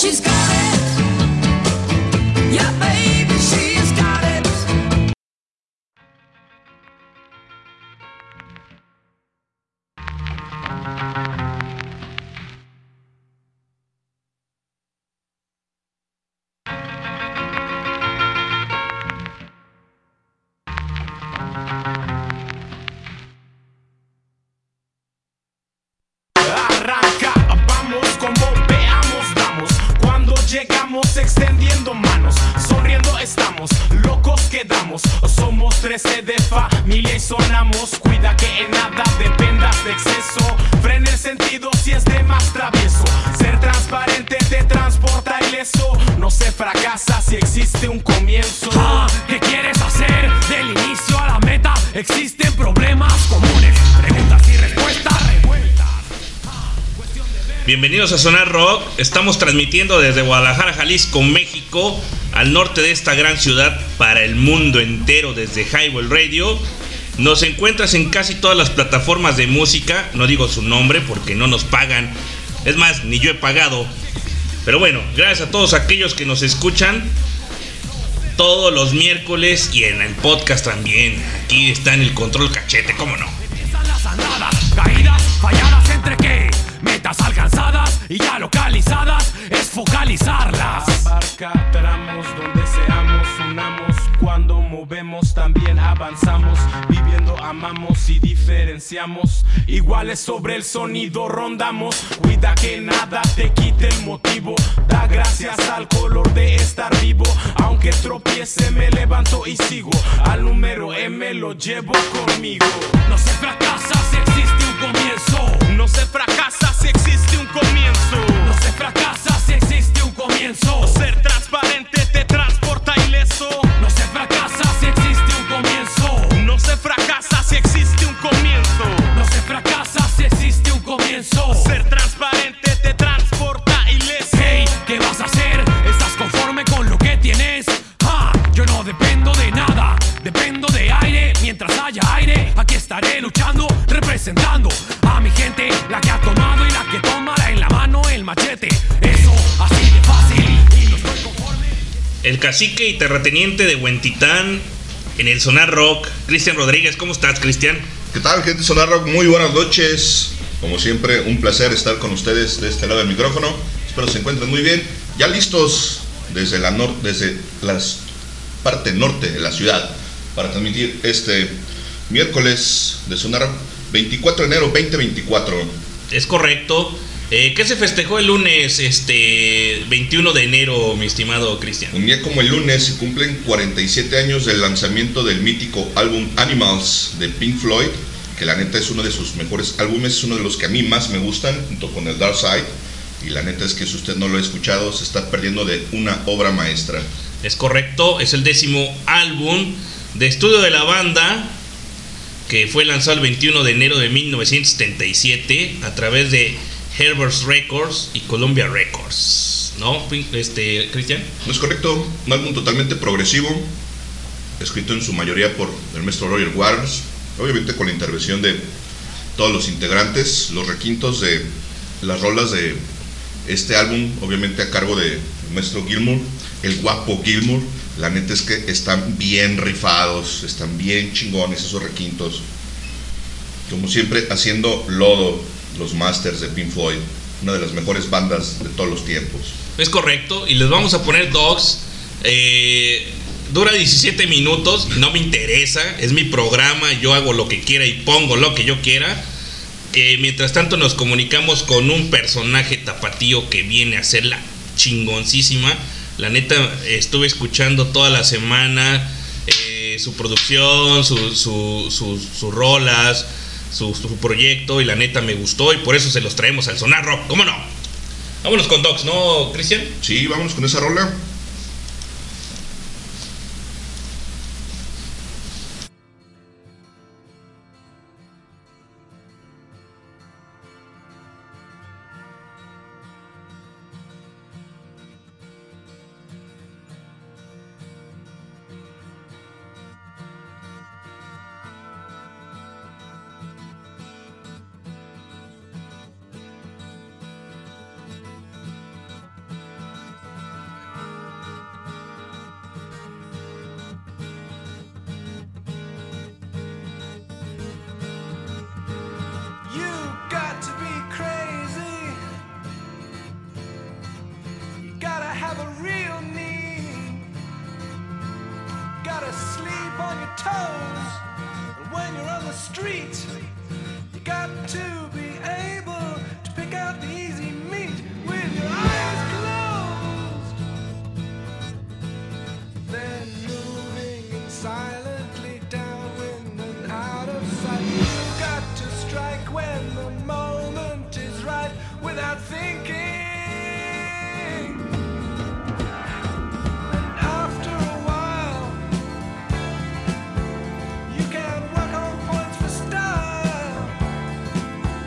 She's got it. Yeah, baby, she's got it. Arranca, vamos como veamos, damos. Cuando llegamos extendiendo manos, sonriendo estamos, locos quedamos. Somos 13 de familia y sonamos. Cuida que en nada dependas de exceso. Frena el sentido si es de más travieso. Ser transparente te transporta ileso. No se fracasa si existe un comienzo. ¿Qué quieres hacer? Del inicio a la meta existen problemas comunes, preguntas y respuestas revueltas. Bienvenidos a Sonar Rock. Estamos transmitiendo desde Guadalajara, Jalisco, México, al norte de esta gran ciudad para el mundo entero desde Highball Radio. Nos encuentras en casi todas las plataformas de música. No digo su nombre porque no nos pagan. Es más, ni yo he pagado. Pero bueno, gracias a todos aquellos que nos escuchan todos los miércoles y en el podcast también. Aquí está en el control cachete, ¿cómo no? Empiezan las andadas, caídas, falladas entre qué, metas alcanzadas y ya localizadas, es focalizarlas. Abarca tramos donde seamos, unamos. Cuando movemos también avanzamos. Viviendo amamos y diferenciamos. Iguales sobre el sonido rondamos. Cuida que nada te quite el motivo. Da gracias al color de estar vivo. Aunque tropiece me levanto y sigo. Al número M lo llevo conmigo. No se fracasa si existe un comienzo. No se fracasa si existe un comienzo. No se fracasa si existe un comienzo. Ser transparente te transporta ileso. No se fracasa si existe un comienzo. No se fracasa si existe un comienzo. No se fracasa si existe un comienzo. Ser transparente te transporta ileso. Hey, ¿qué vas a hacer? ¿Estás conforme con lo que tienes? Yo no dependo de nada, dependo de aire. Mientras haya aire, aquí estaré luchando, representando a mi gente, la que ha tomado y la que tomará en la mano el machete. Eso, así de fácil, y no estoy conforme. El cacique y terrateniente de Huentitán en el Sonar Rock, Cristian Rodríguez. ¿Cómo estás, Cristian? ¿Qué tal, gente de Sonar Rock? Muy buenas noches. Como siempre, un placer estar con ustedes de este lado del micrófono. Espero se encuentren muy bien. Ya listos desde la parte norte de la ciudad para transmitir este miércoles de Sonar Rock, 24 de enero 2024. Es correcto. ¿Qué se festejó el lunes 21 de enero, mi estimado Cristian? Un día como el lunes se cumplen 47 años del lanzamiento del mítico álbum Animals de Pink Floyd, que la neta es uno de sus mejores álbumes, es uno de los que a mí más me gustan, junto con el Dark Side. Y la neta es que si usted no lo ha escuchado, se está perdiendo de una obra maestra. Es correcto, es el 10º álbum de estudio de la banda, que fue lanzado el 21 de enero de 1977 a través de Herbert's Records y Columbia Records, ¿no, Cristian? No es correcto, un álbum totalmente progresivo, escrito en su mayoría por el maestro Roger Waters, obviamente con la intervención de todos los integrantes, los requintos de las rolas de este álbum, obviamente a cargo del maestro Gilmour, el guapo Gilmour. La neta es que están bien rifados, están bien chingones esos requintos. Como siempre, haciendo lodo los masters de Pink Floyd, una de las mejores bandas de todos los tiempos. Es correcto, y les vamos a poner Dogs. Dura 17 minutos, no me interesa, es mi programa, yo hago lo que quiera y pongo lo que yo quiera. Mientras tanto nos comunicamos con un personaje tapatío que viene a ser la chingoncísima. La neta, estuve escuchando toda la semana su producción, sus rolas, su proyecto, y la neta me gustó, y por eso se los traemos al Sonar Rock. ¿Cómo no? Vámonos con Dogs, ¿no, Cristian? Sí, vámonos con esa rola. have a real need. Gotta sleep on your toes. And when you're on the street, you got to be able to pick out the easy meat with your eyes closed. Then moving in silently downwind and out of sight. You've got to strike when the moment is right without thinking. And after a while, you can work on points for style.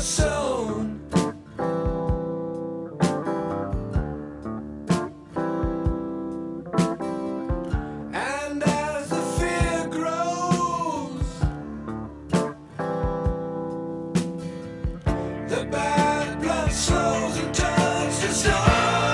sown. And as the fear grows, the bad blood slows and turns to stone.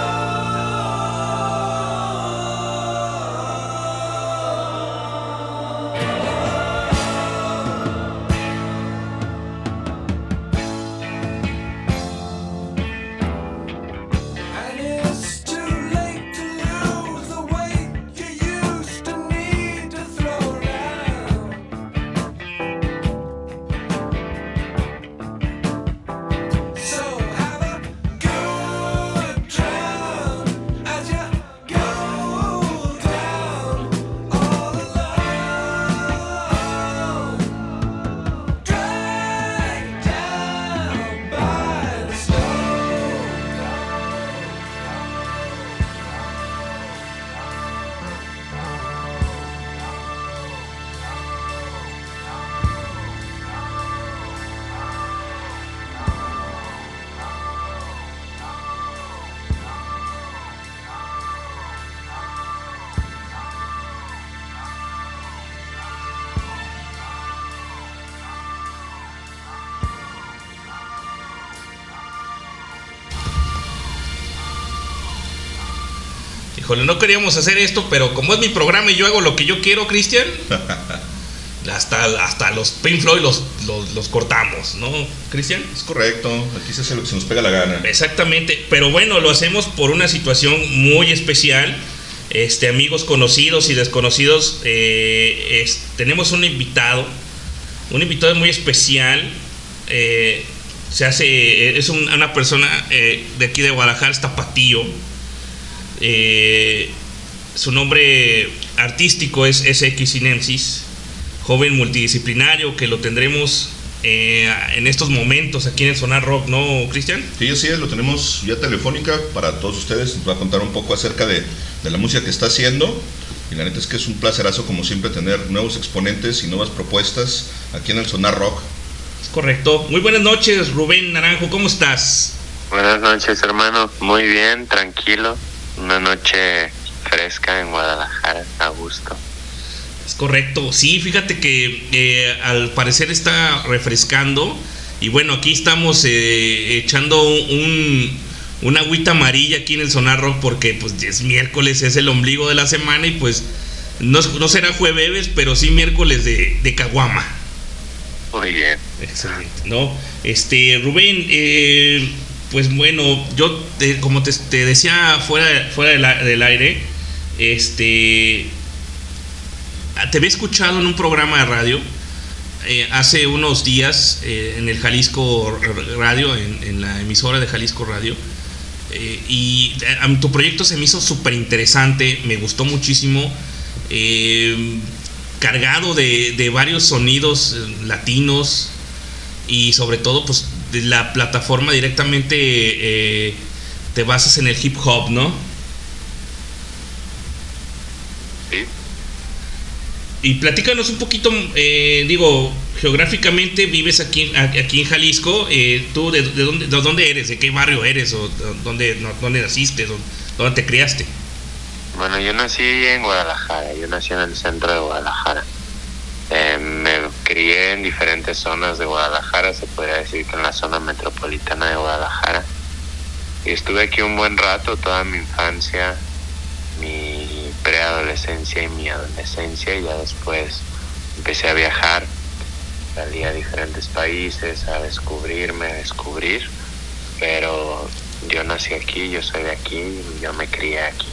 And it's too late to lose the weight you used to need to throw around. So have a good drown as you go down all alone, dragged down by the stone. Híjole, no queríamos hacer esto, pero como es mi programa y yo hago lo que yo quiero, Cristian, hasta los Pink Floyd los cortamos, ¿no, Cristian? Es correcto, aquí se hace lo que se nos pega la gana. Exactamente, pero bueno, lo hacemos por una situación muy especial. Amigos conocidos y desconocidos, tenemos un invitado muy especial. Es una persona de aquí de Guadalajara, es tapatío. Su nombre artístico es SX Sinensis, joven multidisciplinario que lo tendremos en estos momentos aquí en el Sonar Rock, ¿no, Cristian? Sí, así es, lo tenemos ya telefónica para todos ustedes. Nos va a contar un poco acerca de la música que está haciendo. Y la neta es que es un placerazo, como siempre, tener nuevos exponentes y nuevas propuestas aquí en el Sonar Rock. Es correcto. Muy buenas noches, Rubén Naranjo, ¿cómo estás? Buenas noches, hermano. Muy bien, tranquilo. Una noche fresca en Guadalajara, a gusto. Es correcto. Sí, fíjate que al parecer está refrescando. Y bueno, aquí estamos echando una agüita amarilla aquí en el Sonar Rock porque pues es miércoles, es el ombligo de la semana y pues no será jueves, pero sí miércoles de caguama. Muy bien. Excelente, ¿no? Rubén, pues bueno, yo como te decía fuera del aire, te había escuchado en un programa de radio hace unos días en el Jalisco Radio, en la emisora de Jalisco Radio, y tu proyecto se me hizo súper interesante, me gustó muchísimo, cargado de varios sonidos latinos y sobre todo pues de la plataforma directamente te basas en el hip hop, ¿no? Sí. Y platícanos un poquito, geográficamente vives aquí en Jalisco. ¿Tú de dónde eres? ¿De qué barrio eres? ¿O dónde naciste? ¿Dónde te criaste? Bueno, yo nací en Guadalajara, yo nací en el centro de Guadalajara. Me crié en diferentes zonas de Guadalajara, se podría decir que en la zona metropolitana de Guadalajara. Y estuve aquí un buen rato, toda mi infancia, mi preadolescencia y mi adolescencia, y ya después empecé a viajar, salí a diferentes países a descubrir, pero yo nací aquí, yo soy de aquí, y yo me crié aquí.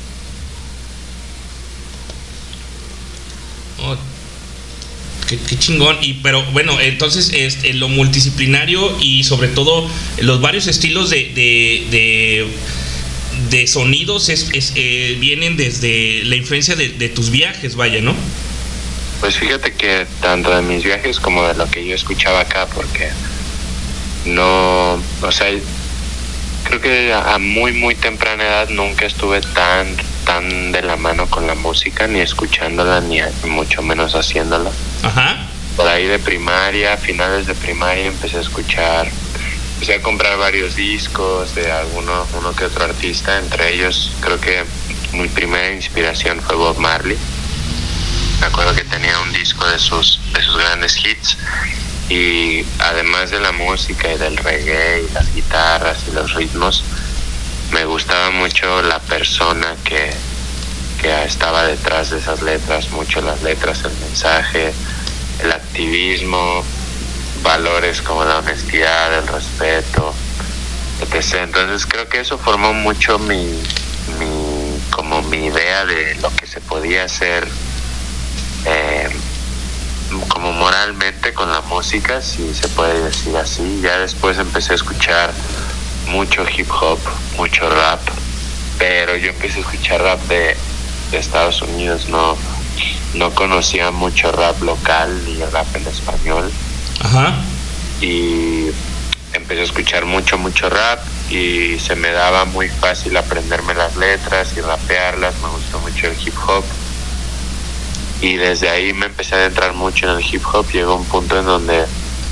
Oh, qué chingón. Pero bueno, entonces lo multidisciplinario y sobre todo los varios estilos de sonidos vienen desde la influencia de tus viajes, vaya, ¿no? Pues fíjate que tanto de mis viajes como de lo que yo escuchaba acá, porque no, o sea, creo que a muy temprana edad nunca estuve tan de la mano con la música, ni escuchándola, ni mucho menos haciéndola. Ajá. por ahí de primaria, finales de primaria, empecé a comprar varios discos de uno que otro artista. Entre ellos, creo que mi primera inspiración fue Bob Marley. Me acuerdo que tenía un disco de sus grandes hits, y además de la música y del reggae y las guitarras y los ritmos, me gustaba mucho la persona que estaba detrás de esas letras, mucho las letras, el mensaje, el activismo, valores como la honestidad, el respeto, etc. Entonces creo que eso formó mucho mi idea de lo que se podía hacer como moralmente con la música, si se puede decir así. Ya después empecé a escuchar mucho hip hop, mucho rap, pero yo empecé a escuchar rap de Estados Unidos, no conocía mucho rap local ni rap en español. Ajá. Y empecé a escuchar mucho rap, y se me daba muy fácil aprenderme las letras y rapearlas. Me gustó mucho el hip hop, y desde ahí me empecé a adentrar mucho en el hip hop. Llegó un punto en donde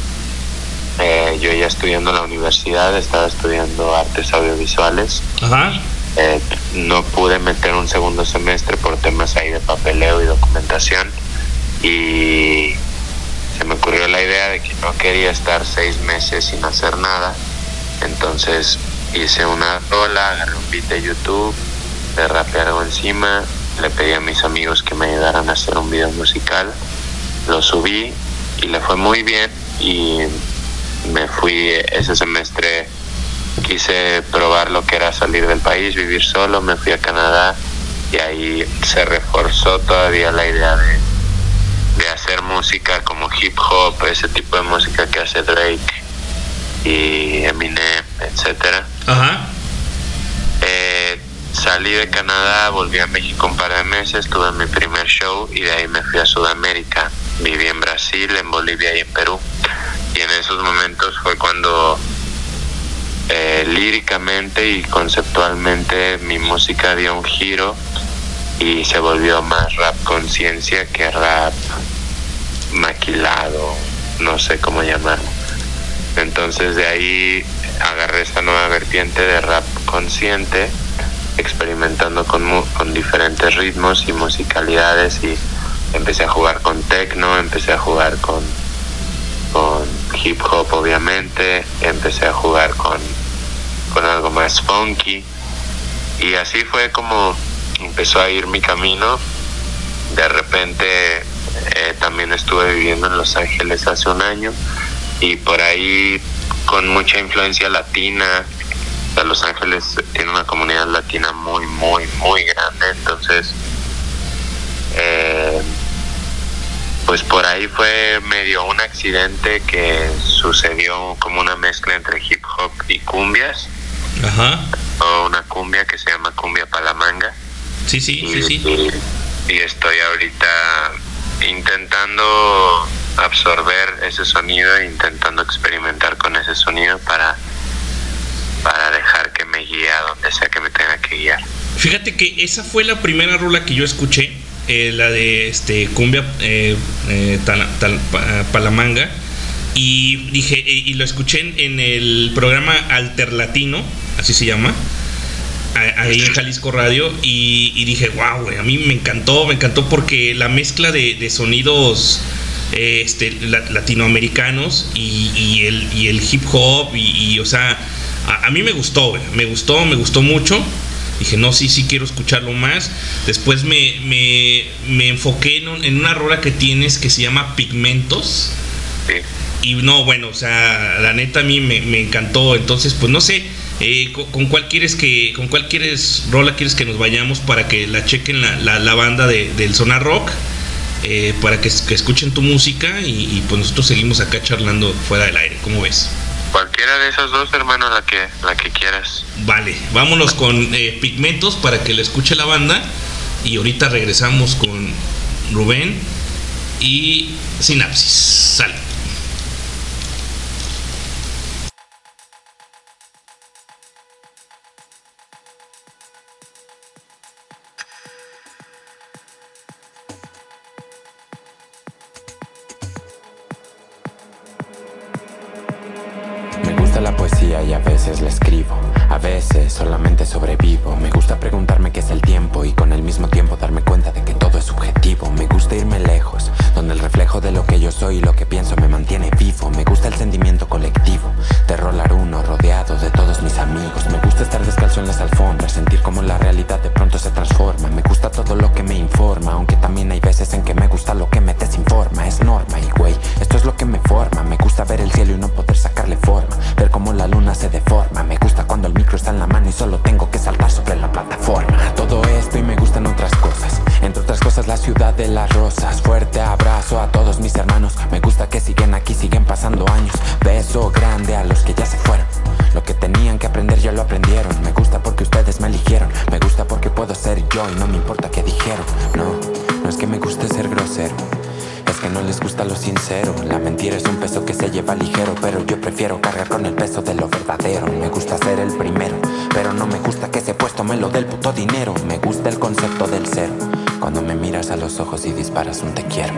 yo ya estudiando en la universidad, estaba estudiando artes audiovisuales. Ajá. No pude meter un segundo semestre por temas ahí de papeleo y documentación, y se me ocurrió la idea de que no quería estar 6 meses sin hacer nada. Entonces hice una rola, agarré un beat de YouTube, le rapeé algo encima, le pedí a mis amigos que me ayudaran a hacer un video musical, lo subí y le fue muy bien, y me fui ese semestre. Quise probar lo que era salir del país, vivir solo. Me fui a Canadá, y ahí se reforzó todavía la idea de hacer música como hip hop, ese tipo de música que hace Drake y Eminem, etcétera. Ajá. Salí de Canadá, volví a México un par de meses, tuve mi primer show, y de ahí me fui a Sudamérica. Viví en Brasil, en Bolivia y en Perú, y en esos momentos fue cuando líricamente y conceptualmente mi música dio un giro y se volvió más rap conciencia que rap maquilado, no sé cómo llamarlo. Entonces de ahí agarré esta nueva vertiente de rap consciente, experimentando con diferentes ritmos y musicalidades, y empecé a jugar con techno, empecé a jugar con hip hop, obviamente, empecé a jugar con algo más funky, y así fue como empezó a ir mi camino. De repente también estuve viviendo en Los Ángeles hace un año, y por ahí con mucha influencia latina. O sea, Los Ángeles tiene una comunidad latina muy grande, entonces pues por ahí fue medio un accidente que sucedió, como una mezcla entre hip hop y cumbias. Ajá. O una cumbia que se llama cumbia palamanga. Sí. Y estoy ahorita intentando absorber ese sonido, intentando experimentar con ese sonido para dejar que me guíe a donde sea que me tenga que guiar. Fíjate que esa fue la primera rola que yo escuché, la de cumbia palamanga, y dije, y lo escuché en el programa Alterlatino, así se llama, ahí en Jalisco Radio, y dije, wow, güey, a mí me encantó porque la mezcla de sonidos latinoamericanos y el hip hop, y o sea, a mí me gustó, güey, me gustó mucho. Dije, no, sí quiero escucharlo más. Después me enfoqué en una rola que tienes que se llama Pigmentos. Sí. Y no, bueno, o sea, la neta a mí me encantó. Entonces, pues no sé, ¿con cuál rola quieres que nos vayamos para que la chequen la banda del Sonar Rock? Para que escuchen tu música, y pues nosotros seguimos acá charlando fuera del aire. ¿Cómo ves? Cualquiera de esas dos, hermano, la que quieras. Vale, vámonos con Pigmentos para que la escuche la banda, y ahorita regresamos con Rubén y Sinapsis. Sale. poesía y a veces la escribo. A veces solamente sobrevivo. Me gusta preguntarme qué es el tiempo y con el mismo tiempo darme cuenta de que todo es subjetivo. Me gusta irme lejos, donde el reflejo de lo que yo soy y lo que pienso me mantiene vivo. Me gusta el sentimiento colectivo de rolar uno rodeado de todos mis amigos. Me gusta estar descalzo en las alfombras, sentir como la realidad de pronto se transforma. Me gusta todo lo que me informa, aunque también hay veces en que me gusta lo que me desinforma. Es norma y güey, esto es lo que me forma. Me gusta ver el cielo y no poder sacarle forma, ver cómo la luna se deforma. Me gusta cuando el micro está en la mano y solo tengo que saltar sobre la plataforma. Todo esto y me gustan otras cosas, entre otras cosas la ciudad de las rosas. Fuerte abrazo a todos mis hermanos, me gusta que siguen aquí, siguen pasando años. Beso grande a los que ya se fueron, lo que tenían que aprender ya lo aprendieron. Me gusta porque ustedes me eligieron, me gusta porque puedo ser yo y no me importa qué dijeron. No es que me guste ser grosero, es que no les gusta lo sincero. La mentira es un peso que se lleva ligero, pero yo prefiero cargar con el peso de lo verdadero. Me gusta ser el primero, pero no me gusta que ese puesto me lo dé el puto dinero. Me gusta el concepto del cero, cuando me miras a los ojos y disparas un te quiero.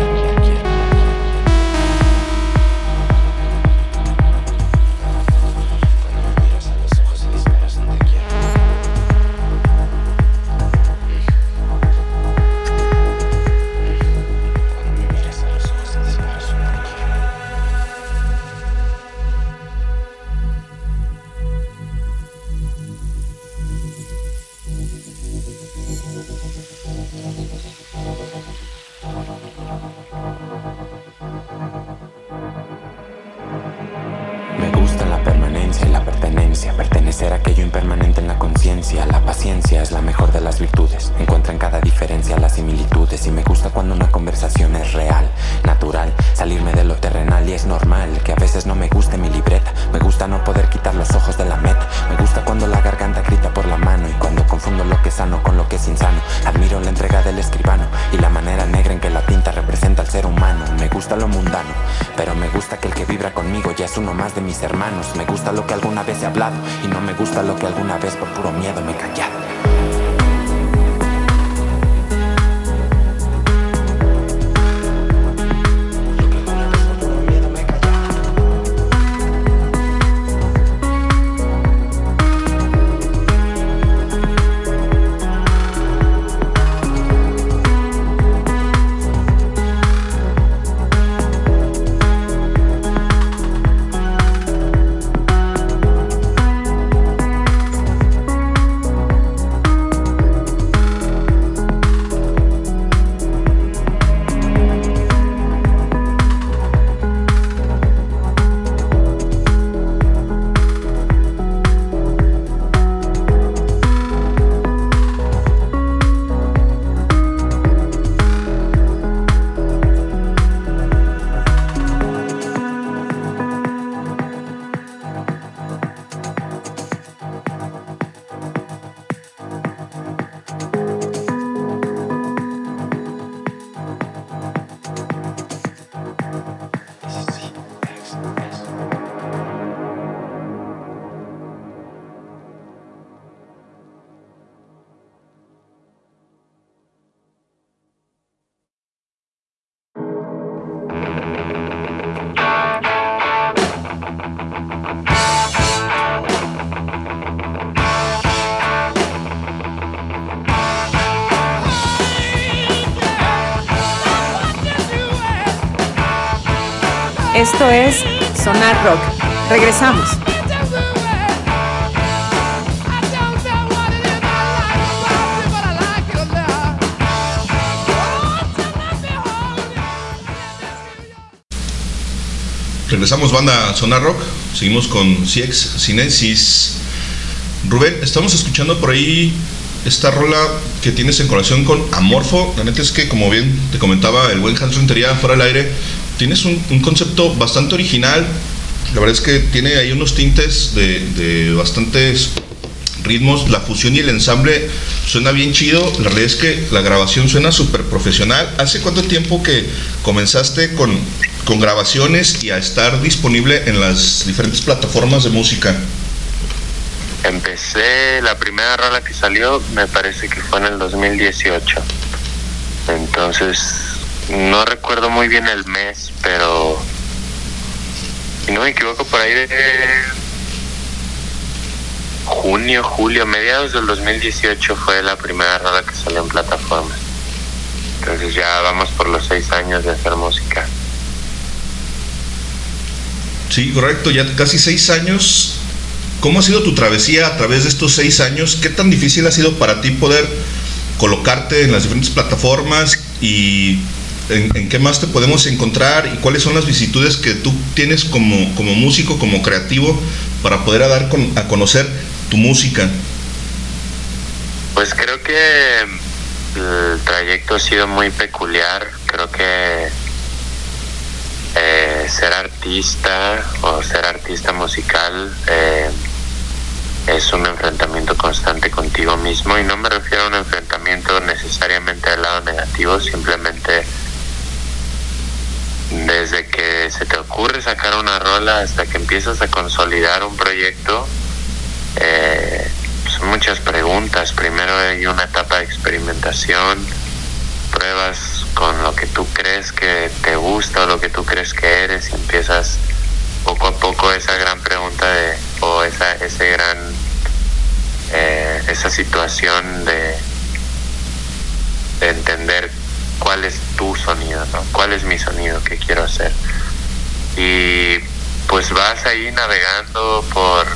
Me gusta la permanencia y la pertenencia, pertenecer a aquello impermanente en la conciencia. La paciencia es la mejor de las virtudes, encuentra en cada diferencia las similitudes. Y me gusta cuando una conversación es real, natural, salirme de lo terrenal. Y es normal que a veces no me guste mi libreta, me gusta no poder quitar los ojos de la meta. Me gusta cuando la garganta grita por la mano y cuando confundo lo que es sano con lo que es insano. Admiro la entrega del escribano y la manera negra en que la tinta representa al ser humano. Me gusta lo mundano, pero me gusta que el que vibra conmigo ya es uno más de mis hermanos. Me gusta lo que alguna vez he hablado y no me gusta lo que alguna vez por puro miedo me he callado. Esto es Sonar Rock. Regresamos. Regresamos, banda Sonar Rock. Seguimos con CX Cinesis. Rubén, estamos escuchando por ahí esta rola que tienes en colaboración con Amorfo. La neta es que, como bien te comentaba el buen Hans Rentería fuera del aire, tienes un concepto bastante original. La verdad es que tiene ahí unos tintes de bastantes ritmos. La fusión y el ensamble suena bien chido. La realidad es que la grabación suena súper profesional. ¿Hace cuánto tiempo que comenzaste con grabaciones y a estar disponible en las diferentes plataformas de música? Empecé, la primera rola que salió me parece que fue en el 2018. Entonces no recuerdo muy bien el mes, pero si no me equivoco por ahí de julio, mediados del 2018 fue la primera rola que salió en plataformas. Entonces ya vamos por los 6 años de hacer música. Sí, correcto, ya casi 6 años. ¿Cómo ha sido tu travesía a través de estos 6 años? ¿Qué tan difícil ha sido para ti poder colocarte en las diferentes plataformas y en qué más te podemos encontrar y cuáles son las vicisitudes que tú tienes como músico, como creativo, para poder dar a conocer tu música? Pues creo que el trayecto ha sido muy peculiar. Creo que ser artista o ser artista musical es un enfrentamiento constante contigo mismo, y no me refiero a un enfrentamiento necesariamente del lado negativo, simplemente desde que se te ocurre sacar una rola hasta que empiezas a consolidar un proyecto, son muchas preguntas. Primero hay una etapa de experimentación, pruebas con lo que tú crees que te gusta o lo que tú crees que eres, y empiezas poco a poco esa gran pregunta esa situación de entender cuál es tu sonido, ¿no? ¿Cuál es mi sonido? ¿Qué quiero hacer? Y pues vas ahí navegando por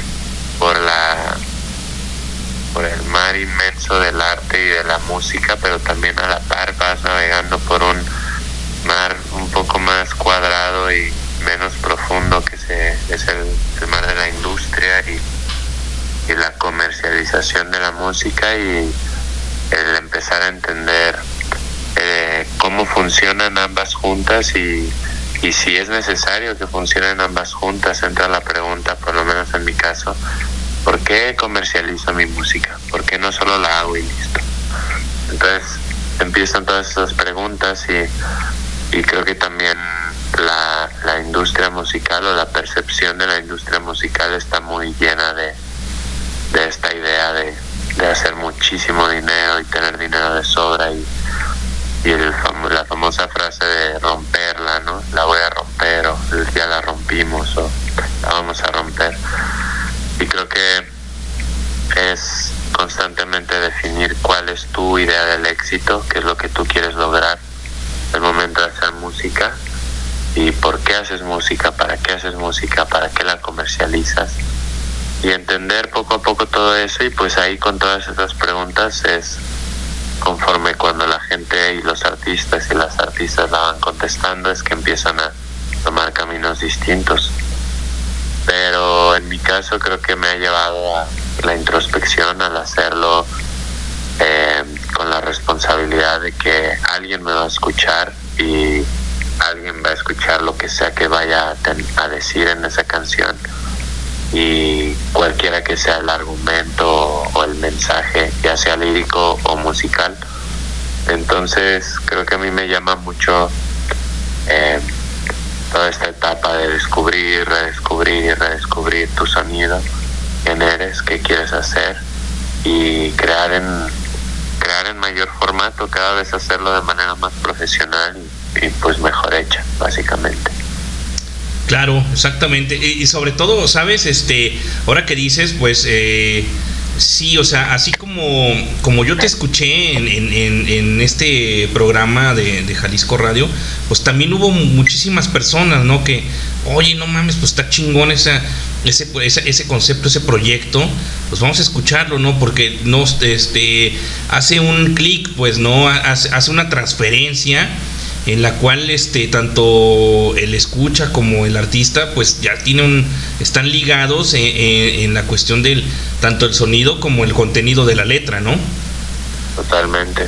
el mar inmenso del arte y de la música, pero también a la par vas navegando por un mar un poco más cuadrado y menos profundo, que es el mar de la industria y la comercialización de la música, y el empezar a entender cómo funcionan ambas juntas, y si es necesario que funcionen ambas juntas. Entra la pregunta, por lo menos en mi caso, ¿por qué comercializo mi música? ¿Por qué no solo la hago y listo? Entonces empiezan todas esas preguntas, y creo que también la industria musical, o la percepción de la industria musical, está muy llena de esta idea de hacer muchísimo dinero y tener dinero de sobra, y la famosa frase de romperla, ¿no? La voy a romper, o ya la rompimos, o la vamos a romper. Y creo que es constantemente definir cuál es tu idea del éxito, qué es lo que tú quieres lograr al momento de hacer música, y por qué haces música, para qué haces música, para qué la comercializas, y entender poco a poco todo eso. Y pues ahí, con todas esas preguntas, es conforme cuando la gente y los artistas y las artistas la van contestando, es que empiezan a tomar caminos distintos. Pero en mi caso creo que me ha llevado a la introspección, al hacerlo con la responsabilidad de que alguien me va a escuchar, y alguien va a escuchar lo que sea que vaya a decir en esa canción, y cualquiera que sea el argumento o el mensaje, ya sea lírico o musical. Entonces creo que a mí me llama mucho toda esta etapa de descubrir, redescubrir y redescubrir tu sonido, quién eres, qué quieres hacer, y crear en mayor formato, cada vez hacerlo de manera más profesional y pues mejor hecha, básicamente. Claro, exactamente. Y sobre todo, ¿sabes? Ahora que dices, pues sí, o sea, así como yo te escuché en este programa de Jalisco Radio, pues también hubo muchísimas personas, ¿no? Que, oye, no mames, pues está chingón ese concepto, ese proyecto, pues vamos a escucharlo, ¿no? Porque hace un clic, pues, ¿no? Hace una transferencia en la cual tanto el escucha como el artista pues ya están ligados en la cuestión del tanto el sonido como el contenido de la letra, ¿no? Totalmente.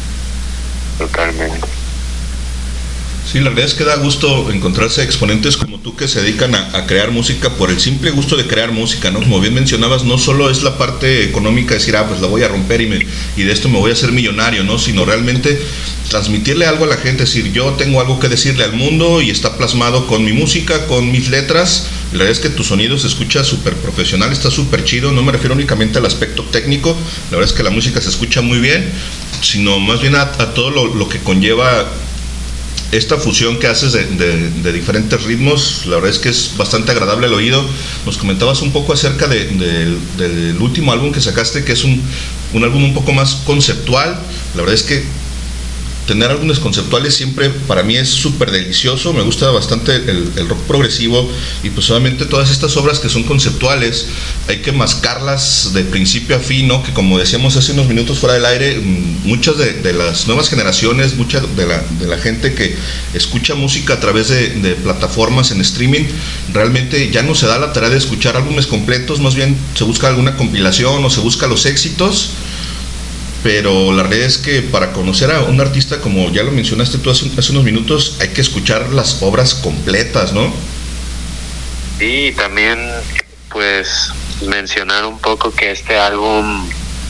Sí, la verdad es que da gusto encontrarse exponentes como tú que se dedican a crear música por el simple gusto de crear música, ¿no? Como bien mencionabas, no solo es la parte económica, decir, pues la voy a romper y de esto me voy a hacer millonario, ¿no? Sino realmente transmitirle algo a la gente, es decir, yo tengo algo que decirle al mundo y está plasmado con mi música, con mis letras. La verdad es que tu sonido se escucha súper profesional, está súper chido. No me refiero únicamente al aspecto técnico, la verdad es que la música se escucha muy bien, sino más bien a todo lo que conlleva esta fusión que haces de diferentes ritmos, la verdad es que es bastante agradable al oído. Nos comentabas un poco acerca del último álbum que sacaste, que es un álbum un poco más conceptual. La verdad es que tener álbumes conceptuales siempre para mí es súper delicioso. Me gusta bastante el rock progresivo, y pues obviamente todas estas obras que son conceptuales hay que mascarlas de principio a fin, ¿no? Que como decíamos hace unos minutos fuera del aire, muchas de las nuevas generaciones, mucha de la gente que escucha música a través de plataformas en streaming, realmente ya no se da la tarea de escuchar álbumes completos, más bien se busca alguna compilación o se busca los éxitos. Pero la realidad es que para conocer a un artista, como ya lo mencionaste tú hace unos minutos, hay que escuchar las obras completas, ¿no? Sí, también pues mencionar un poco que este álbum,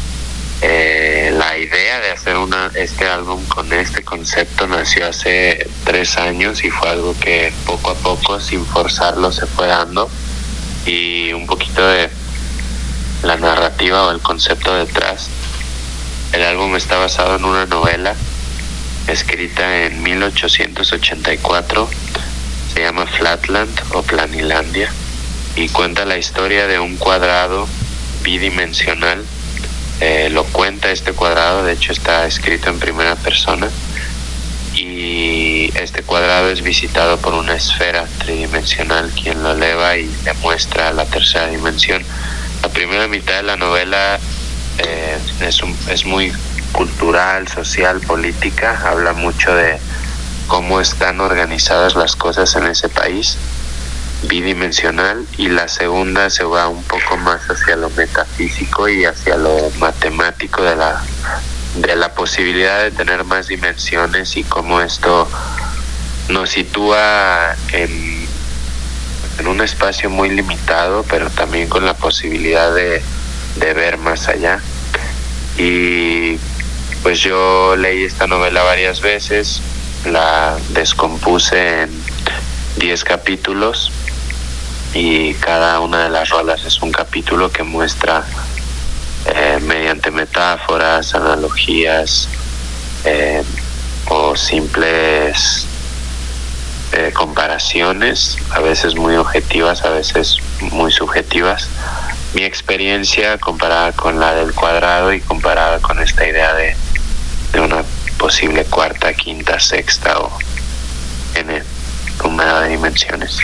la idea de hacer este álbum con este concepto nació hace 3 años, y fue algo que poco a poco, sin forzarlo, se fue dando. Y un poquito de la narrativa o el concepto detrás. El álbum está basado en una novela escrita en 1884, se llama Flatland o Planilandia, y cuenta la historia de un cuadrado bidimensional. Lo cuenta este cuadrado, de hecho está escrito en primera persona, y este cuadrado es visitado por una esfera tridimensional, quien lo eleva y le muestra la tercera dimensión. La primera mitad de la novela es muy cultural, social, política. Habla mucho de cómo están organizadas las cosas en ese país bidimensional, y la segunda se va un poco más hacia lo metafísico y hacia lo matemático de la posibilidad de tener más dimensiones, y cómo esto nos sitúa en un espacio muy limitado, pero también con la posibilidad de ver más allá. Y pues yo leí esta novela varias veces, la descompuse en 10 capítulos, y cada una de las rolas es un capítulo que muestra mediante metáforas, analogías o simples comparaciones, a veces muy objetivas, a veces muy subjetivas, mi experiencia comparada con la del cuadrado y comparada con esta idea de una posible cuarta, quinta, sexta o n número de dimensiones.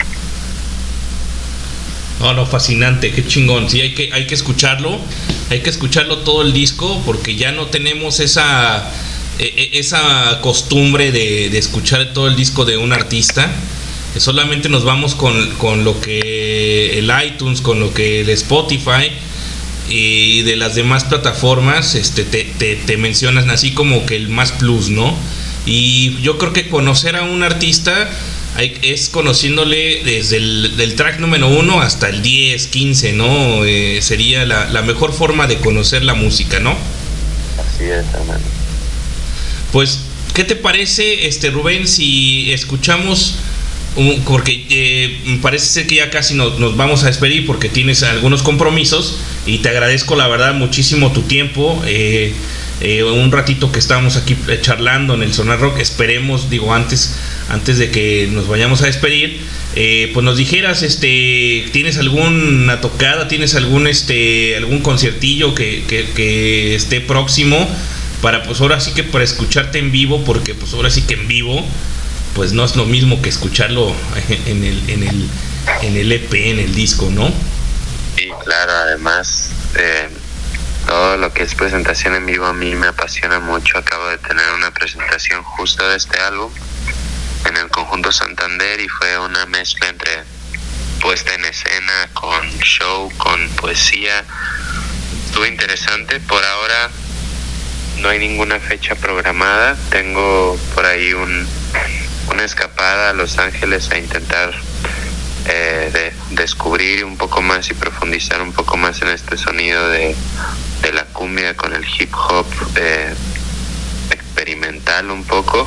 No, fascinante, qué chingón. Sí, hay que escucharlo todo el disco, porque ya no tenemos esa costumbre de escuchar todo el disco de un artista. Solamente nos vamos con lo que el iTunes, con lo que el Spotify y de las demás plataformas te mencionan así como que el más plus, ¿no? Y yo creo que conocer a un artista es conociéndole desde del track número 1 hasta el 10, 15, ¿no? Sería la mejor forma de conocer la música, ¿no? Así es, hermano. Pues, ¿qué te parece, Rubén, si escuchamos? Porque parece ser que ya casi nos vamos a despedir, porque tienes algunos compromisos, y te agradezco la verdad muchísimo tu tiempo. Un ratito que estábamos aquí charlando en el Sonar Rock, esperemos, antes de que nos vayamos a despedir, pues nos dijeras, ¿tienes alguna tocada, tienes algún conciertillo que esté próximo para, pues ahora sí que para escucharte en vivo? Porque pues ahora sí que en vivo pues no es lo mismo que escucharlo en el EP, en el disco, ¿no? Sí, claro, además todo lo que es presentación en vivo a mí me apasiona mucho. Acabo de tener una presentación justo de este álbum en el Conjunto Santander, y fue una mezcla entre puesta en escena con show, con poesía. Estuvo interesante. Por ahora no hay ninguna fecha programada. Tengo por ahí una escapada a Los Ángeles a intentar descubrir un poco más y profundizar un poco más en este sonido de la cumbia con el hip hop experimental un poco.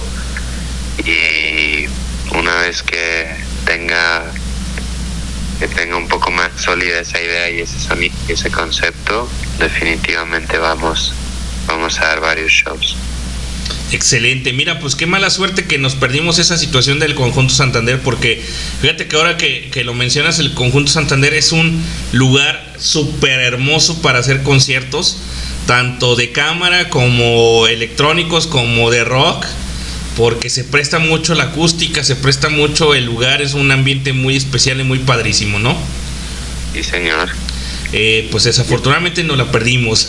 Y una vez que tenga un poco más sólida esa idea y ese sonido y ese concepto, definitivamente vamos a dar varios shows. Excelente, mira, pues qué mala suerte que nos perdimos esa situación del Conjunto Santander, porque fíjate que ahora que lo mencionas, el Conjunto Santander es un lugar súper hermoso para hacer conciertos, tanto de cámara como electrónicos, como de rock, porque se presta mucho la acústica, se presta mucho el lugar, es un ambiente muy especial y muy padrísimo, ¿no? Sí, señor. Pues desafortunadamente nos la perdimos.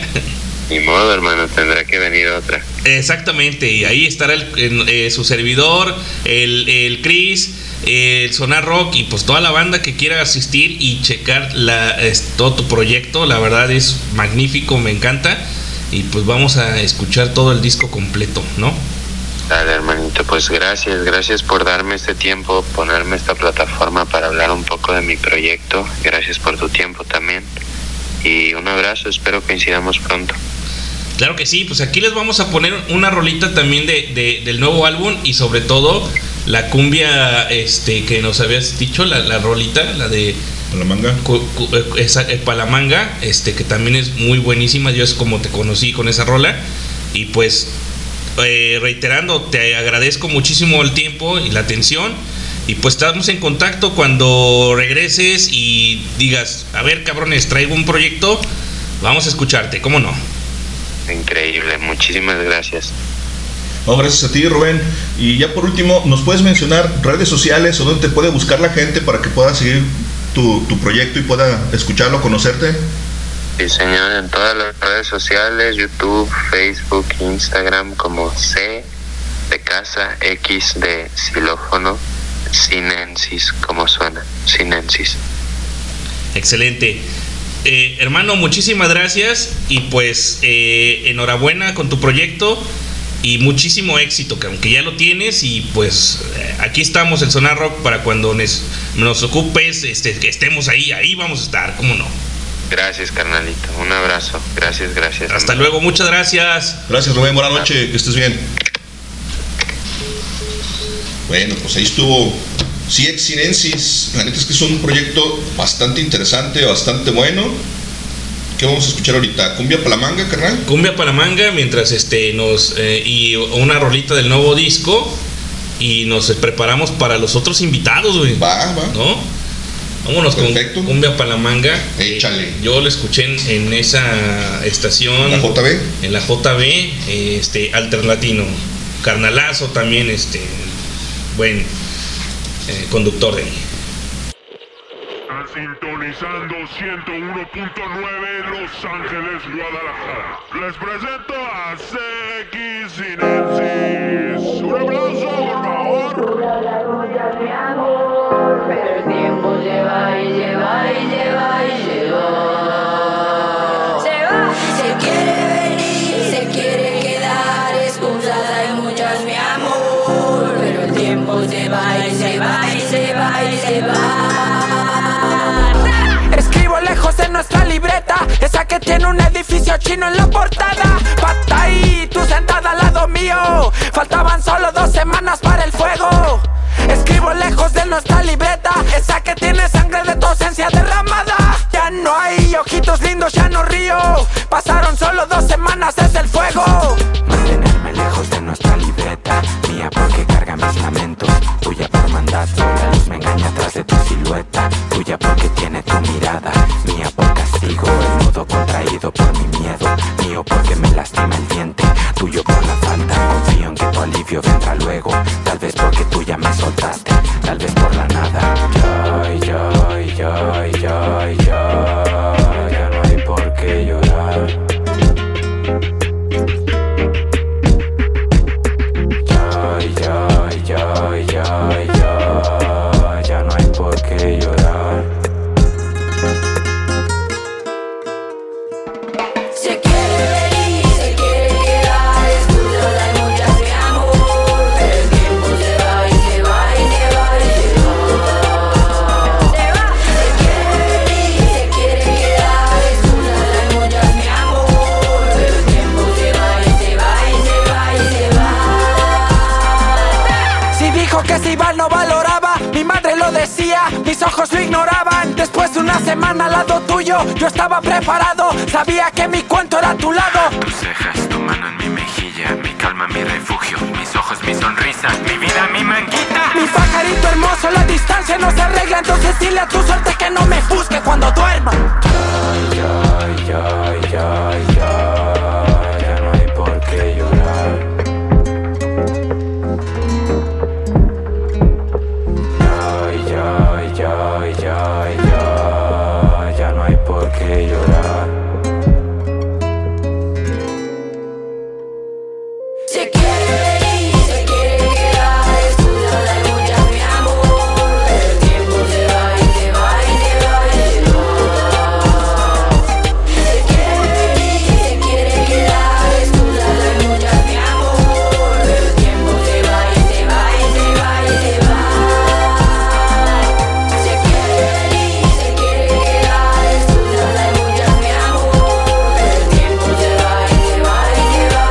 Ni modo, hermano, tendrá que venir otra. Exactamente, y ahí estará su servidor, el Chris, el Sonar Rock y pues toda la banda que quiera asistir y checar todo tu proyecto. La verdad es magnífico, me encanta, y pues vamos a escuchar todo el disco completo, ¿no? Dale, hermanito, pues gracias por darme este tiempo, ponerme esta plataforma para hablar un poco de mi proyecto. Gracias por tu tiempo también, y un abrazo, espero que coincidamos pronto. Claro que sí, pues aquí les vamos a poner una rolita también del nuevo álbum, y sobre todo la cumbia que nos habías dicho, la rolita, la de Palamanga. Palamanga, que también es muy buenísima. Yo es como te conocí con esa rola. Y pues reiterando, te agradezco muchísimo el tiempo y la atención, y pues estamos en contacto cuando regreses y digas, a ver, cabrones, traigo un proyecto, vamos a escucharte, ¿cómo no? Increíble, muchísimas gracias. Oh, gracias a ti, Rubén. Y ya por último, ¿nos puedes mencionar redes sociales o dónde te puede buscar la gente para que pueda seguir tu proyecto y pueda escucharlo, conocerte? Sí, señor, en todas las redes sociales, YouTube, Facebook, Instagram, como C de casa, X de xilófono, Sinensis, como suena, Sinensis. Excelente. Hermano, muchísimas gracias, y pues enhorabuena con tu proyecto y muchísimo éxito, que aunque ya lo tienes, y pues aquí estamos, el Sonar Rock, para cuando nos ocupes, que estemos ahí vamos a estar, ¿cómo no? Gracias, carnalito, un abrazo, gracias. Hasta luego, muchas gracias. Gracias, Rubén, buena noche, que estés bien. Bueno, pues ahí estuvo CX Sinensis. La neta es que es un proyecto bastante interesante, bastante bueno. ¿Qué vamos a escuchar ahorita? ¿Cumbia Palamanga, carnal? Cumbia Palamanga, mientras y una rolita del nuevo disco, y nos preparamos para los otros invitados, güey. Va. ¿No? Vámonos. Perfecto. Con Cumbia Palamanga. Échale. Yo lo escuché en esa estación. ¿La JB? En la JB, Alterlatino. Carnalazo también, buen conductor de ahí. Sintonizando 101.9 Los Ángeles, Guadalajara. Les presento a CX Sinensis. Un abrazo, por favor. Pero el tiempo lleva y lleva y lleva y lleva. Se va, se quiere venir, se quiere quedar. Excusas hay muchas, mi amor. Pero el tiempo se va y se va y se va y se va. En nuestra libreta, esa que tiene un edificio chino en la portada. Patay, tú sentada al lado mío. Faltaban solo 2 semanas para el fuego. Escribo lejos de nuestra libreta, esa que tiene sangre de tu ausencia derramada. Ya no hay ojitos lindos, ya no río. Pasaron solo 2 semanas, es el fuego. Mantenerme lejos de nuestra libreta, mía porque carga mis lamentos, tuya por mandato. La luz me engaña atrás de tu silueta, tuya porque tiene tu mirada, mía por castigo, el modo contraído por mi miedo, mío porque me lastima el diente, tuyo por la falta. Confío en que tu alivio vendrá luego, tal vez porque tú ya me soltaste, tal vez por la nada. Ya no hay por qué llorar. Ya no hay por qué llorar. Se quiere venir, se quiere quedar. Excusas hay muchas, mi amor. Pero el tiempo se va y se va y se va y se va. Se quiere venir, se quiere quedar. Excusas hay muchas, mi amor. Pero el tiempo se va y se va y se va y se va. Si dijo que se iba no valoraba, mi madre lo decía, mis ojos lo ignoraban. Después de una semana al lado tuyo, yo estaba preparado, sabía que mi cuento era a tu lado. Tus cejas, tu mano en mi mejilla, playa, mi calma, mi refugio, mis ojos, mi sonrisa, mi vida, mi manguita. Mi pajarito hermoso, la distancia no se arregla, entonces dile a tu suerte que no me busque cuando duerma. Ya no hay por qué llorar. Ya no hay por qué llorar. Se quiere venir, se quiere quedar, excusas hay muchas mi amor, pero el tiempo se va y se va y se va y se va. Se quiere venir, se quiere quedar, excusas hay muchas mi amor, pero el tiempo se va y se va y se va y se va. Se quiere venir, se quiere quedar, excusas hay muchas mi amor, pero el tiempo se va y se va y se va y se va.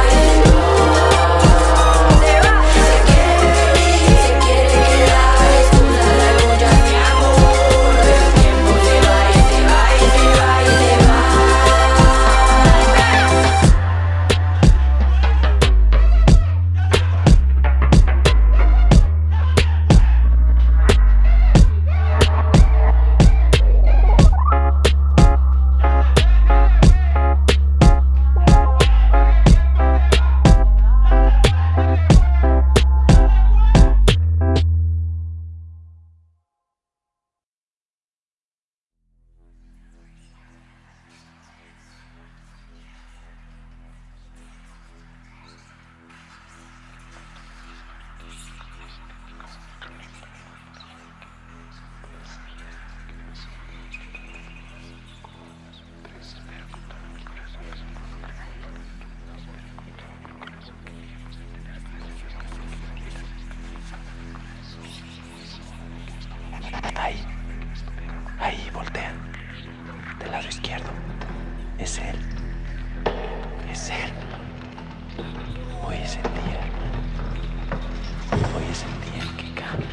Ahí, voltea. Del lado izquierdo. Es él. Es él. Hoy es el día. Hoy es el día en que cambia.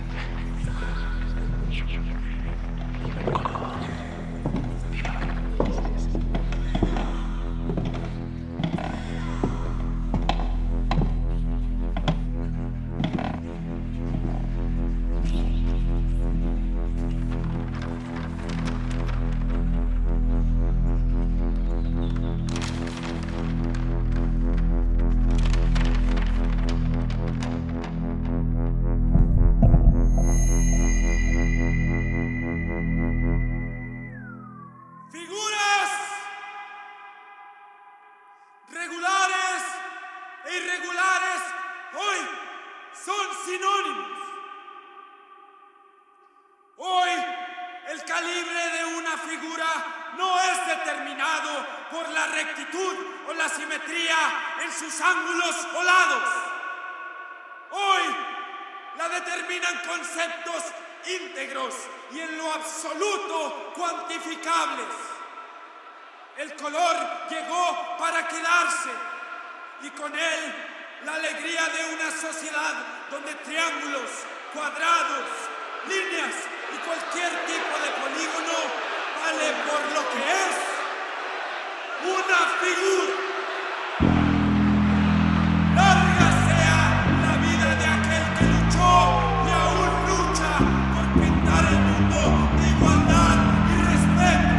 Viva el color. Viva la Figuras regulares e irregulares hoy son sinónimos. Hoy el calibre de una figura no es determinado por la rectitud o la simetría en sus ángulos o lados. Hoy la determinan conceptos íntegros y en lo absoluto cuantificables. El color llegó para quedarse y con él la alegría de una sociedad donde triángulos, cuadrados, líneas y cualquier tipo de polígono vale por lo que es una figura. Larga sea la vida de aquel que luchó y aún lucha por pintar el mundo de igualdad y respeto.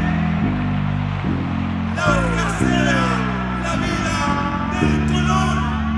Larga sea la vida del color.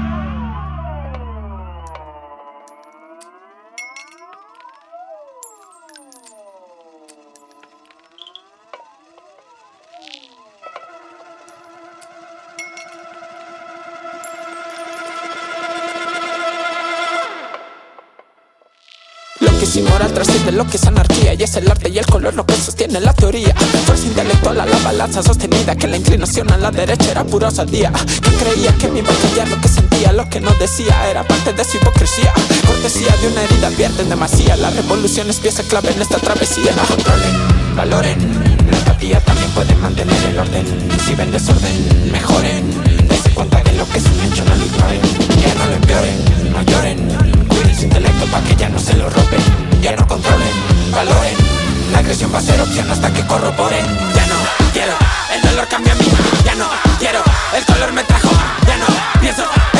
Lo que es inmoral trasciende lo que es anarquía, y es el arte y el color lo que sostiene la teoría. Fuerza intelectual a la balanza sostenida, que la inclinación a la derecha era pura osadía. Que creía que mi voz callar lo que sentía, lo que no decía era parte de su hipocresía. Cortesía de una herida abierta en demasía. La revolución es pieza clave en esta travesía. Controlen, valoren, la empatía también puede mantener el orden. Si ven desorden, mejoren. Dense cuenta de lo que es un hecho, no lo ignoren. Ya no lo empeoren, no lloren. Cuiden su intelecto para que ya no se lo roben. Ya no controlen, valoren. La agresión va a ser opción hasta que corroboren. Ya no quiero, el dolor cambia a mí. Ya no quiero, el color me trajo. Ya no pienso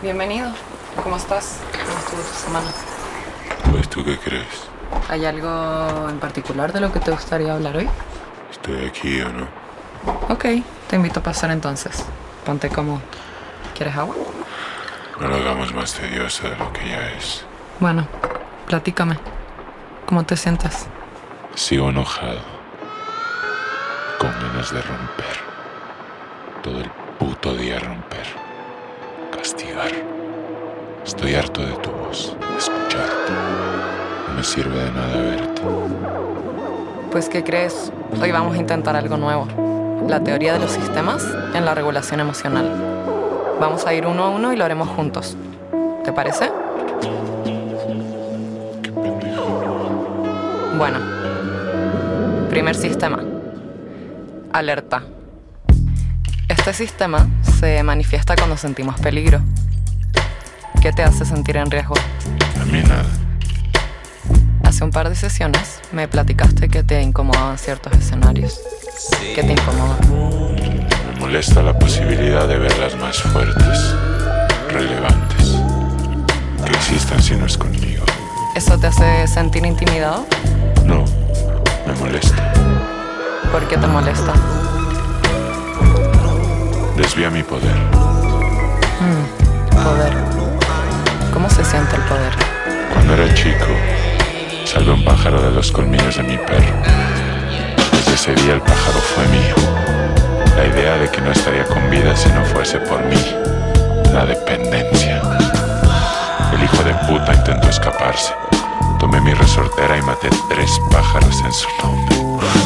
Bienvenido. ¿Cómo estás? ¿Cómo estuvo tu semana? Pues, ¿tú qué crees? ¿Hay algo en particular de lo que te gustaría hablar hoy? ¿Estoy aquí o no? Ok, te invito a pasar entonces. Ponte cómodo. ¿Quieres agua? No lo hagamos más tedioso de lo que ya es. Bueno, platícame. ¿Cómo te sientes? Sigo enojado. Con ganas de romper. Todo el puto día romper. Castigar. Estoy harto de tu voz, de escucharte. No me sirve de nada verte. Pues, ¿qué crees? Hoy vamos a intentar algo nuevo. La teoría de los sistemas en la regulación emocional. Vamos a ir uno a uno y lo haremos juntos. ¿Te parece? Qué pendejo. Bueno. Primer sistema. Alerta. Este sistema se manifiesta cuando sentimos peligro. ¿Qué te hace sentir en riesgo? A mí nada. Hace un par de sesiones me platicaste que te incomodaban ciertos escenarios. ¿Qué te incomoda? Me molesta la posibilidad de verlas más fuertes, relevantes, que existan si no es conmigo. ¿Eso te hace sentir intimidado? No, me molesta. ¿Por qué te molesta? Desvía mi poder. Poder. ¿Cómo se siente el poder? Cuando era chico, salvé un pájaro de los colmillos de mi perro. Desde ese día el pájaro fue mío. La idea de que no estaría con vida si no fuese por mí. La dependencia. El hijo de puta intentó escaparse. Tomé mi resortera y maté 3 pájaros en su nombre.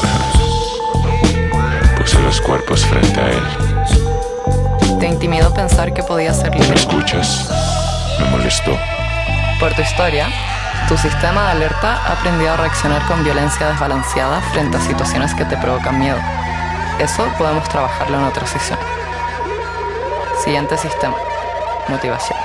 Puse los cuerpos frente a él. ¿Te intimidó pensar que podía ser libre? ¿Me escuchas? Me molestó. Por tu historia, tu sistema de alerta ha aprendido a reaccionar con violencia desbalanceada frente a situaciones que te provocan miedo. Eso podemos trabajarlo en otra sesión. Siguiente sistema. Motivación.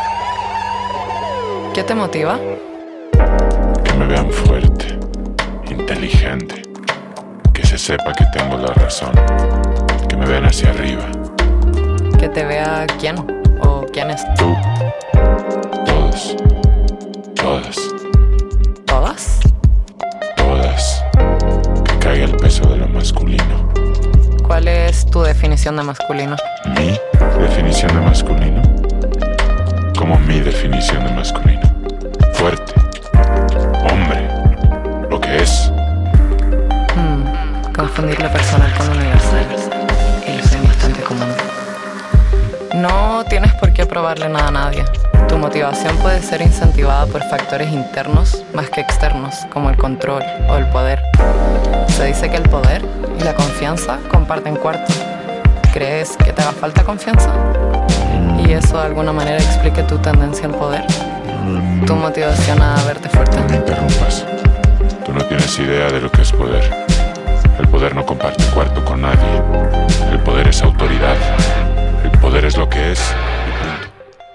¿Qué te motiva? Que me vean fuerte, inteligente, que se sepa que tengo la razón, que me vean hacia arriba. ¿Que te vea quién? ¿O quiénes? Tú. Todos. Todas. ¿Todas? Todas. Que caiga el peso de lo masculino. ¿Cuál es tu definición de masculino? ¿Mi definición de masculino? ¿Cómo mi definición de masculino? Fuerte. Hombre. Lo que es. Confundir lo personal con lo universal. Eso es bastante común. No tienes por qué probarle nada a nadie. Tu motivación puede ser incentivada por factores internos más que externos, como el control o el poder. Se dice que el poder y la confianza comparten cuarto. ¿Crees que te haga falta confianza? ¿Y eso de alguna manera explique tu tendencia al poder? ¿Tu motivación a verte fuerte? No me interrumpas. Tú no tienes idea de lo que es poder. El poder no comparte cuarto con nadie. El poder es autoridad. El poder es lo que es. Y punto.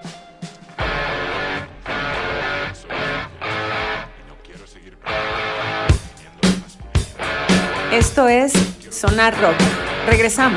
Esto es Sonar Rock. Regresamos.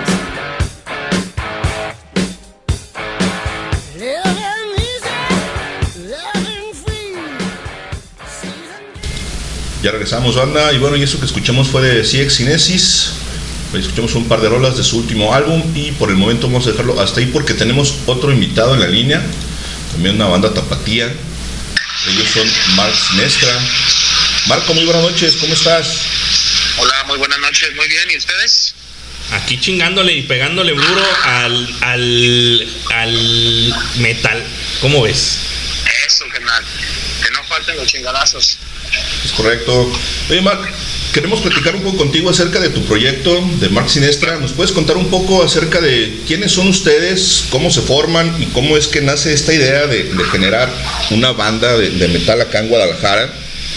Ya regresamos, banda, y bueno, y eso que escuchamos fue de CX Kinesis. Escuchamos un par de rolas de su último álbum y por el momento vamos a dejarlo hasta ahí porque tenemos otro invitado en la línea, también una banda tapatía. Ellos son Mark Sinestra. Marco, muy buenas noches, ¿cómo estás? Hola, muy buenas noches, muy bien, ¿y ustedes? Aquí chingándole y pegándole duro al metal, ¿cómo ves? Eso, carnal, que no falten los chingadazos. Es correcto. Oye, Mark, queremos platicar un poco contigo acerca de tu proyecto de Mark Sinestra. ¿Nos puedes contar un poco acerca de quiénes son ustedes, cómo se forman y cómo es que nace esta idea de generar una banda de metal acá en Guadalajara?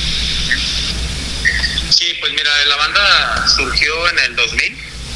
Sí, pues mira, la banda surgió en el 2000.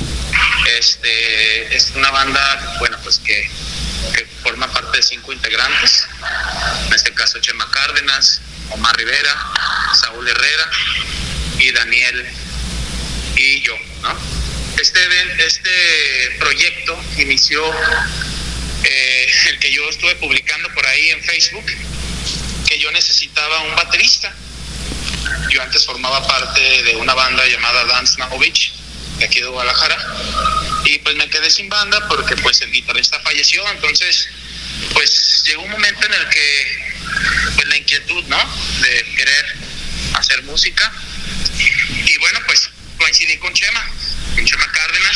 Es una banda, bueno, pues que forma parte de 5 integrantes. En este caso Chema Cárdenas, Omar Rivera, Saúl Herrera y Daniel y yo, ¿no? Este proyecto inició el que yo estuve publicando por ahí en Facebook, que yo necesitaba un baterista. Yo antes formaba parte de una banda llamada Dance Nahovich, de aquí de Guadalajara, y pues me quedé sin banda porque pues el guitarrista falleció. Entonces pues llegó un momento en el que pues la inquietud, ¿no?, de querer hacer música, y bueno, pues coincidí con Chema Cárdenas.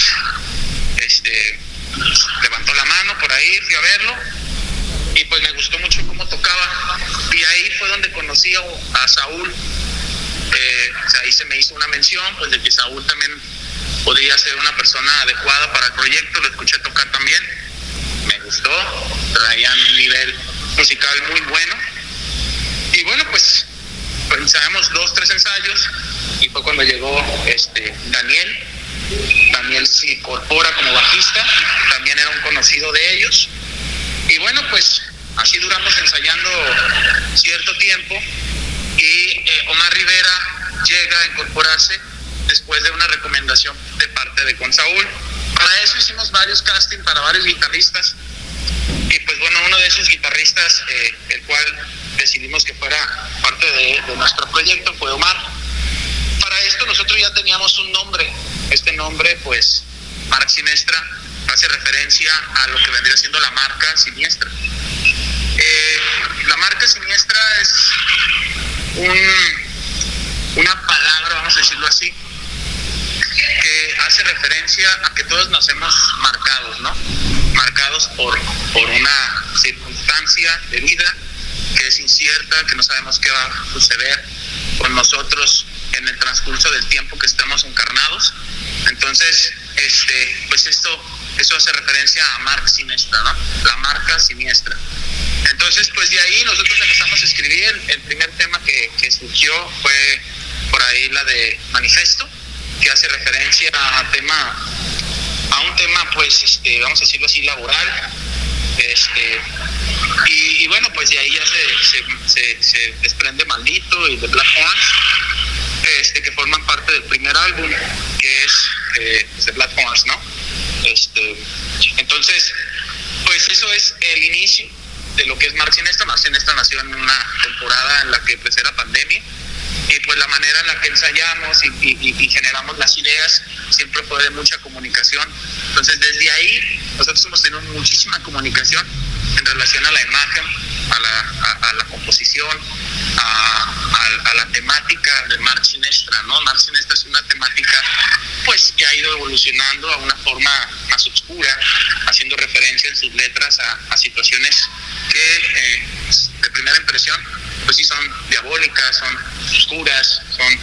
Levantó la mano por ahí, fui a verlo y pues me gustó mucho cómo tocaba, y ahí fue donde conocí a Saúl. Ahí se me hizo una mención pues de que Saúl también podría ser una persona adecuada para el proyecto. Lo escuché tocar también, me gustó, traían un nivel musical muy bueno, y bueno, pues ensayamos 2-3 ensayos, y fue cuando llegó Daniel se incorpora como bajista, también era un conocido de ellos, y bueno, pues así duramos ensayando cierto tiempo, y Omar Rivera llega a incorporarse después de una recomendación de parte de con Saúl. Para eso hicimos varios castings para varios guitarristas, y pues bueno, uno de esos guitarristas, el cual decidimos que fuera parte de nuestro proyecto, fue Omar. Para esto nosotros ya teníamos un nombre. Este nombre, pues, Marc Siniestra, hace referencia a lo que vendría siendo la marca Siniestra. La marca Siniestra es una palabra, vamos a decirlo así, que hace referencia a que todos nacemos marcados, ¿no? Marcados por una circunstancia de vida que es incierta, que no sabemos qué va a suceder con nosotros en el transcurso del tiempo que estamos encarnados. Entonces, pues eso hace referencia a Marc Siniestra, ¿no? La marca Siniestra. Entonces, pues de ahí nosotros empezamos a escribir. El primer tema que surgió fue por ahí la de Manifesto, que hace referencia a un tema, pues, vamos a decirlo así, laboral. Y bueno, pues de ahí ya se desprende Maldito y The Black Horns, que forman parte del primer álbum, que es The Black Horns, ¿no? Entonces, pues eso es el inicio de lo que es Marc Siniestra. Marc Siniestra nació en una temporada en la que pues era pandemia, y pues la manera en la que ensayamos y generamos las ideas siempre fue de mucha comunicación. Entonces desde ahí nosotros hemos tenido muchísima comunicación en relación a la imagen, a la composición, a la temática de Marc Siniestra, ¿no? Marc Siniestra es una temática pues que ha ido evolucionando a una forma más oscura, haciendo referencia en sus letras a situaciones que de primera impresión pues sí son diabólicas, son oscuras,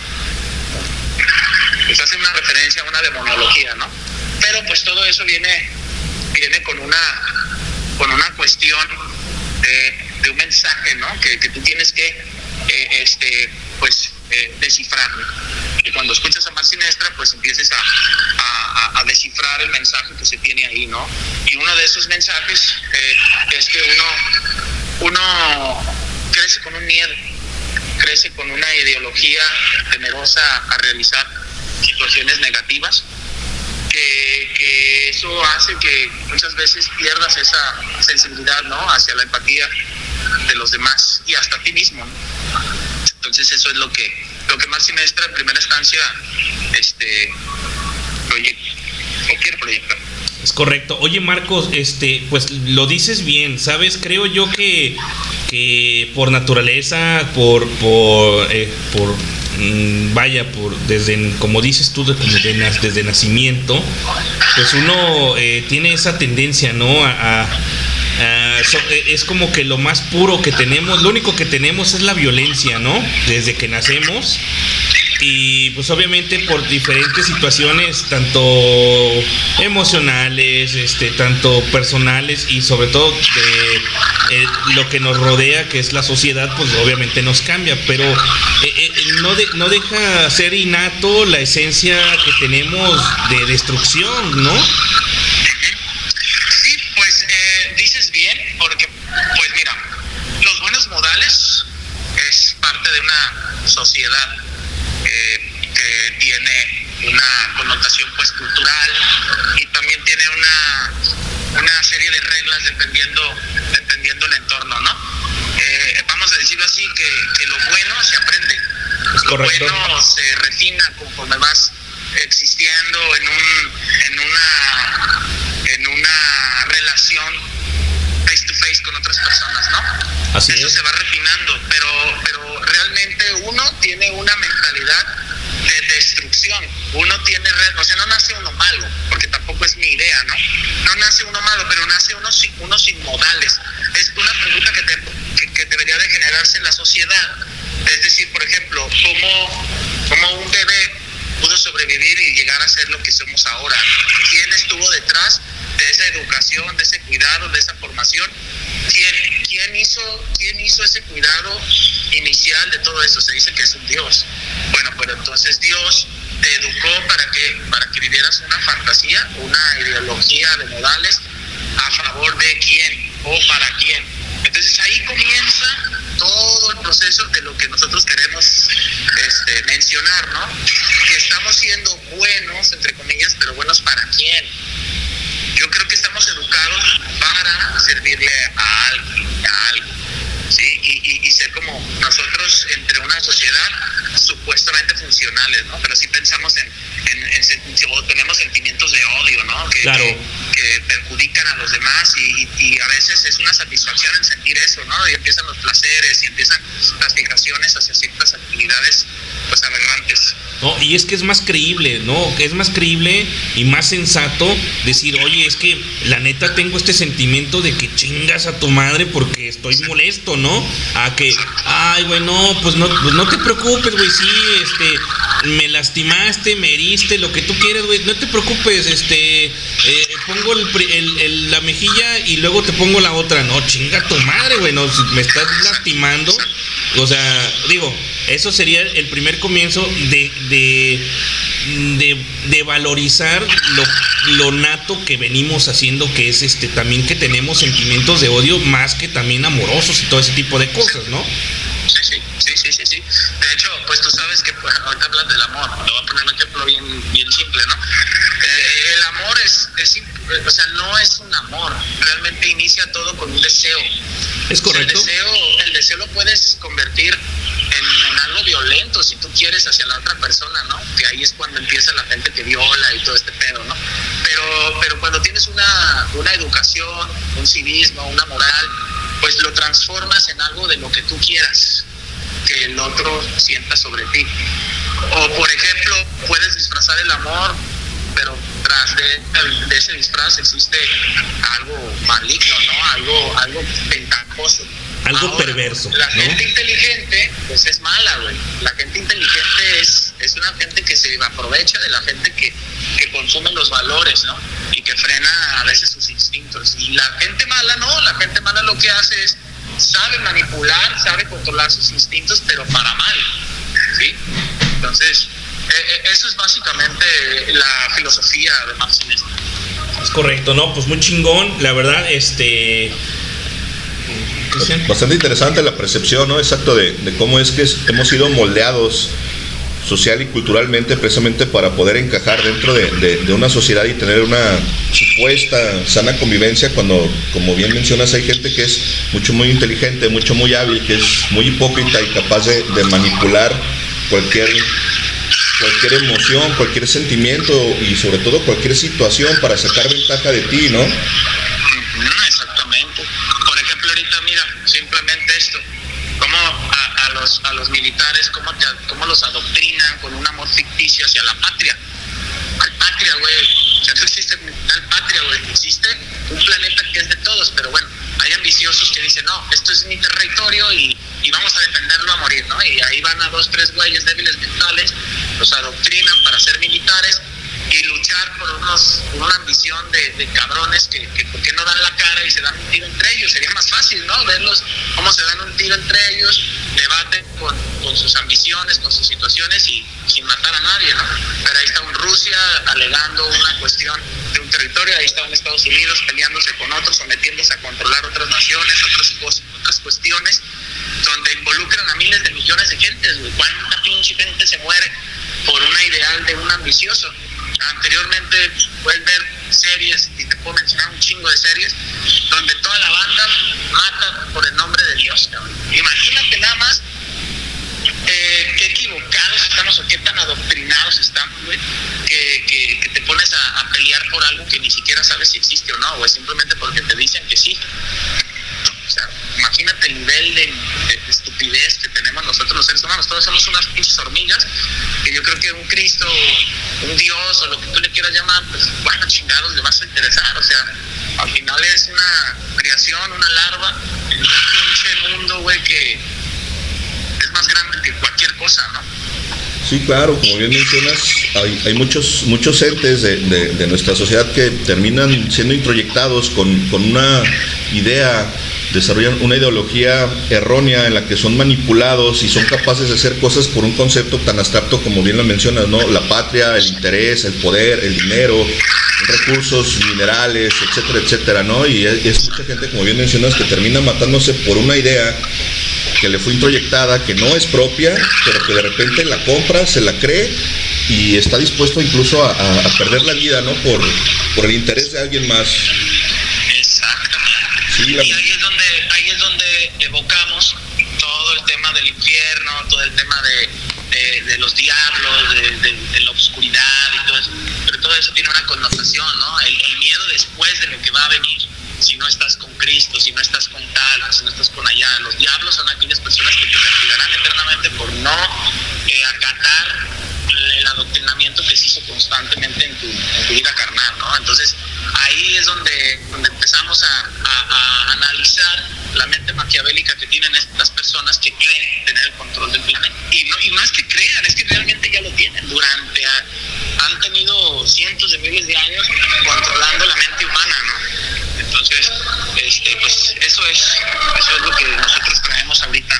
pues hacen una referencia a una demonología, ¿no? Pero pues todo eso viene con una cuestión de un mensaje, ¿no? Que tú tienes que descifrar. Y cuando escuchas a Marc Siniestra, pues empieces a descifrar el mensaje que se tiene ahí, ¿no? Y uno de esos mensajes es que uno crece con un miedo, crece con una ideología temerosa a realizar situaciones negativas, que eso hace que muchas veces pierdas esa sensibilidad, ¿no?, hacia la empatía de los demás y hasta ti mismo, ¿no? Entonces eso es lo que Marc Siniestra en primera instancia quiere proyectar. Es correcto. Oye, Marcos, pues lo dices bien, ¿sabes? Creo yo que por naturaleza, desde, como dices tú, desde nacimiento, pues uno tiene esa tendencia, ¿no? Es como que lo más puro que tenemos, lo único que tenemos es la violencia, ¿no? Desde que nacemos. Y pues obviamente por diferentes situaciones, tanto emocionales, tanto personales, y sobre todo de lo que nos rodea, que es la sociedad, pues obviamente nos cambia, pero no deja ser innato la esencia que tenemos de destrucción, ¿no? Sí, pues dices bien, porque pues mira, los buenos modales es parte de una sociedad que tiene una connotación pues cultural, y también tiene una serie de reglas dependiendo lo bueno se refina conforme vas existiendo en una relación face to face con otras personas, ¿no? Así Eso es. se va refinando, pero realmente uno tiene una mentalidad de destrucción. Uno tiene, o sea, no nace uno malo, porque tampoco es mi idea, ¿no? No nace uno malo, pero nace uno sin modales. Es una pregunta que debería de generarse en la sociedad. Es decir, por ejemplo, ¿cómo un bebé pudo sobrevivir y llegar a ser lo que somos ahora? ¿Quién estuvo detrás de esa educación, de ese cuidado, de esa formación? ¿Quién hizo ese cuidado inicial de todo eso? Se dice que es un Dios. Bueno, pero entonces Dios te educó para que vivieras una fantasía, una ideología de modales a favor de quién o para quién. Entonces ahí comienza todo el proceso de lo que nosotros queremos mencionar, ¿no? Que estamos siendo buenos, entre comillas, pero buenos para quién. Yo creo que estamos educados para servirle a algo, ¿sí? Y ser como nosotros entre una sociedad supuestamente funcionales, ¿no? Pero sí pensamos o tenemos sentimientos de odio, ¿no? Que perjudican a los demás y a veces es una satisfacción en sentir eso, ¿no? Y empiezan los placeres y empiezan las fijaciones hacia ciertas actividades, pues, aberrantes. No, y es que es más creíble, ¿no? Que es más creíble y más sensato decir, oye, es que la neta tengo este sentimiento de que chingas a tu madre porque estoy molesto, ¿no? A que, ay, güey, no, pues no te preocupes, güey, sí, me lastimaste, me heriste, lo que tú quieras, güey, no te preocupes, pongo la mejilla y luego te pongo la otra. No, chinga tu madre, güey, no, me estás lastimando. O sea, digo, eso sería el primer comienzo de valorizar lo nato que venimos haciendo, que es también que tenemos sentimientos de odio más que también amorosos y todo ese tipo de cosas, ¿no? Sí. De hecho, pues tú sabes que ahorita hablas del amor. Te voy a poner un ejemplo bien simple, ¿no? El amor o sea, no es un amor. Realmente inicia todo con un deseo. ¿Es correcto? El deseo lo puedes convertir en algo violento si tú quieres hacia la otra persona, ¿no? Que ahí es cuando empieza la gente que viola y todo este pedo, ¿no? Pero cuando tienes una educación, un civismo, una moral, pues lo transformas en algo de lo que tú quieras que el otro sienta sobre ti. O por ejemplo, puedes disfrazar el amor, pero tras de ese disfraz existe algo maligno, ¿no? Algo ventajoso. Algo ahora, perverso. La ¿no? gente inteligente, pues es mala, güey. La gente inteligente es una gente que se aprovecha de la gente que consume los valores, ¿no? Y que frena a veces sus instintos. Y la gente mala, no, la gente mala lo que hace es sabe manipular, sabe controlar sus instintos, pero para mal, ¿sí? Entonces, eso es básicamente la filosofía de Marx en esto. Es correcto, ¿no? Pues muy chingón, la verdad, Bastante interesante la percepción, ¿no? Exacto, de cómo es que hemos sido moldeados social y culturalmente precisamente para poder encajar dentro de una sociedad y tener una supuesta sana convivencia, cuando, como bien mencionas, hay gente que es muy inteligente, muy hábil, que es muy hipócrita y capaz de manipular cualquier emoción, cualquier sentimiento y sobre todo cualquier situación para sacar ventaja de ti, ¿no? Exactamente. Por ejemplo, ahorita mira, simplemente esto, cómo a los militares, cómo los adoctrinan con un amor ficticio hacia la patria. Al patria, güey. O sea, no existe tal patria, güey. Existe un planeta que es de todos, pero bueno, hay ambiciosos que dicen, no, esto es mi territorio y vamos a defenderlo a morir, ¿no? Y ahí van a 2, 3 güeyes débiles mentales, los adoctrinan para ser militares y luchar por una ambición de cabrones que ¿por qué no dan la cara y se dan un tiro entre ellos? Sería más fácil, ¿no? Verlos cómo se dan un tiro entre ellos, debaten con sus ambiciones, con sus situaciones y sin matar a nadie, ¿no? Pero ahí está un Rusia alegando una cuestión de un territorio, ahí estaban Estados Unidos peleándose con otros, sometiéndose a controlar otras naciones, otras cuestiones donde involucran a miles de millones de gentes, güey. ¿Cuánta pinche gente se muere por una ideal de un ambicioso? Anteriormente puedes ver series, y te puedo mencionar un chingo de series, donde toda la banda mata por el nombre de Dios, cabrón. Imagínate nada más qué equivocada siquiera sabes si existe o no, güey, simplemente porque te dicen que sí. O sea, imagínate el nivel de estupidez que tenemos nosotros los seres humanos. Todos somos unas pinches hormigas, que yo creo que un Cristo, un Dios o lo que tú le quieras llamar, pues bueno, chingados, le vas a interesar. O sea, al final es una creación, una larva en un pinche mundo, güey, que es más grande que cualquier cosa, ¿no? Sí, claro, como bien mencionas, hay muchos entes de nuestra sociedad que terminan siendo introyectados con una idea, desarrollan una ideología errónea en la que son manipulados y son capaces de hacer cosas por un concepto tan abstracto como bien lo mencionas, ¿no? La patria, el interés, el poder, el dinero, recursos minerales, etcétera, etcétera, ¿no? Y es mucha gente, como bien mencionas, que termina matándose por una idea que le fue introyectada, que no es propia, pero que de repente la compra, se la cree y está dispuesto incluso a perder la vida, ¿no? Por el interés de alguien más. Exactamente. Sí, y ahí es donde evocamos todo el tema del infierno, todo el tema de los diablos, de la oscuridad y todo eso. Pero todo eso tiene una connotación, ¿no? El miedo después de lo que va a venir. Si no estás con Cristo, si no estás con tal, si no estás con allá. Los diablos son aquellas personas que te castigarán eternamente por no acatar el adoctrinamiento que se hizo constantemente en tu vida carnal, ¿no? Entonces ahí es donde empezamos a analizar la mente maquiavélica que tienen estas personas que creen tener el control del planeta. Y no es que crean, es que realmente ya lo tienen. Han tenido cientos de miles de años controlando la mente humana, ¿no? Entonces, pues eso es lo que nosotros traemos ahorita.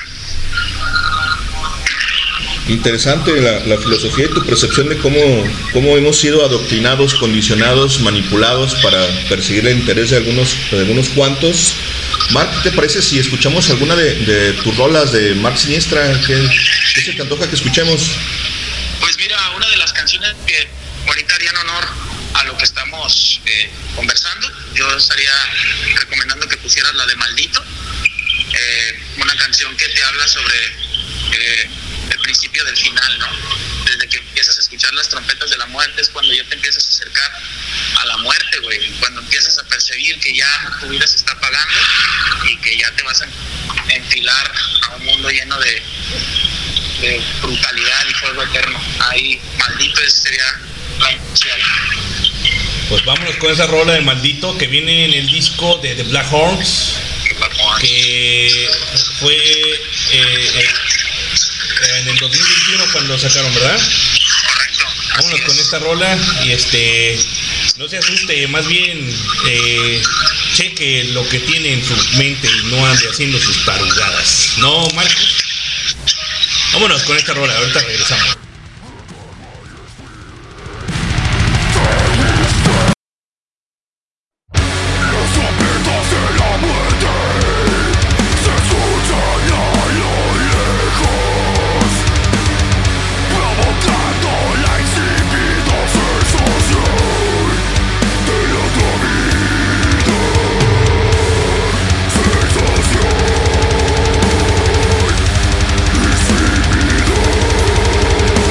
Interesante la filosofía y tu percepción de cómo hemos sido adoctrinados, condicionados, manipulados para perseguir el interés de algunos cuantos. Mark, ¿qué te parece si escuchamos alguna de tus rolas de Mark Siniestra? ¿Qué se te antoja que escuchemos? Pues mira, una de las canciones que ahorita harían honor a lo que estamos conversando, yo estaría recomendando que pusieras la de Maldito, una canción que te habla sobre el principio del final, ¿no? Desde que empiezas a escuchar las trompetas de la muerte es cuando ya te empiezas a acercar a la muerte, güey, cuando empiezas a percibir que ya tu vida se está apagando y que ya te vas a enfilar a un mundo lleno de brutalidad y fuego eterno. Ahí, Maldito, ese sería la inicial. Pues vámonos con esa rola de Maldito que viene en el disco de The Black Horns, que fue en el 2021 cuando lo sacaron, ¿verdad? Correcto. Vámonos con esta rola y no se asuste, más bien cheque lo que tiene en su mente y no ande haciendo sus tarugadas. ¿No, Marcos? Vámonos con esta rola, ahorita regresamos. Sensación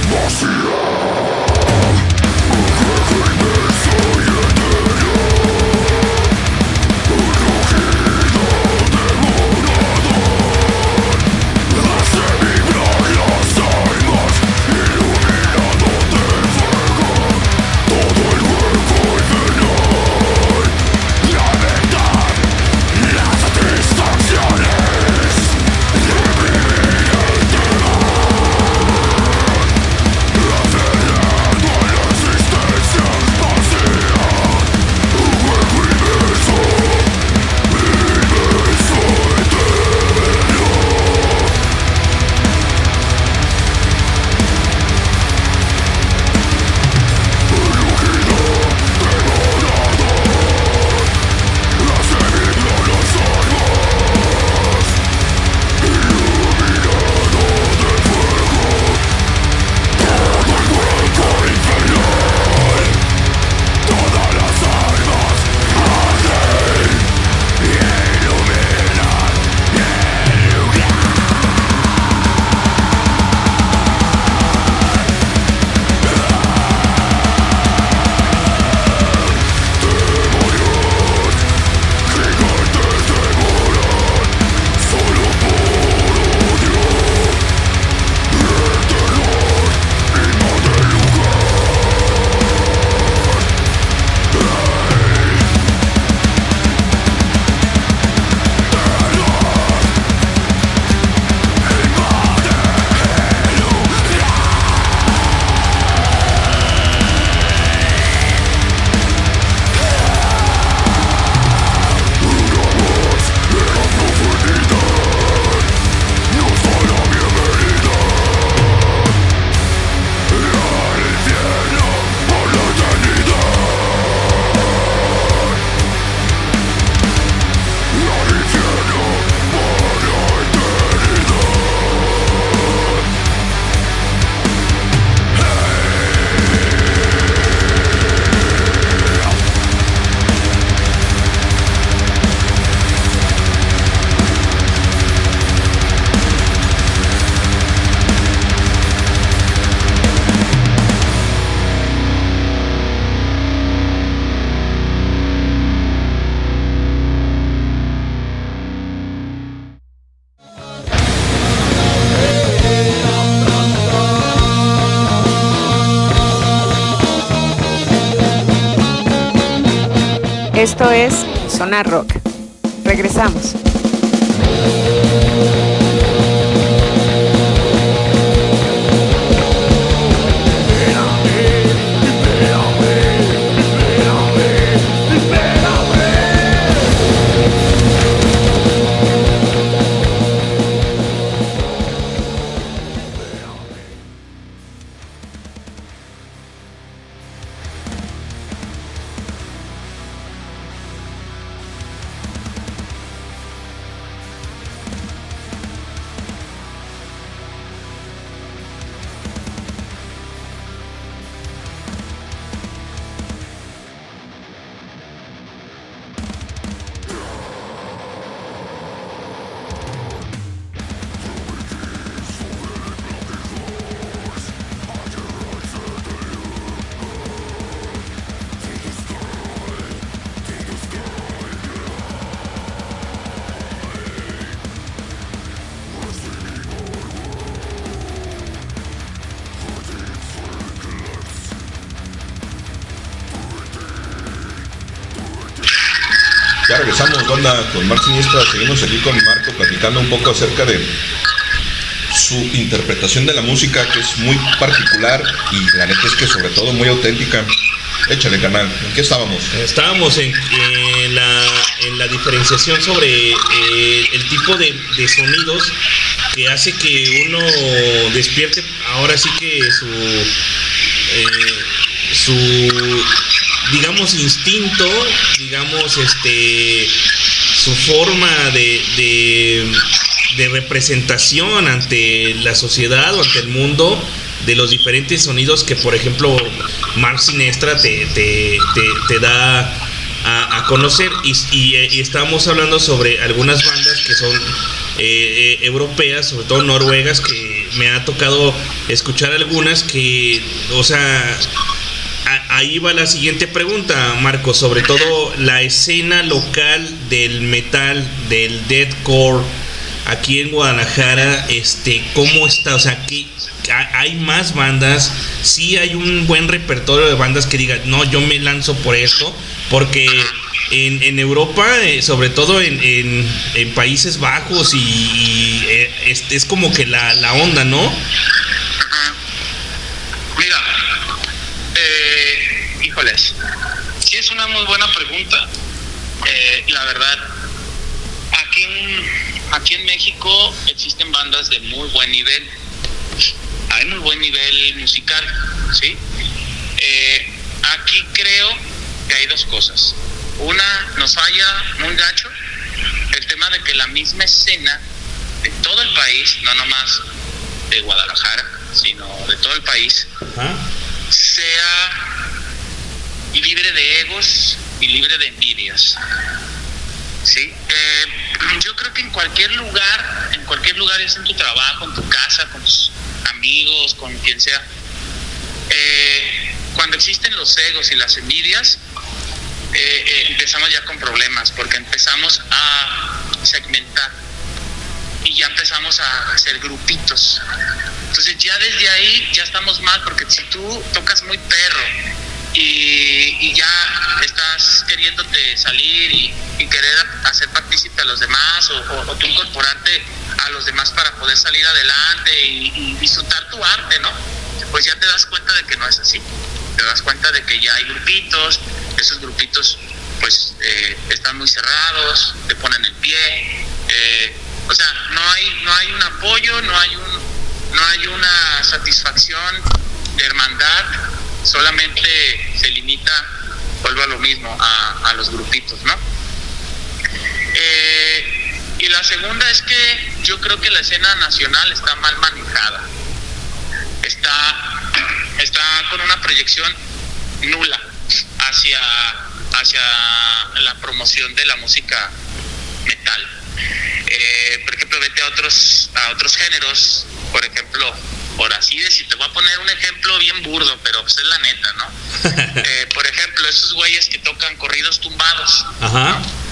Esto es Sonar Rock. Regresamos. Ya regresamos, banda, con Mar Siniestra. Seguimos aquí con Marco platicando un poco acerca de su interpretación de la música, que es muy particular y la neta es que sobre todo muy auténtica. Échale, canal. ¿En qué estábamos? Estábamos en la diferenciación sobre el tipo de sonidos que hace que uno despierte ahora sí que su digamos instinto, digamos su forma de representación ante la sociedad o ante el mundo, de los diferentes sonidos que por ejemplo Mar Siniestra te da a conocer, y estábamos hablando sobre algunas bandas que son europeas, sobre todo noruegas, que me ha tocado escuchar algunas que, o sea, ahí va la siguiente pregunta, Marco, sobre todo la escena local del metal, del deathcore aquí en Guadalajara, ¿cómo está? O sea, ¿hay más bandas? Sí hay un buen repertorio de bandas que digan, no, yo me lanzo por esto, porque en Europa, sobre todo en Países Bajos, y es como que la onda, ¿no? Mira, híjoles, sí es una muy buena pregunta. La verdad, aquí en México existen bandas de muy buen nivel. Hay muy buen nivel musical, ¿sí? Aquí creo que hay dos cosas. Una, nos falla muy gacho el tema de que la misma escena de todo el país, no nomás de Guadalajara, sino de todo el país, sea libre de egos y libre de envidias, ¿sí? Yo creo que en cualquier lugar, es en tu trabajo, en tu casa, con tus amigos, con quien sea, cuando existen los egos y las envidias, empezamos ya con problemas, porque empezamos a segmentar y ya empezamos a hacer grupitos. Entonces ya desde ahí ya estamos mal, porque si tú tocas muy perro y ya estás queriéndote salir y querer hacer partícipe a los demás, o tú incorporarte a los demás para poder salir adelante y disfrutar tu arte, ¿no? Pues ya te das cuenta de que no es así. Te das cuenta de que ya hay grupitos, esos grupitos pues están muy cerrados, te ponen el pie, o sea, no hay un apoyo, no hay una satisfacción de hermandad, solamente se limita, vuelvo a lo mismo, a los grupitos, ¿no? Y la segunda es que yo creo que la escena nacional está mal manejada, está con una proyección nula hacia la promoción de la música metal. Por ejemplo, vete a otros géneros, por ejemplo, por así decir, te voy a poner un ejemplo bien burdo, pero pues es la neta, ¿no? Por ejemplo, esos güeyes que tocan corridos tumbados, ajá, ¿no?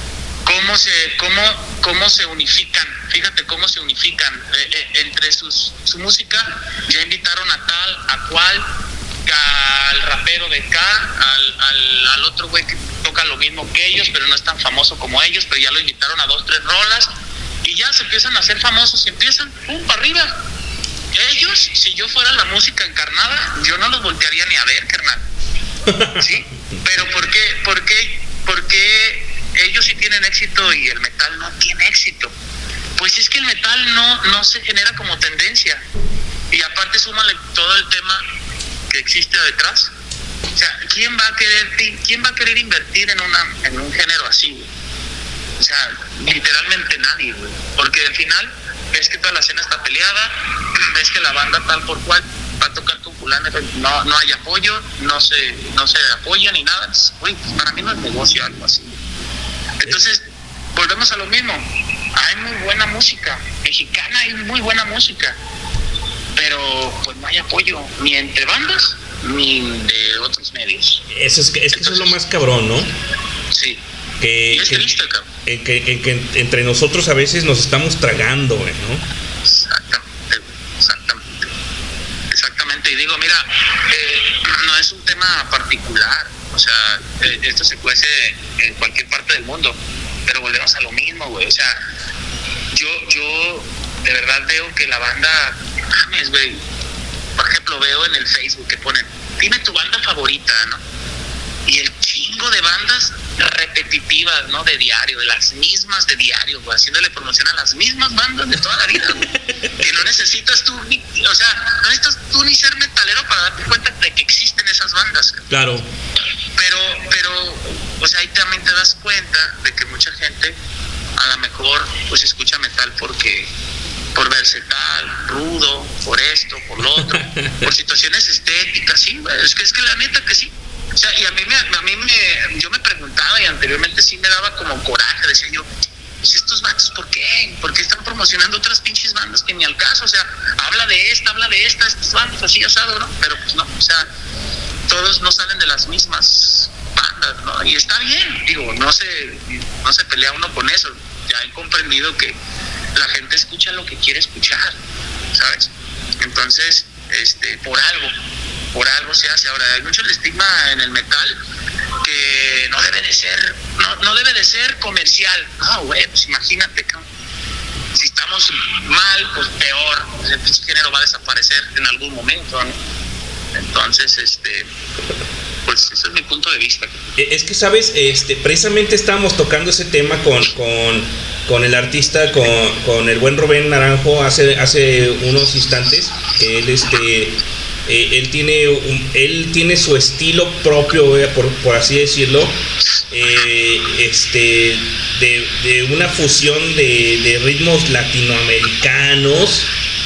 ¿Cómo se unifican? Fíjate cómo se unifican entre su música. Ya invitaron a tal, a cual, al rapero de acá, al otro güey que toca lo mismo que ellos, pero no es tan famoso como ellos, pero ya lo invitaron a 2, 3 rolas, y ya se empiezan a hacer famosos y empiezan, ¡pum!, para arriba. Ellos, si yo fuera la música encarnada, yo no los voltearía ni a ver, carnal. ¿Sí? Pero ¿por qué ellos sí tienen éxito y el metal no tiene éxito? Pues es que el metal no se genera como tendencia, y aparte súmale todo el tema que existe detrás. O sea, ¿quién va a querer invertir en un género así, güey? O sea, literalmente nadie, güey, porque al final ves que toda la escena está peleada, ves que la banda tal por cual va a tocar con fulano, no hay apoyo, no se apoya ni nada. Güey, para mí no es negocio algo así. Entonces, volvemos a lo mismo. Hay muy buena música mexicana, hay muy buena música, pero pues no hay apoyo ni entre bandas ni de otros medios. Entonces, eso es lo más cabrón, ¿no? Sí. Y es triste, cabrón. Que entre nosotros a veces nos estamos tragando, güey, ¿no? Exactamente. Y digo, mira, no es un tema particular. O sea, esto se cuece en cualquier parte del mundo, pero volvemos a lo mismo, güey. O sea, yo de verdad veo que la banda, mames, güey. Por ejemplo, veo en el Facebook que ponen, dime tu banda favorita, ¿no? Y el chingo de bandas repetitivas, ¿no? De diario, de las mismas de diario, güey, haciéndole promoción a las mismas bandas de toda la vida, güey. Que no necesitas tú, o sea, no necesitas tú ni ser metalero para darte cuenta de que existen esas bandas. Claro. Pero, o sea, ahí también te das cuenta de que mucha gente a lo mejor pues escucha metal por verse tal, rudo, por esto, por lo otro, por situaciones estéticas, sí, güey, es que la neta que sí. O sea, y yo me preguntaba, y anteriormente sí me daba como coraje, decía yo, pues estos vatos, ¿por qué? ¿Por qué están promocionando otras pinches bandas que ni al caso? O sea, habla de estas bandas así asado, ¿no? Pero pues no, o sea, todos no salen de las mismas bandas, ¿no? Y está bien, digo, no se pelea uno con eso. Ya he comprendido que la gente escucha lo que quiere escuchar, ¿sabes? Entonces, por algo se hace. Ahora, hay mucho el estigma en el metal que no debe de ser comercial. No, güey, pues imagínate, si estamos mal, pues peor, el pinche género va a desaparecer en algún momento, ¿no? Entonces, pues ese es mi punto de vista. Es que, ¿sabes? Precisamente estábamos tocando ese tema con el artista, con el buen Rubén Naranjo hace unos instantes. Él tiene su estilo propio, por así decirlo, de una fusión de ritmos latinoamericanos.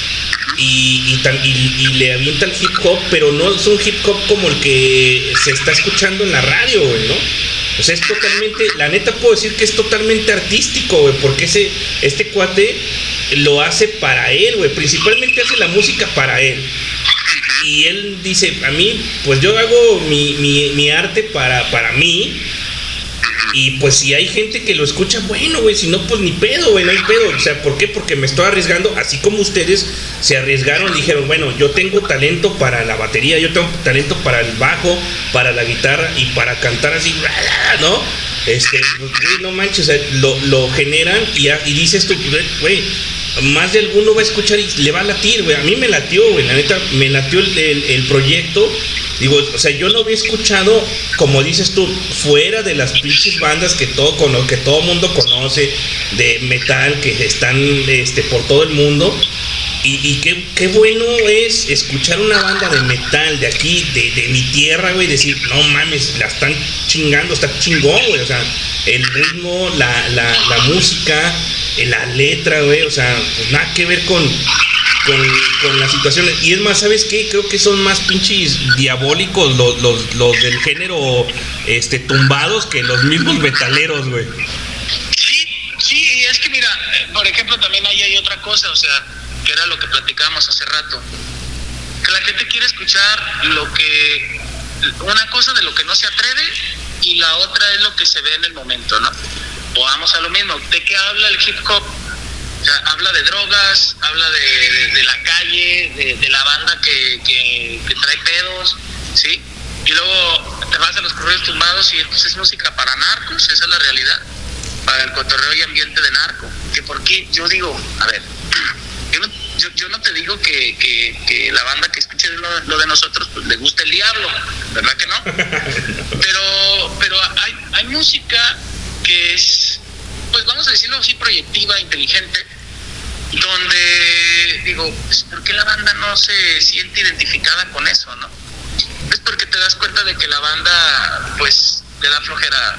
Y le avienta el hip hop, pero no es un hip hop como el que se está escuchando en la radio, güey, ¿no? O sea, es totalmente, la neta puedo decir que es totalmente artístico, güey, porque este cuate lo hace para él, güey, principalmente hace la música para él. Y él dice, a mí, pues yo hago mi arte para mí. Y pues si hay gente que lo escucha, bueno, güey, si no, pues ni pedo, güey, no hay pedo. O sea, ¿por qué? Porque me estoy arriesgando, así como ustedes se arriesgaron, dijeron, bueno, yo tengo talento para la batería, yo tengo talento para el bajo, para la guitarra y para cantar así, ¿no? Güey, no manches, o sea, lo generan y dices tú, güey, más de alguno va a escuchar y le va a latir, güey. A mí me latió, güey, la neta, me latió el proyecto. Digo, o sea, yo no había escuchado, como dices tú, fuera de las pinches bandas que todo mundo conoce, de metal, que están por todo el mundo. Y qué bueno es escuchar una banda de metal de aquí, de mi tierra, güey, decir, no mames, la están chingando, está chingón, güey. O sea, el ritmo, la música, la letra, güey, o sea, pues nada que ver con las situaciones. Y es más, ¿sabes qué? Creo que son más pinches diabólicos los del género tumbados que los mismos metaleros, güey. Sí, y es que mira, por ejemplo, también ahí hay otra cosa, o sea, que era lo que platicábamos hace rato, que la gente quiere escuchar una cosa de lo que no se atreve y la otra es lo que se ve en el momento, ¿no? O vamos a lo mismo, ¿de qué habla el hip hop? O sea, habla de drogas, habla de la calle, de la banda que trae pedos, ¿sí? Y luego te vas a los correos tumbados y pues es música para narcos, esa es la realidad, para el cotorreo y ambiente de narco. Que porque yo digo, a ver, yo no te digo que la banda que escuche lo de nosotros pues le gusta el diablo, ¿verdad que no? Pero hay música que es, pues vamos a decirlo así, proyectiva, inteligente, donde digo, pues, ¿por qué la banda no se siente identificada con eso, no? Es porque te das cuenta de que la banda pues le da flojera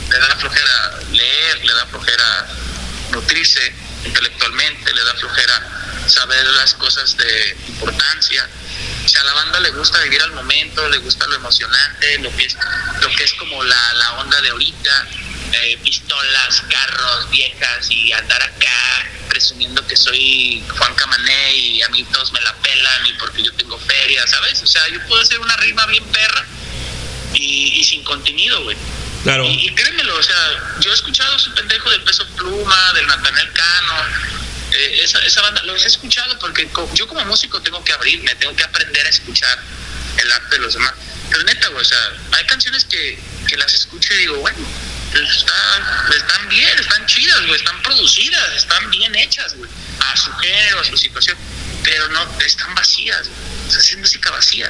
leer, le da flojera nutrirse intelectualmente, le da flojera saber las cosas de importancia. O sea, a la banda le gusta vivir al momento, le gusta lo emocionante, lo que es como la onda de ahorita, pistolas, carros, viejas y andar acá presumiendo que soy Juan Camané y a mí todos me la pelan y porque yo tengo feria, ¿sabes? O sea, yo puedo hacer una rima bien perra y sin contenido, güey. Claro. Y créemelo, o sea, yo he escuchado ese pendejo del Peso Pluma, del Natanael Cano, esa banda, los he escuchado porque yo como músico tengo que abrirme, tengo que aprender a escuchar el arte de los demás. Pero neta, güey, o sea, hay canciones que las escucho y digo, bueno, están bien, están chidas, güey, están producidas, están bien hechas, güey, a su género, a su situación, pero no, están vacías, güey. O sea, es música vacía.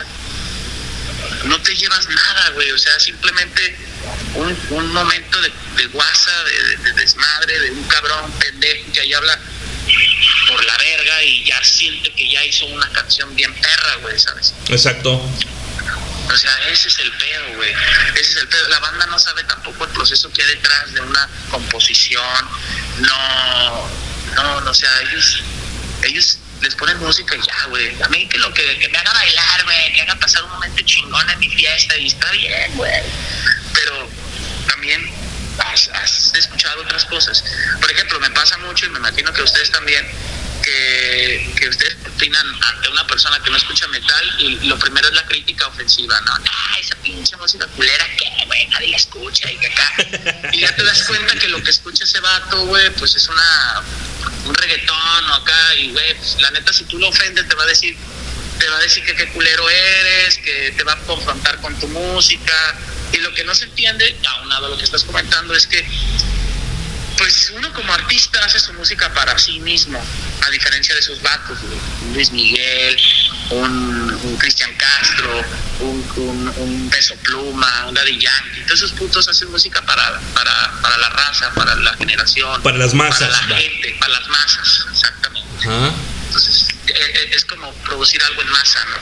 No te llevas nada, güey, o sea, simplemente un momento de guasa, de desmadre, de un cabrón pendejo que ahí habla por la verga y ya siente que ya hizo una canción bien perra, güey, ¿sabes? Exacto. O sea, ese es el pedo, güey. Ese es el pedo. La banda no sabe tampoco el proceso que hay detrás de una composición. No, o sea, ellos les ponen música y ya, güey. A mí que me haga bailar, güey, que haga pasar un momento chingón en mi fiesta y está bien, güey. Pero también has escuchado otras cosas. Por ejemplo, me pasa mucho, y me imagino que ustedes también, que ustedes opinan ante una persona que no escucha metal y lo primero es la crítica ofensiva, ¿no? Esa pinche música culera, que güey, nadie la escucha y que acá. Y ya te das cuenta que lo que escucha ese vato, güey, pues es un reggaetón o acá, y güey, pues, la neta, si tú lo ofendes te va a decir que qué culero eres, que te va a confrontar con tu música. Y lo que no se entiende, aunado a lo que estás comentando, es que pues uno como artista hace su música para sí mismo, a diferencia de sus vatos, un Luis Miguel, un Cristian Castro, un Peso Pluma, un Daddy Yankee. Todos esos putos hacen música para la raza, para la generación, para las masas, para la gente, para las masas, exactamente. Ajá. Entonces es como producir algo en masa, ¿no?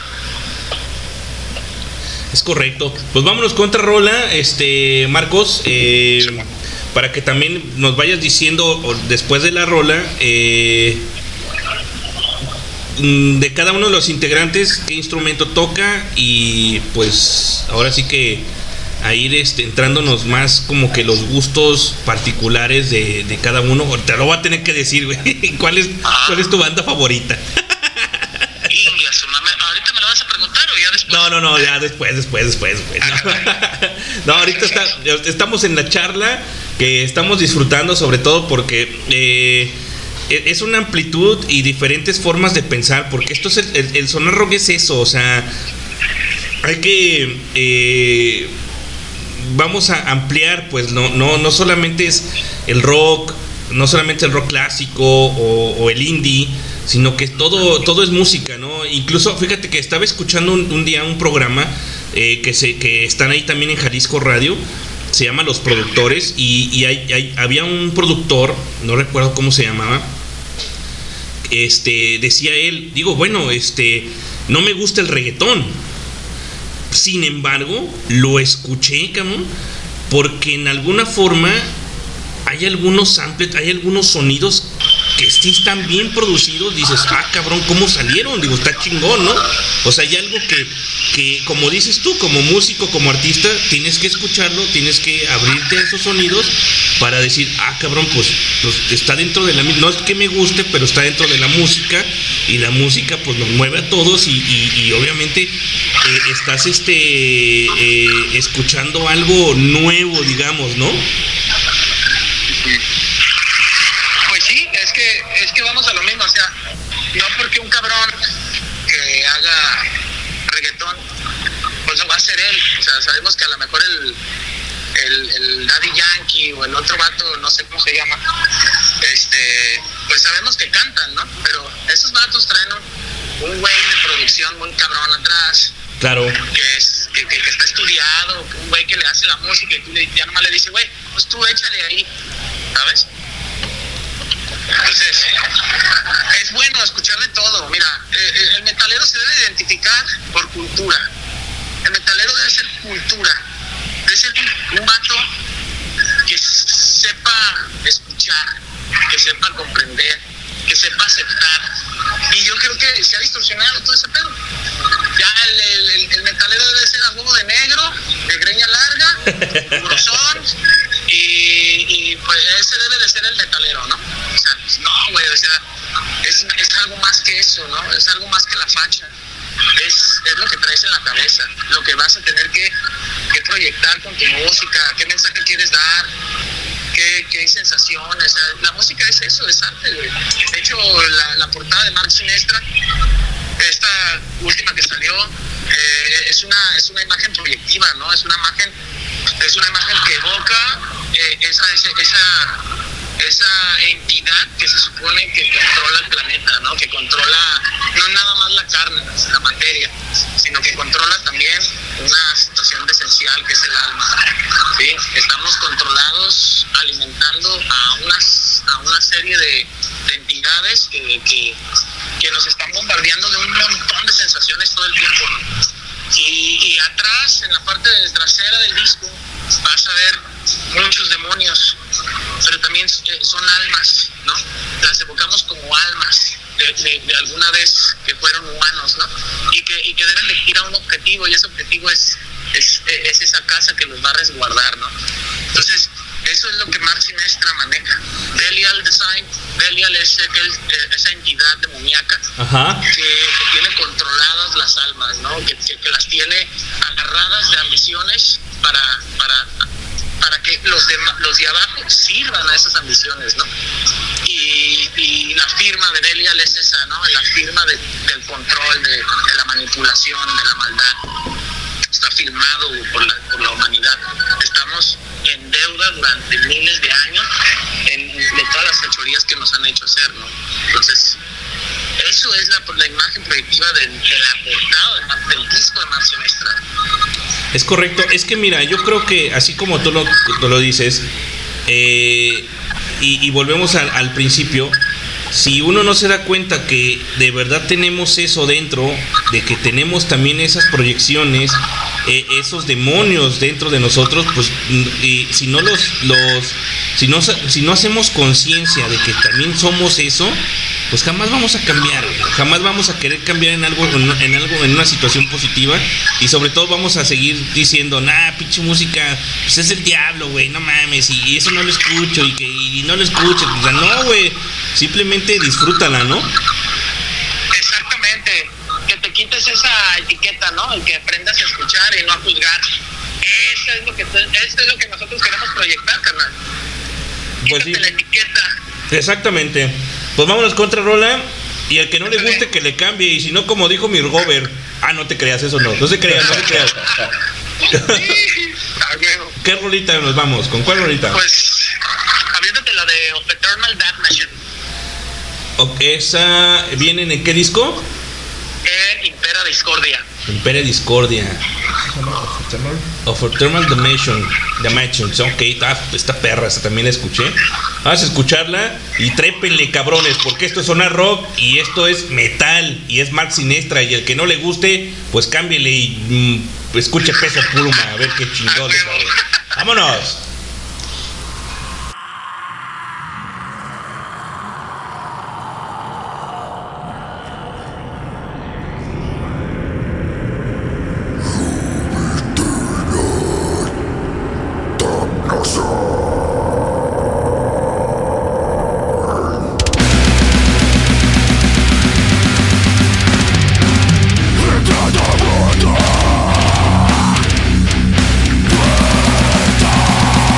Es correcto. Pues vámonos con otra rola, Marcos, para que también nos vayas diciendo después de la rola de cada uno de los integrantes qué instrumento toca, y pues ahora sí que a ir entrándonos más como que los gustos particulares de cada uno. Te lo voy a tener que decir, güey. ¿Cuál es tu banda favorita? ¿Ahorita me lo vas a preguntar o ya después? No, ya después, güey. No, ahorita estamos en la charla que estamos disfrutando, sobre todo porque es una amplitud y diferentes formas de pensar, porque esto es el sonar rock es eso, o sea, hay que vamos a ampliar, pues no solamente es el rock, no solamente el rock clásico o el indie, sino que todo es música, ¿no? Incluso fíjate que estaba escuchando un día un programa que están ahí también en Jalisco Radio, se llama Los Productores, y había un productor, no recuerdo cómo se llamaba, decía él, no me gusta el reggaetón, sin embargo lo escuché, cabrón, porque en alguna forma hay algunos samples, hay algunos sonidos que sí están bien producidos. Dices, cabrón, ¿cómo salieron? Digo, está chingón, ¿no? O sea, hay algo que como dices tú, como músico, como artista, tienes que escucharlo, tienes que abrirte a esos sonidos para decir, cabrón, pues está dentro de la... No es que me guste, pero está dentro de la música, y la música pues nos mueve a todos, y obviamente estás escuchando algo nuevo, digamos, ¿no? Es que vamos a lo mismo, o sea, no porque un cabrón que haga reggaetón, pues no va a ser él. O sea, sabemos que a lo mejor el Daddy Yankee o el otro vato, no sé cómo se llama, pues sabemos que cantan, ¿no? Pero esos vatos traen un güey de producción muy cabrón atrás. Claro. Que está estudiado, un güey que le hace la música, y tú ya nomás le dices, güey, pues tú échale ahí, ¿sabes? Entonces, es bueno escuchar de todo. Mira, el metalero se debe identificar por cultura. El metalero debe ser cultura. Debe ser un vato que sepa escuchar, que sepa comprender, que sepa aceptar. Y yo creo que se ha distorsionado todo ese pedo. Ya el metalero debe ser a huevo de negro, de greña larga, grosón, y pues ese debe de ser el metalero, ¿no? O sea, pues no, güey, o sea, es algo más que eso, ¿no? Es algo más que la facha. Es lo que traes en la cabeza, lo que vas a tener que proyectar con tu música, qué mensaje quieres dar, qué sensaciones. O sea, la música es eso, es arte, güey. De hecho, la portada de Mark Sinestra, esta última que salió, es una imagen proyectiva, ¿no? Es una imagen que evoca esa entidad que se supone que controla el planeta, ¿no? Que controla no nada más la carne, la materia, sino que controla también una situación esencial que es el alma, ¿sí? Estamos controlados alimentando a una serie de entidades que nos están bombardeando de un montón de sensaciones todo el tiempo, ¿no? Y atrás, en la parte trasera del disco, vas a ver muchos demonios, pero también son almas, ¿no? Las evocamos como almas de alguna vez que fueron humanos, ¿no? Y que deben de ir a un objetivo, y ese objetivo es esa casa que los va a resguardar, ¿no? Entonces, Eso es lo que Mark Sinestra maneja. Belial Design, Belial es esa entidad demoníaca que tiene controladas las almas, ¿no? Que las tiene agarradas de ambiciones para que los de abajo sirvan a esas ambiciones, ¿no? Y la firma de Belial es esa, ¿no? La firma del control, de la manipulación, de la maldad. Está firmado por la humanidad. Estamos en deuda durante miles de años de todas las fechorías que nos han hecho hacer, ¿no? Entonces, eso es la imagen proyectiva de la portada del disco de Mark Sinestra. Es correcto. Es que mira, yo creo que así como tú lo dices, y volvemos al principio, si uno no se da cuenta que de verdad tenemos eso dentro, de que tenemos también esas proyecciones, esos demonios dentro de nosotros, pues si no hacemos conciencia de que también somos eso, pues jamás vamos a cambiar, jamás vamos a querer cambiar en algo, en una situación positiva, y sobre todo vamos a seguir diciendo, nah, pinche música, pues es el diablo, güey, no mames, y eso no lo escucho, y no lo escucho, o sea, no, güey, simplemente disfrútala, ¿no? Exactamente, que te quites esa etiqueta, ¿no? Y que aprendas a escuchar y no a juzgar. Eso es lo que nosotros queremos proyectar, carnal. Pues sí. La etiqueta. Exactamente. Pues vámonos contra rola. Y al que no le guste que le cambie. Y si no, como dijo mi Gober, no te creas, eso no se creas. ¿Qué rolita nos vamos? ¿Con cuál rolita? Pues aviéntate la de Of Eternal Damnation. ¿Esa viene en qué disco? Impera Discordia. Impera Discordia. Of Eternal Damnation. Ok, esta perra, esta también la escuché. Vamos a escucharla y trépenle, cabrones, porque esto es Sonar Rock y esto es metal y es Mark Sinestra. Y el que no le guste, pues cámbiale y escuche Peso Pluma, a ver qué chingón les va a ver. ¡Vámonos! Puerta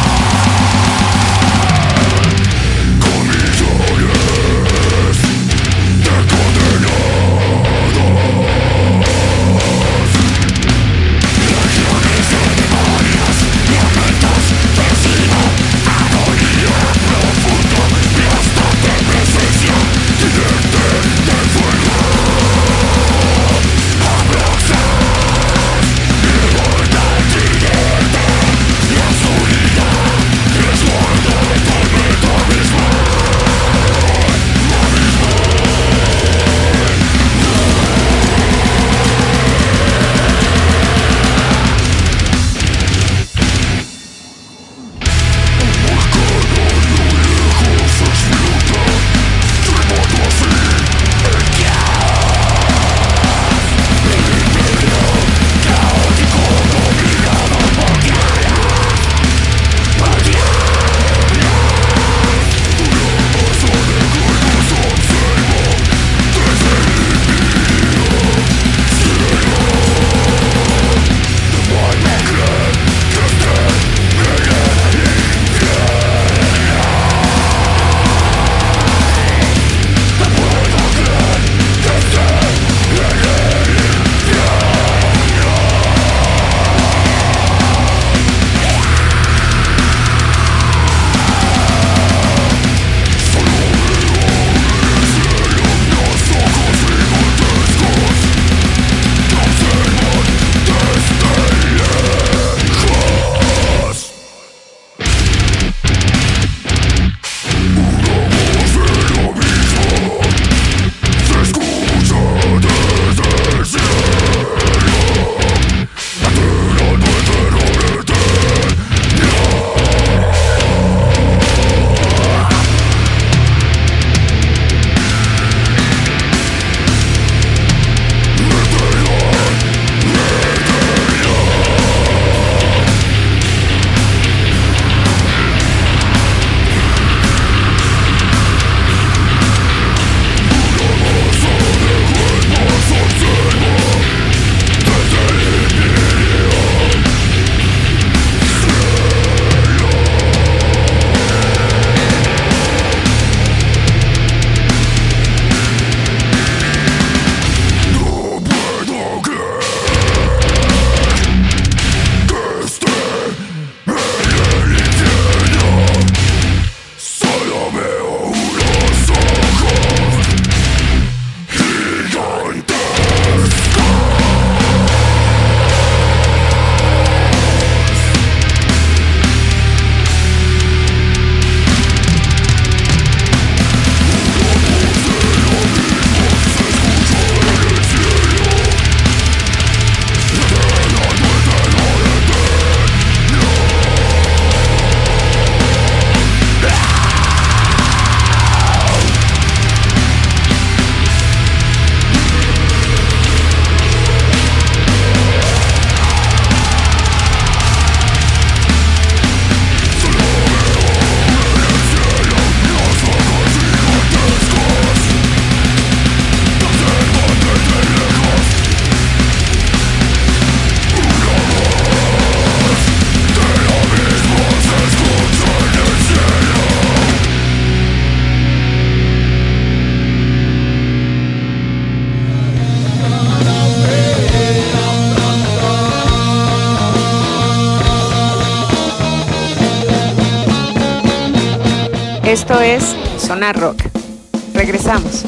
Esto es Sonar Rock. Regresamos.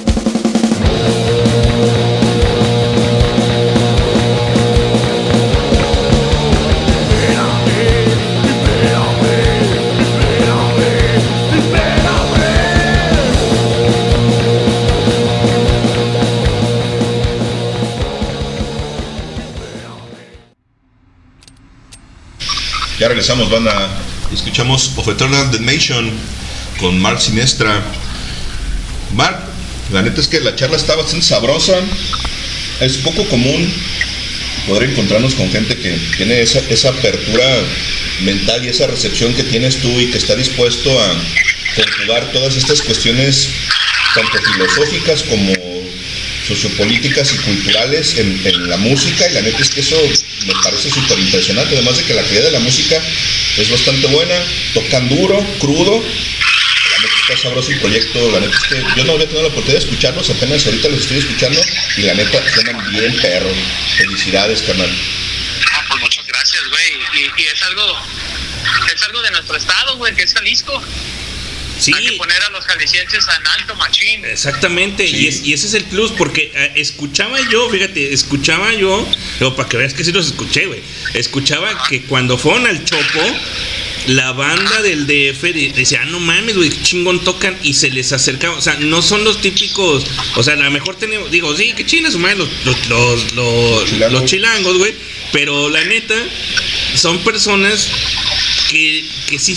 Ya regresamos, banda. Escuchamos Of Eternal Damnation con Mark Sinestra. Mark, la neta es que la charla está bastante sabrosa. Es poco común poder encontrarnos con gente que tiene esa apertura mental y esa recepción que tienes tú y que está dispuesto a conjugar todas estas cuestiones tanto filosóficas como sociopolíticas y culturales en la música, y la neta es que eso me parece súper impresionante, además de que la calidad de la música es bastante buena, tocan duro, crudo, la neta está sabroso el proyecto, la neta es que yo no había tenido la oportunidad de escucharlos, apenas ahorita los estoy escuchando y la neta suenan bien perros. Felicidades, carnal. Ah, pues muchas gracias, güey, y es algo de nuestro estado, güey, que es Jalisco. Sí. Hay que poner a los jaliscienses en alto, machín. Exactamente, sí. y ese es el plus, porque escuchaba yo, pero para que veas que sí los escuché, güey. Escuchaba que cuando fueron al Chopo, la banda del DF decía, no mames, güey, qué chingón tocan, y se les acercaba, o sea, no son los típicos, o sea, a lo mejor tenemos, digo, sí, que chingas su madre los chilangos, güey, pero la neta, son personas que sí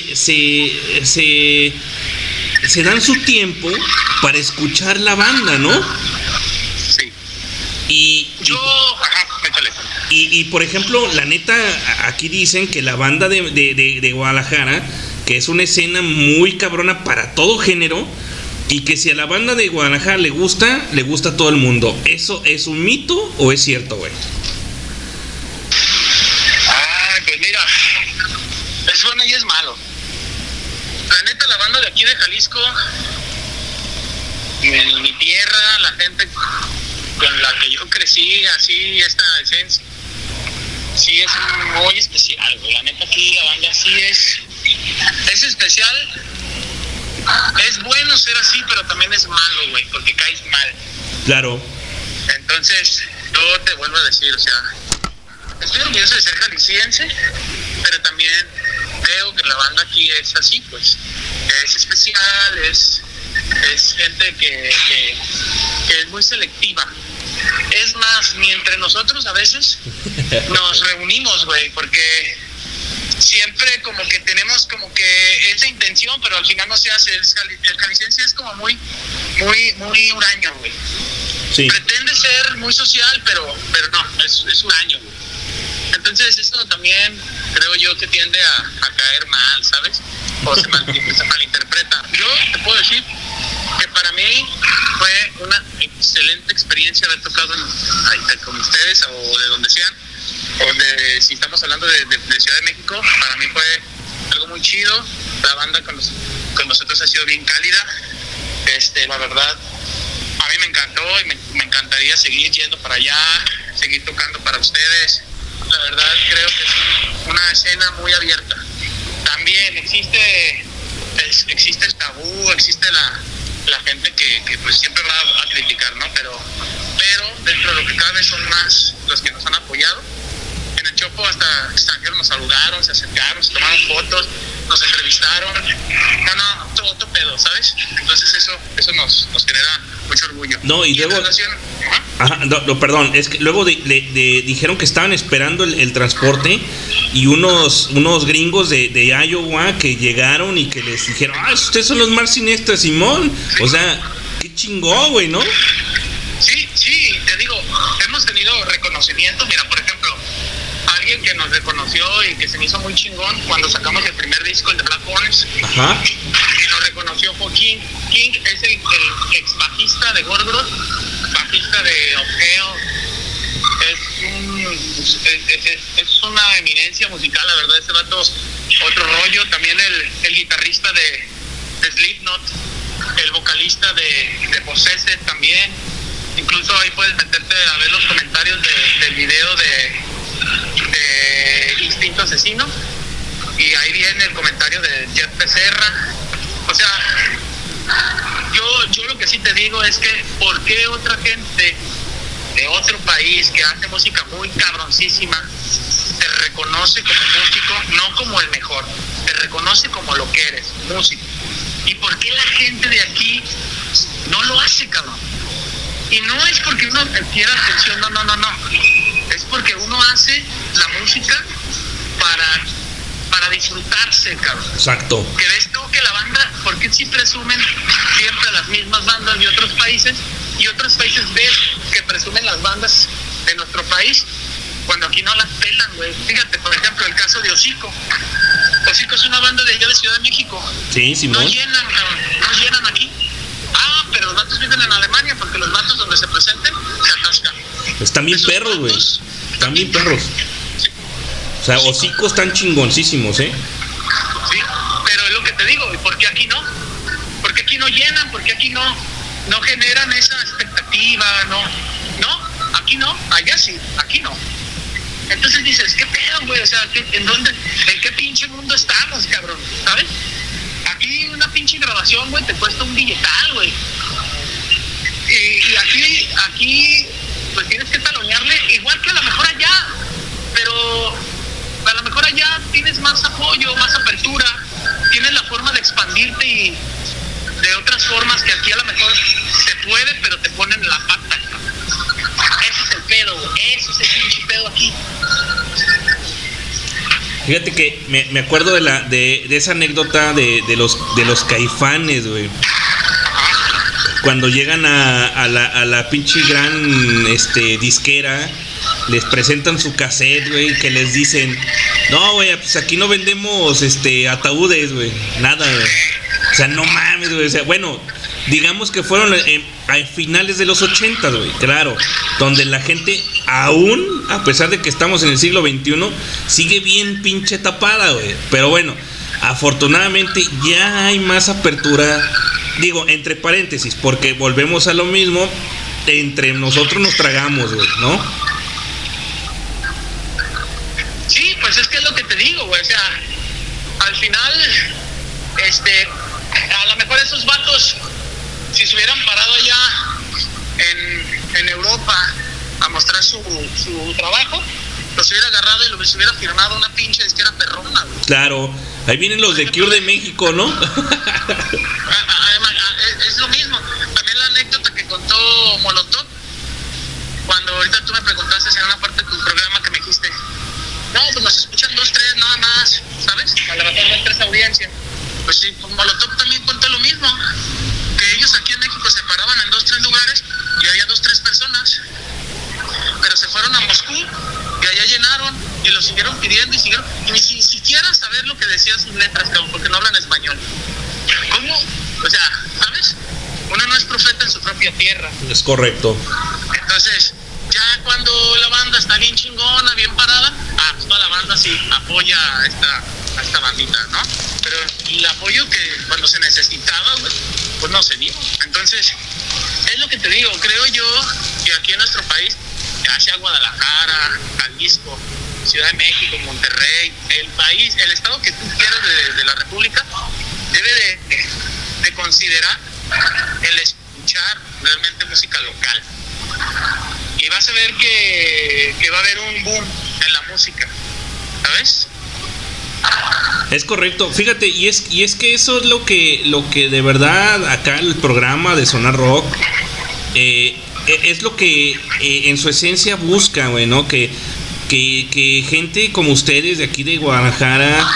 se dan su tiempo para escuchar la banda, ¿no? Sí. Y por ejemplo, la neta, aquí dicen que la banda de Guadalajara, que es una escena muy cabrona para todo género, y que si a la banda de Guadalajara le gusta a todo el mundo. ¿Eso es un mito o es cierto, güey? Pues mira, es bueno y es malo. La neta, la banda de aquí de Jalisco, mi tierra, la gente con la que yo crecí, así, esta esencia, sí es muy especial, güey. La neta, aquí la banda sí es especial. Es bueno ser así, pero también es malo, güey, porque caes mal. Claro. Entonces, yo te vuelvo a decir, o sea, estoy orgulloso de ser jalisciense, pero también veo que la banda aquí es así, pues, es especial, es gente que es muy selectiva. Es más, ni entre nosotros a veces nos reunimos, güey, porque siempre como que tenemos como que esa intención, pero al final no se hace. El jalisciense es como muy huraño, güey. Sí. Pretende ser muy social, pero no, es huraño, güey. Entonces eso también creo yo que tiende a caer mal, ¿sabes? O se malinterpreta. Yo te puedo decir que para mí fue una excelente experiencia haber tocado con ustedes o de donde sean, o si estamos hablando de Ciudad de México. Para mí fue algo muy chido. La banda con nosotros ha sido bien cálida. La verdad, a mí me encantó y me encantaría seguir yendo para allá, seguir tocando para ustedes. La verdad creo que es una escena muy abierta. También existe el tabú, existe la gente que pues siempre va a criticar, ¿no? Pero dentro de lo que cabe son más los que nos han apoyado. En el Chopo hasta extranjeros nos saludaron, se acercaron, se tomaron fotos, nos entrevistaron. No, otro pedo, ¿sabes? Entonces eso nos genera mucho orgullo. No, y luego... perdón, es que luego le dijeron que estaban esperando el transporte y unos gringos de Iowa que llegaron y que les dijeron, ustedes son los Mark Sinestra, Simón. O sea, qué chingón, güey, ¿no? Sí, te digo, hemos tenido reconocimiento. Mira, por ejemplo, alguien que nos reconoció y que se me hizo muy chingón cuando sacamos el primer disco, el de Black Horns. Ajá. Y nos reconoció fue King. King es el ex bajista de Gorgoroth, bajista de Obgeo. Es una eminencia musical, la verdad. Ese vato, otro rollo. También el guitarrista de Slipknot, el vocalista de Possessed también. Incluso ahí puedes meterte a ver los comentarios del video de Instinto Asesino, y ahí viene el comentario de Jeff Becerra. O sea, yo lo que sí te digo es que ¿por qué otra gente de otro país que hace música muy cabroncísima te reconoce como músico, no como el mejor, te reconoce como lo que eres, músico? ¿Y por qué la gente de aquí no lo hace, cabrón? Y no es porque uno quiera atención, no. Es porque uno hace la música para disfrutarse, cabrón. Exacto. Que ves tú que la banda, porque sí presumen siempre las mismas bandas de otros países, y otros países ves que presumen las bandas de nuestro país, cuando aquí no las pelan, güey. Fíjate, por ejemplo, el caso de Hocico. Hocico es una banda de allá de Ciudad de México. Sí, Simón. No llenan aquí. Ah, pero los vatos viven en Alemania, porque los vatos donde se presenten se atascan. Están bien perros, güey. Están bien perros. Sí. O sea, Hocicos están chingoncísimos, ¿eh? Sí, pero es lo que te digo, ¿y por qué aquí no? ¿Por qué aquí no llenan? ¿Por qué aquí no generan esa expectativa? No, aquí no, allá sí, aquí no. Entonces dices, ¿qué pedo, güey? O sea, ¿en qué pinche mundo estamos, cabrón? ¿Sabes? Aquí una pinche grabación, güey, te cuesta un billetal, güey. Y aquí, pues tienes que talonearle, igual que a lo mejor allá, pero a lo mejor allá tienes más apoyo, más apertura, tienes la forma de expandirte y de otras formas que aquí a lo mejor se puede, pero te ponen la pata. Ese es el pedo, güey. Ese es el pinche pedo aquí. Fíjate que me acuerdo de esa anécdota de los Caifanes, güey. Cuando llegan a la pinche gran disquera, les presentan su cassette, güey, que les dicen, no, güey, pues aquí no vendemos ataúdes, güey, nada, güey. O sea, no mames, güey. O sea, bueno, digamos que fueron a finales de los 80, güey, claro, donde la gente aún, a pesar de que estamos en el siglo XXI, sigue bien pinche tapada, güey. Pero bueno, afortunadamente ya hay más apertura, digo, entre paréntesis, porque volvemos a lo mismo, entre nosotros nos tragamos, güey, ¿no? Sí, pues es que es lo que te digo, güey. O sea, al final, a lo mejor esos vatos, si se hubieran parado allá en Europa a mostrar su trabajo, los hubiera agarrado y los hubiera firmado una pinche disquera perrona, güey. Claro, ahí vienen los de Cure de México, ¿no? Es lo mismo. También la anécdota que contó Molotov, cuando ahorita tú me preguntaste en una parte de tu programa que me dijiste, no, pues nos escuchan 2, 3 nada más, ¿sabes? A lo mejor no 3 audiencias. Pues sí, Molotov también contó lo mismo, que ellos aquí en México se paraban en 2, 3 lugares y había 2, 3 personas, pero se fueron a Moscú y allá llenaron y lo siguieron pidiendo y siguieron, y ni siquiera saber lo que decían sus letras, cabrón, porque no hablan español. ¿Cómo? O sea, ¿sabes? Uno no es profeta en su propia tierra. Es correcto. Entonces, ya cuando la banda está bien chingona, bien parada, pues toda la banda sí apoya a esta bandita, ¿no? Pero el apoyo que cuando se necesitaba, pues no se dio. Entonces, es lo que te digo, creo yo que aquí en nuestro país, ya sea Guadalajara, Jalisco, Ciudad de México, Monterrey, el estado que tú quieras de la República, debe de considerar el escuchar realmente música local. Y vas a ver que va a haber un boom en la música, ¿sabes? Es correcto, fíjate, y es que eso es lo que de verdad acá el programa de Sonar Rock es lo que en su esencia busca, güey, ¿no? Que gente como ustedes de aquí de Guadalajara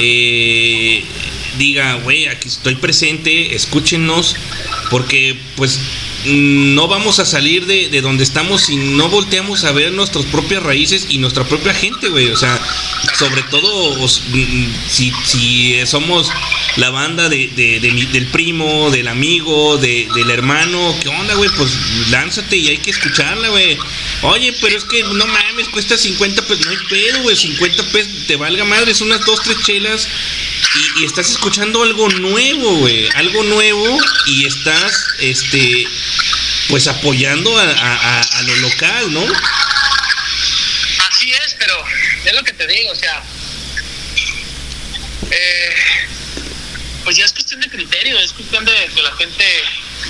diga, güey, aquí estoy presente, escúchenos, porque pues no vamos a salir de donde estamos si no volteamos a ver nuestras propias raíces y nuestra propia gente, güey. O sea, sobre todo si somos la banda del primo, del amigo, del hermano, ¿qué onda, güey? Pues lánzate y hay que escucharla, güey. Oye, pero es que no mames, cuesta 50 pesos, no hay pedo, güey, 50 pesos, te valga madres, unas 2, 3 chelas y estás escuchando algo nuevo, güey, algo nuevo y estás, pues apoyando a lo local, ¿no? Así es, pero es lo que te digo, o sea, pues ya es cuestión de criterio, es cuestión de que la gente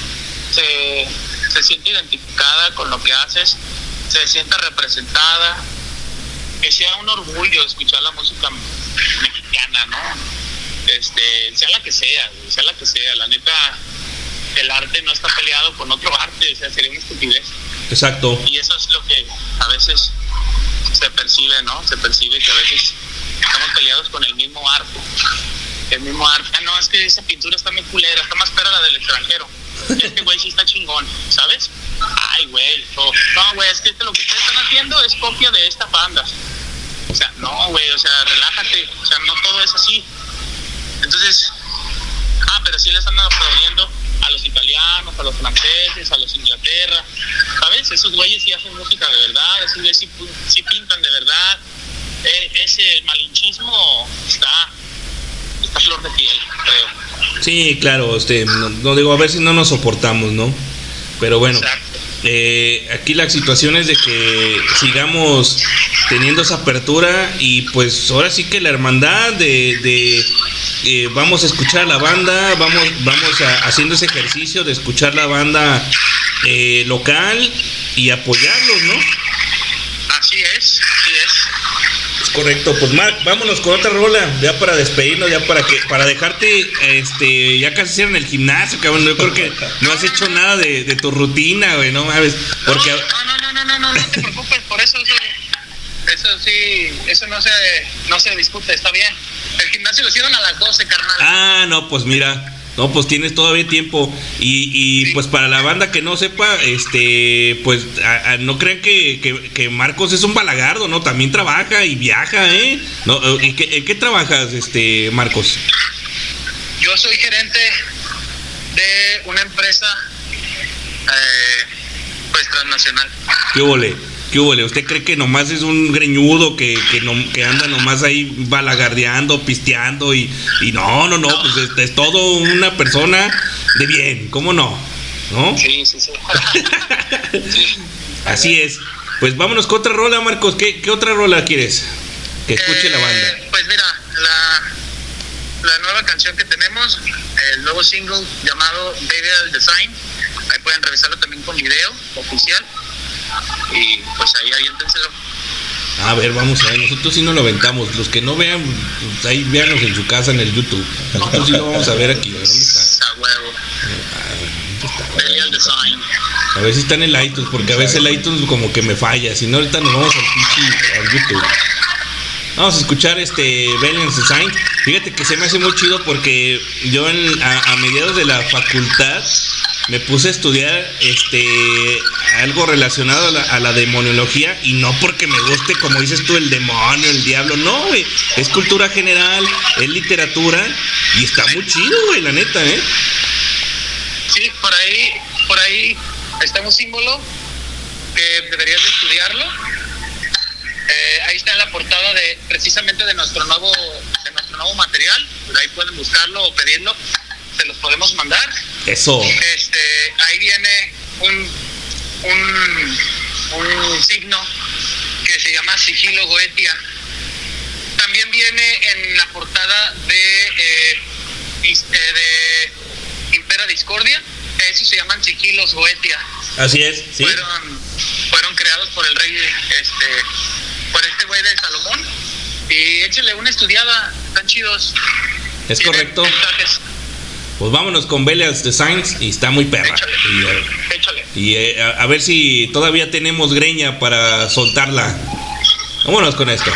se siente identificada con lo que haces, se sienta representada, que sea un orgullo escuchar la música mexicana, ¿no? Sea la que sea, la neta, el arte no está peleado con otro arte, o sea, sería una estupidez. Exacto. Y eso es lo que a veces se percibe, ¿no? Se percibe que a veces estamos peleados con el mismo arte. Ah, no, es que esa pintura está muy culera, está más perra la del extranjero. Y este güey sí está chingón, ¿sabes? Ay, güey. No, güey, es que lo que ustedes están haciendo es copia de esta banda. O sea, no, güey, o sea, relájate. O sea, no todo es así. Entonces, pero sí le están aplaudiendo a los italianos, a los franceses, a los Inglaterra, ¿sabes? Esos güeyes sí hacen música de verdad, esos güeyes sí pintan de verdad. Ese malinchismo está flor de piel, creo. Sí, claro, no digo, a ver si no nos soportamos, ¿no? Pero bueno, aquí la situación es de que sigamos teniendo esa apertura y pues ahora sí que la hermandad vamos a escuchar a la banda, vamos haciendo ese ejercicio de escuchar la banda local y apoyarlos, ¿no? Así es. Es correcto, pues Marc, vámonos con otra rola, ya para despedirnos, ya para dejarte, ya casi cierran el gimnasio, cabrón. Yo creo que no has hecho nada de tu rutina, güey, no mames, porque no te preocupes por eso sí, eso no se discute, está bien. El gimnasio lo hicieron a las 12, carnal. Ah, no, pues mira. No, pues tienes todavía tiempo. Y sí. Pues para la banda que no sepa, pues no crean que Marcos es un balagardo, ¿no? También trabaja y viaja, ¿eh? No, ¿en qué trabajas, Marcos? Yo soy gerente de una empresa, pues transnacional. ¿Qué huele? ¿Usted cree que nomás es un greñudo que anda nomás ahí balagardeando, pisteando y no, pues es todo una persona de bien, ¿cómo no? ¿No? Sí. Sí. Así es. Pues vámonos con otra rola, Marcos. ¿Qué otra rola quieres que escuche la banda? Pues mira, la nueva canción que tenemos, el nuevo single llamado Baby Design, ahí pueden revisarlo también con video oficial. Y pues ahí aviéntenselo. A ver, vamos a ver, nosotros sí no lo aventamos. Los que no vean, pues ahí véanos en su casa en el YouTube. Nosotros sí lo vamos a ver aquí. ¿Dónde está? A huevo. A ver si está en el iTunes, porque a veces el iTunes como que me falla. Si no, ahorita nos vamos al YouTube. Vamos a escuchar Valiant Design. Fíjate que se me hace muy chido porque yo a mediados de la facultad me puse a estudiar algo relacionado a la demoniología, y no porque me guste, como dices tú, el demonio, el diablo, no, güey, es cultura general, es literatura, y está muy chido, güey, la neta, Sí, por ahí está un símbolo que deberías de estudiarlo. Ahí está en la portada precisamente de nuestro nuevo material. Ahí pueden buscarlo o pedirlo, se los podemos mandar. Eso. Ahí viene un signo que se llama sigilo Goetia. También viene en la portada de Impera Discordia. Esos se llaman sigilos Goetia. Así es, sí. Fueron creados por el rey, por este güey de Salomón. Y échale una estudiada, están chidos. Es correcto. Mensajes. Pues vámonos con Valiant Designs, y está muy perra. Échale. Y a ver si todavía tenemos greña para soltarla. Vámonos con esto.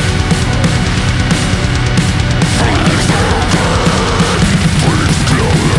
Flow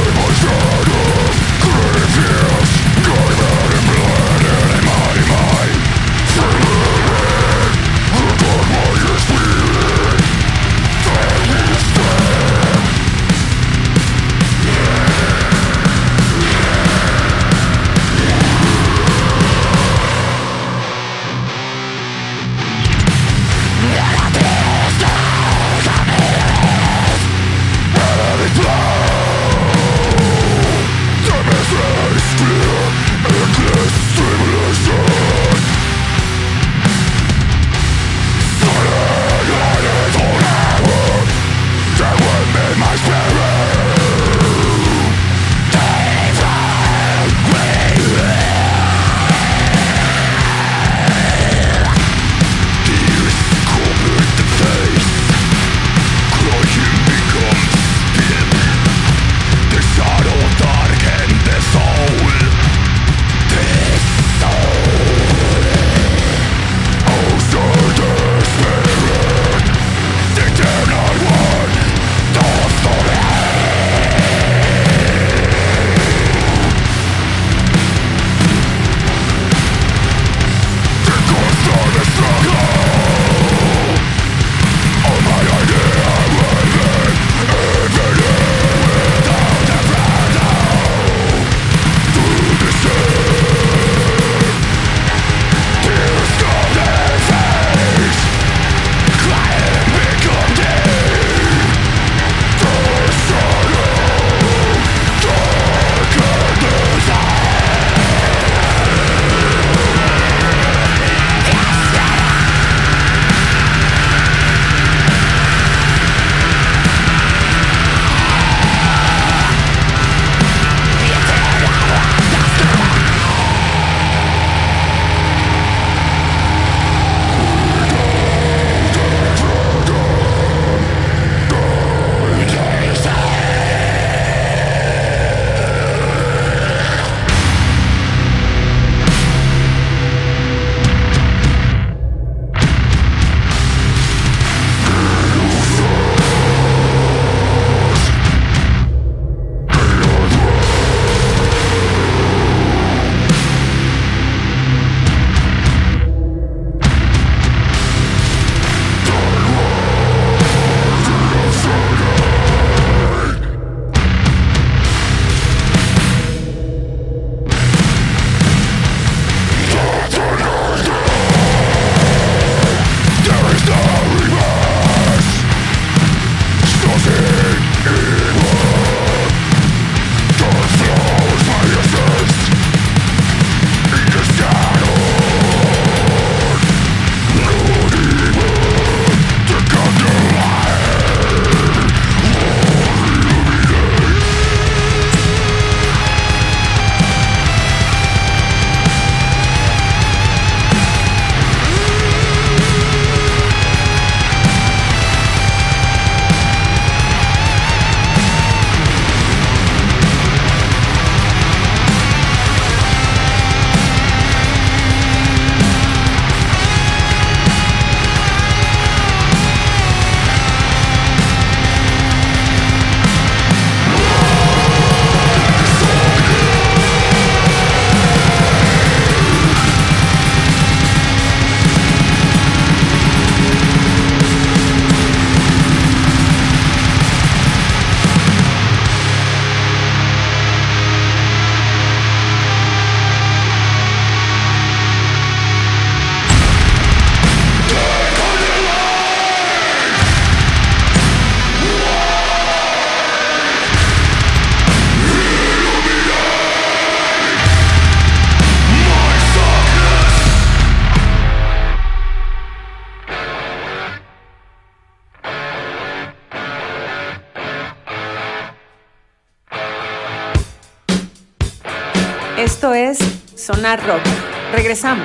Esto es Sonar Rock. Regresamos.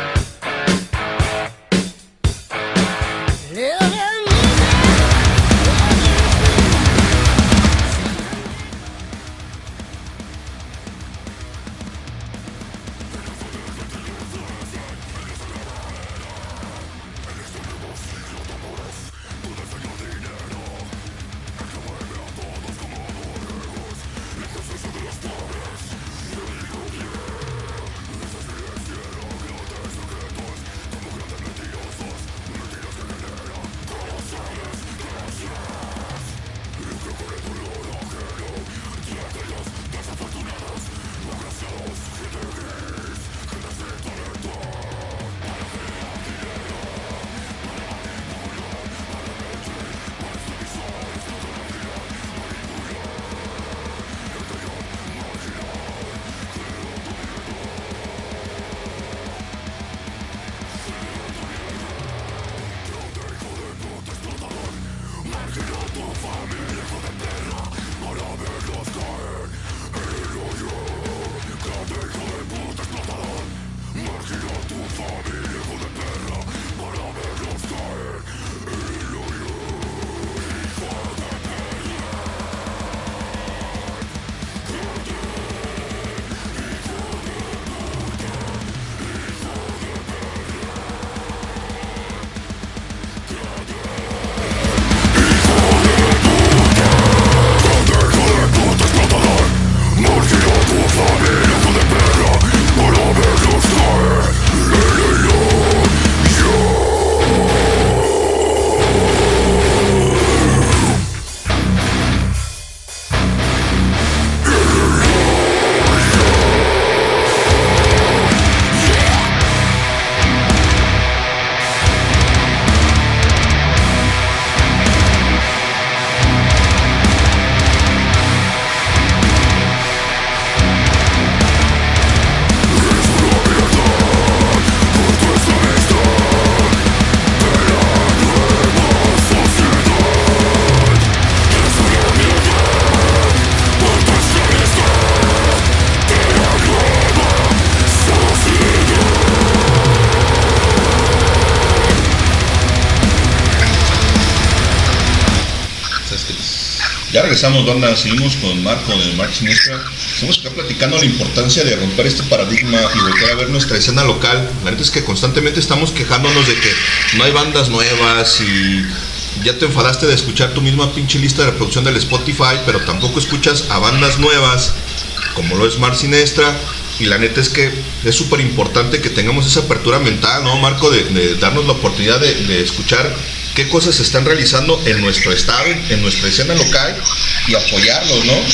Ya regresamos, banda, seguimos con Marco de Mark Siniestra. Estamos acá platicando la importancia de romper este paradigma y volver a ver nuestra escena local. La neta es que constantemente estamos quejándonos de que no hay bandas nuevas y ya te enfadaste de escuchar tu misma pinche lista de reproducción del Spotify, pero tampoco escuchas a bandas nuevas como lo es Mark Siniestra. Y la neta es que es súper importante que tengamos esa apertura mental, ¿no, Marco? De darnos la oportunidad de escuchar qué cosas se están realizando en nuestro estado, en nuestra escena local, y apoyarlos, ¿no?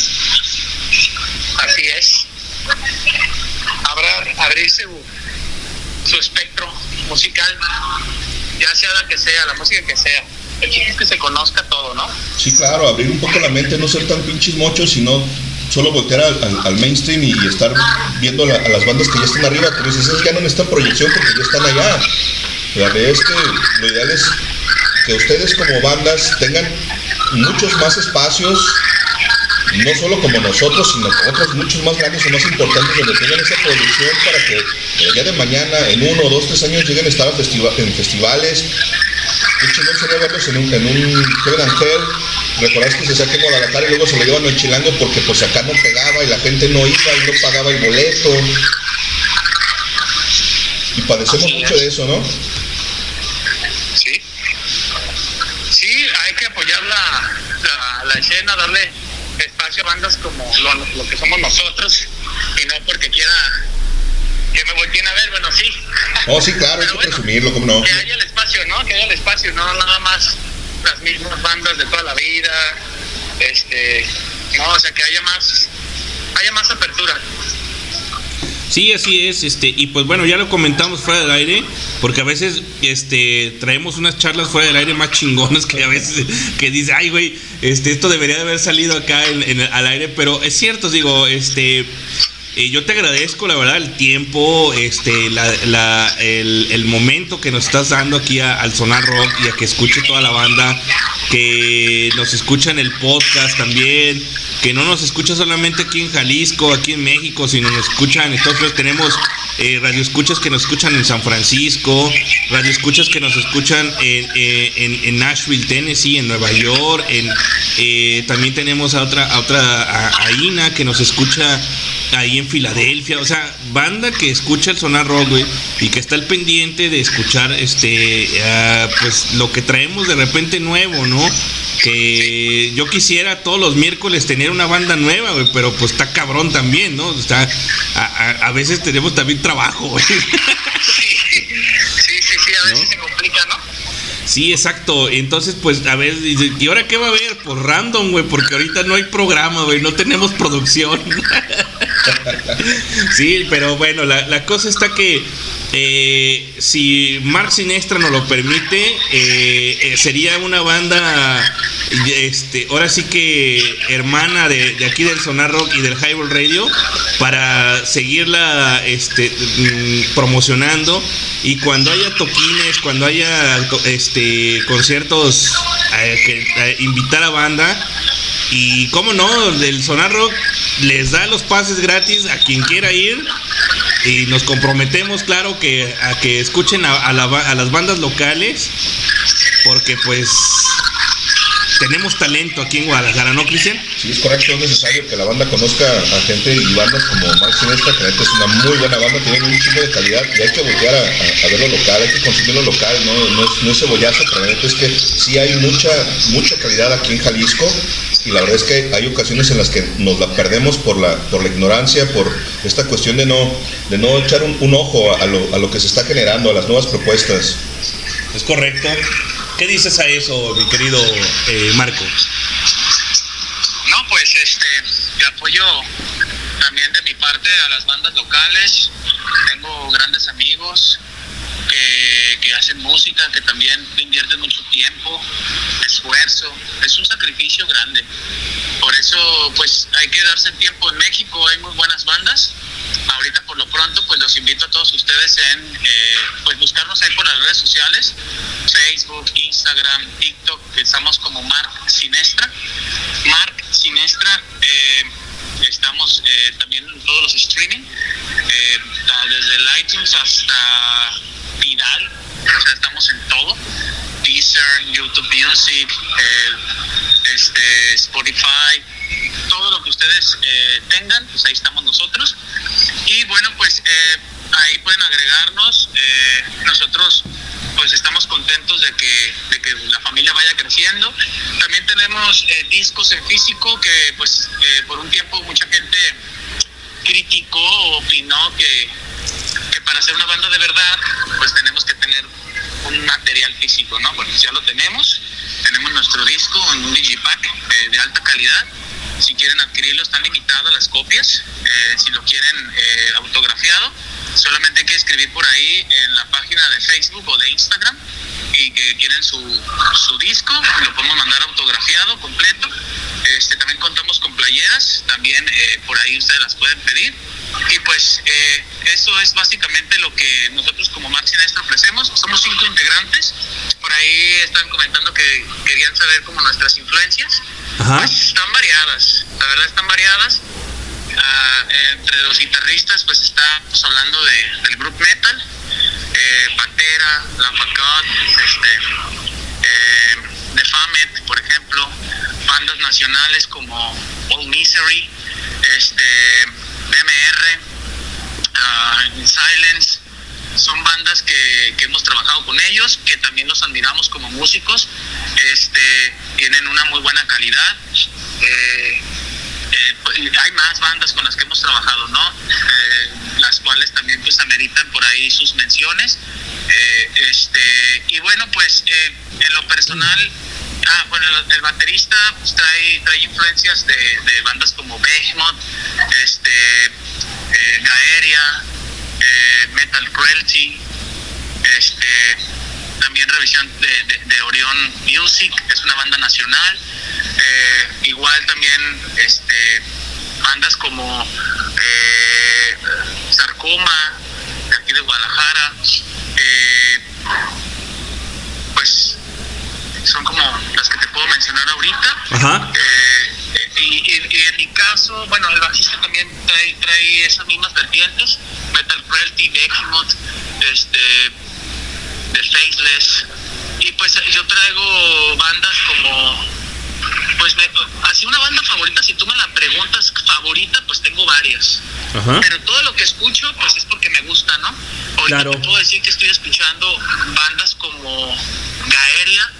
Así es. Abrir su espectro musical, ya sea la que sea, la música que sea. El chiste es que se conozca todo, ¿no? Sí, claro, abrir un poco la mente, no ser tan pinches mochos, sino solo voltear al mainstream y estar viendo a las bandas que ya están arriba, que dices, ya no necesitan proyección porque ya están allá. La verdad es que lo ideal es que ustedes como bandas tengan muchos más espacios, no solo como nosotros, sino otros muchos más grandes o más importantes, donde tengan esa proyección para que el día de mañana, en 1 o 2, 3 años, lleguen a estar en festivales. Qué chingón sería verlos en un Heaven and Hell. Recordás que se saca en Guadalajara y luego se lo llevan al Chilango porque pues acá no pegaba y la gente no iba y no pagaba el boleto. Y padecemos mucho de eso, ¿no? Sí. Sí, hay que apoyar la escena, darle espacio a bandas como lo que somos nosotros y no porque quiera que me volteen a ver, bueno, sí. Oh, sí, claro, hay que presumirlo, ¿cómo no? Que haya el espacio, ¿no? Que haya el espacio, no nada más las mismas bandas de toda la vida, no, o sea, que haya más apertura. Sí, así es, y pues bueno, ya lo comentamos fuera del aire, porque a veces traemos unas charlas fuera del aire más chingonas que a veces que dice, ay güey, esto debería de haber salido acá al aire, pero es cierto, digo, yo te agradezco la verdad el tiempo, el momento que nos estás dando aquí al Sonar Rock y a que escuche toda la banda. que nos escuchan el podcast también, que no nos escucha solamente aquí en Jalisco, aquí en México, sino nos escuchan en Estados Unidos. Tenemos radioescuchas que nos escuchan en San Francisco, radioescuchas que nos escuchan en Nashville, Tennessee, en Nueva York, también tenemos a Ina que nos escucha ahí en Filadelfia. O sea, banda que escucha el Sonar Rock, güey, y que está al pendiente de escuchar pues lo que traemos de repente nuevo, ¿no? Que yo quisiera todos los miércoles tener una banda nueva, güey, pero pues está cabrón también, ¿no? Está, a veces tenemos también trabajo, güey. Sí, a veces, ¿no? Se complica, ¿no? Sí, exacto. Entonces, pues, a ver, dice, ¿y ahora qué va a haber? Pues random, güey, porque ahorita no hay programa, güey, no tenemos producción. Sí, pero bueno, la cosa está que si Mark Sinestra nos lo permite, sería una banda, ahora sí que hermana de aquí del Sonar Rock y del Highball Radio, para seguirla promocionando, y cuando haya toquines, cuando haya conciertos, invitar a banda. Y cómo no, del Sonar Rock les da los pases gratis a quien quiera ir, y nos comprometemos, claro, a que escuchen a las bandas locales, porque pues tenemos talento aquí en Guadalajara, ¿no, Cristian? Sí, es correcto, es necesario que la banda conozca a gente y bandas como Mark Sinestra, que es una muy buena banda, tienen un chingo de calidad, y hay que voltear a ver lo local, hay que consumir lo local, no es cebollazo, pero la neta es que sí hay mucha calidad aquí en Jalisco, y la verdad es que hay ocasiones en las que nos la perdemos por la ignorancia, por esta cuestión de no echar un ojo a lo que se está generando, a las nuevas propuestas. Es correcto. ¿Qué dices a eso, mi querido Marco? No, pues te apoyo también de mi parte a las bandas locales. Tengo grandes amigos que hacen música, que también invierten mucho tiempo, esfuerzo. Es un sacrificio grande. Por eso, pues, hay que darse tiempo. En México hay muy buenas bandas. Ahorita, por lo pronto, pues los invito a todos ustedes en pues buscarnos ahí por las redes sociales, Facebook, Instagram, TikTok, que estamos como Mark Sinestra. Estamos también en todos los streaming, desde el iTunes hasta Tidal, o sea, estamos en todo, Deezer, YouTube Music, Spotify, todo lo que ustedes tengan, pues ahí estamos nosotros. Y bueno, pues ahí pueden agregarnos. Nosotros pues estamos contentos de que la familia vaya creciendo. También tenemos discos en físico que pues por un tiempo mucha gente criticó o opinó que para hacer una banda de verdad pues tenemos que tener un material físico, ¿no? Bueno, ya lo tenemos nuestro disco en un digipack de alta calidad. Si quieren adquirirlo, están limitadas las copias. Si lo quieren autografiado, solamente hay que escribir por ahí en la página de Facebook o de Instagram y que quieren su disco, lo podemos mandar autografiado completo. También contamos con playeras, también por ahí ustedes las pueden pedir. Y pues eso es básicamente lo que nosotros como Mark Sinestra ofrecemos. Somos 5 integrantes. Por ahí están comentando que querían saber como nuestras influencias. Ajá. Pues están variadas, la verdad están variadas. Entre los guitarristas pues estamos hablando del group metal, Pantera, Lamb of God, Defamet, por ejemplo, bandas nacionales como All Misery, BMR, Silence. Son bandas que hemos trabajado con ellos, que también los admiramos como músicos. Tienen una muy buena calidad. Hay más bandas con las que hemos trabajado, ¿no? Las cuales también pues ameritan por ahí sus menciones. Y bueno, pues en lo personal, el baterista pues, trae influencias de bandas como Behemoth, Gaeria, Metal Cruelty, también revisión de Orion Music, es una banda nacional. Igual también bandas como Sarcoma, de aquí de Guadalajara, pues son como las que te puedo ahorita. Ajá. Y en mi caso, bueno, el bajista también trae esas mismas vertientes, Metal Cruelty, Behemoth, The Faceless, y pues yo traigo bandas como, pues así una banda favorita, si tú me la preguntas favorita, pues tengo varias. Ajá. Pero todo lo que escucho, pues es porque me gusta, ¿no? Ahorita claro. te puedo decir que estoy escuchando bandas como Gaeria,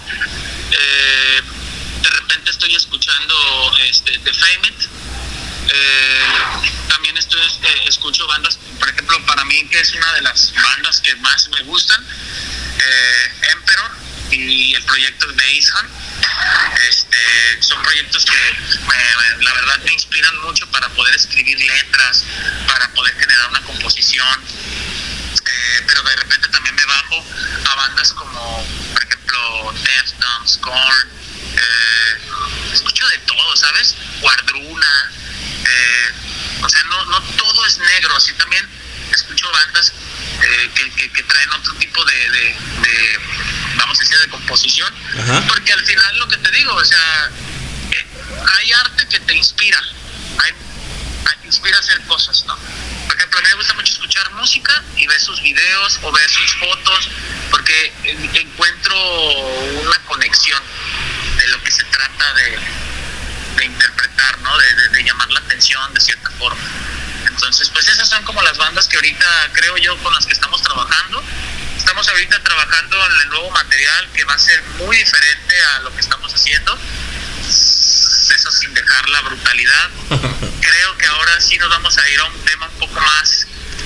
de repente estoy escuchando Defamed, también escucho bandas, por ejemplo, para mí que es una de las bandas que más me gustan, Emperor y el proyecto de Basehunt. Son proyectos que la verdad me inspiran mucho para poder escribir letras, para poder generar una composición, pero de repente también me bajo a bandas como, por ejemplo, Deftones, Korn, escucho de todo, ¿sabes? Guardruna, o sea, no todo es negro, así también escucho bandas que traen otro tipo de vamos a decir, de composición. Ajá. Porque al final lo que te digo, o sea, hay arte que te inspira, inspira a hacer cosas, ¿no? Por ejemplo, a mí me gusta mucho escuchar música y ver sus videos o ver sus fotos, porque encuentro una conexión de lo que se trata de interpretar, ¿no? De llamar la atención de cierta forma. Entonces, pues esas son como las bandas que ahorita creo yo con las que estamos trabajando. Estamos ahorita trabajando en el nuevo material que va a ser muy diferente a lo que estamos haciendo. Eso sin dejar la brutalidad. Creo que ahora sí nos vamos a ir a un tema un poco más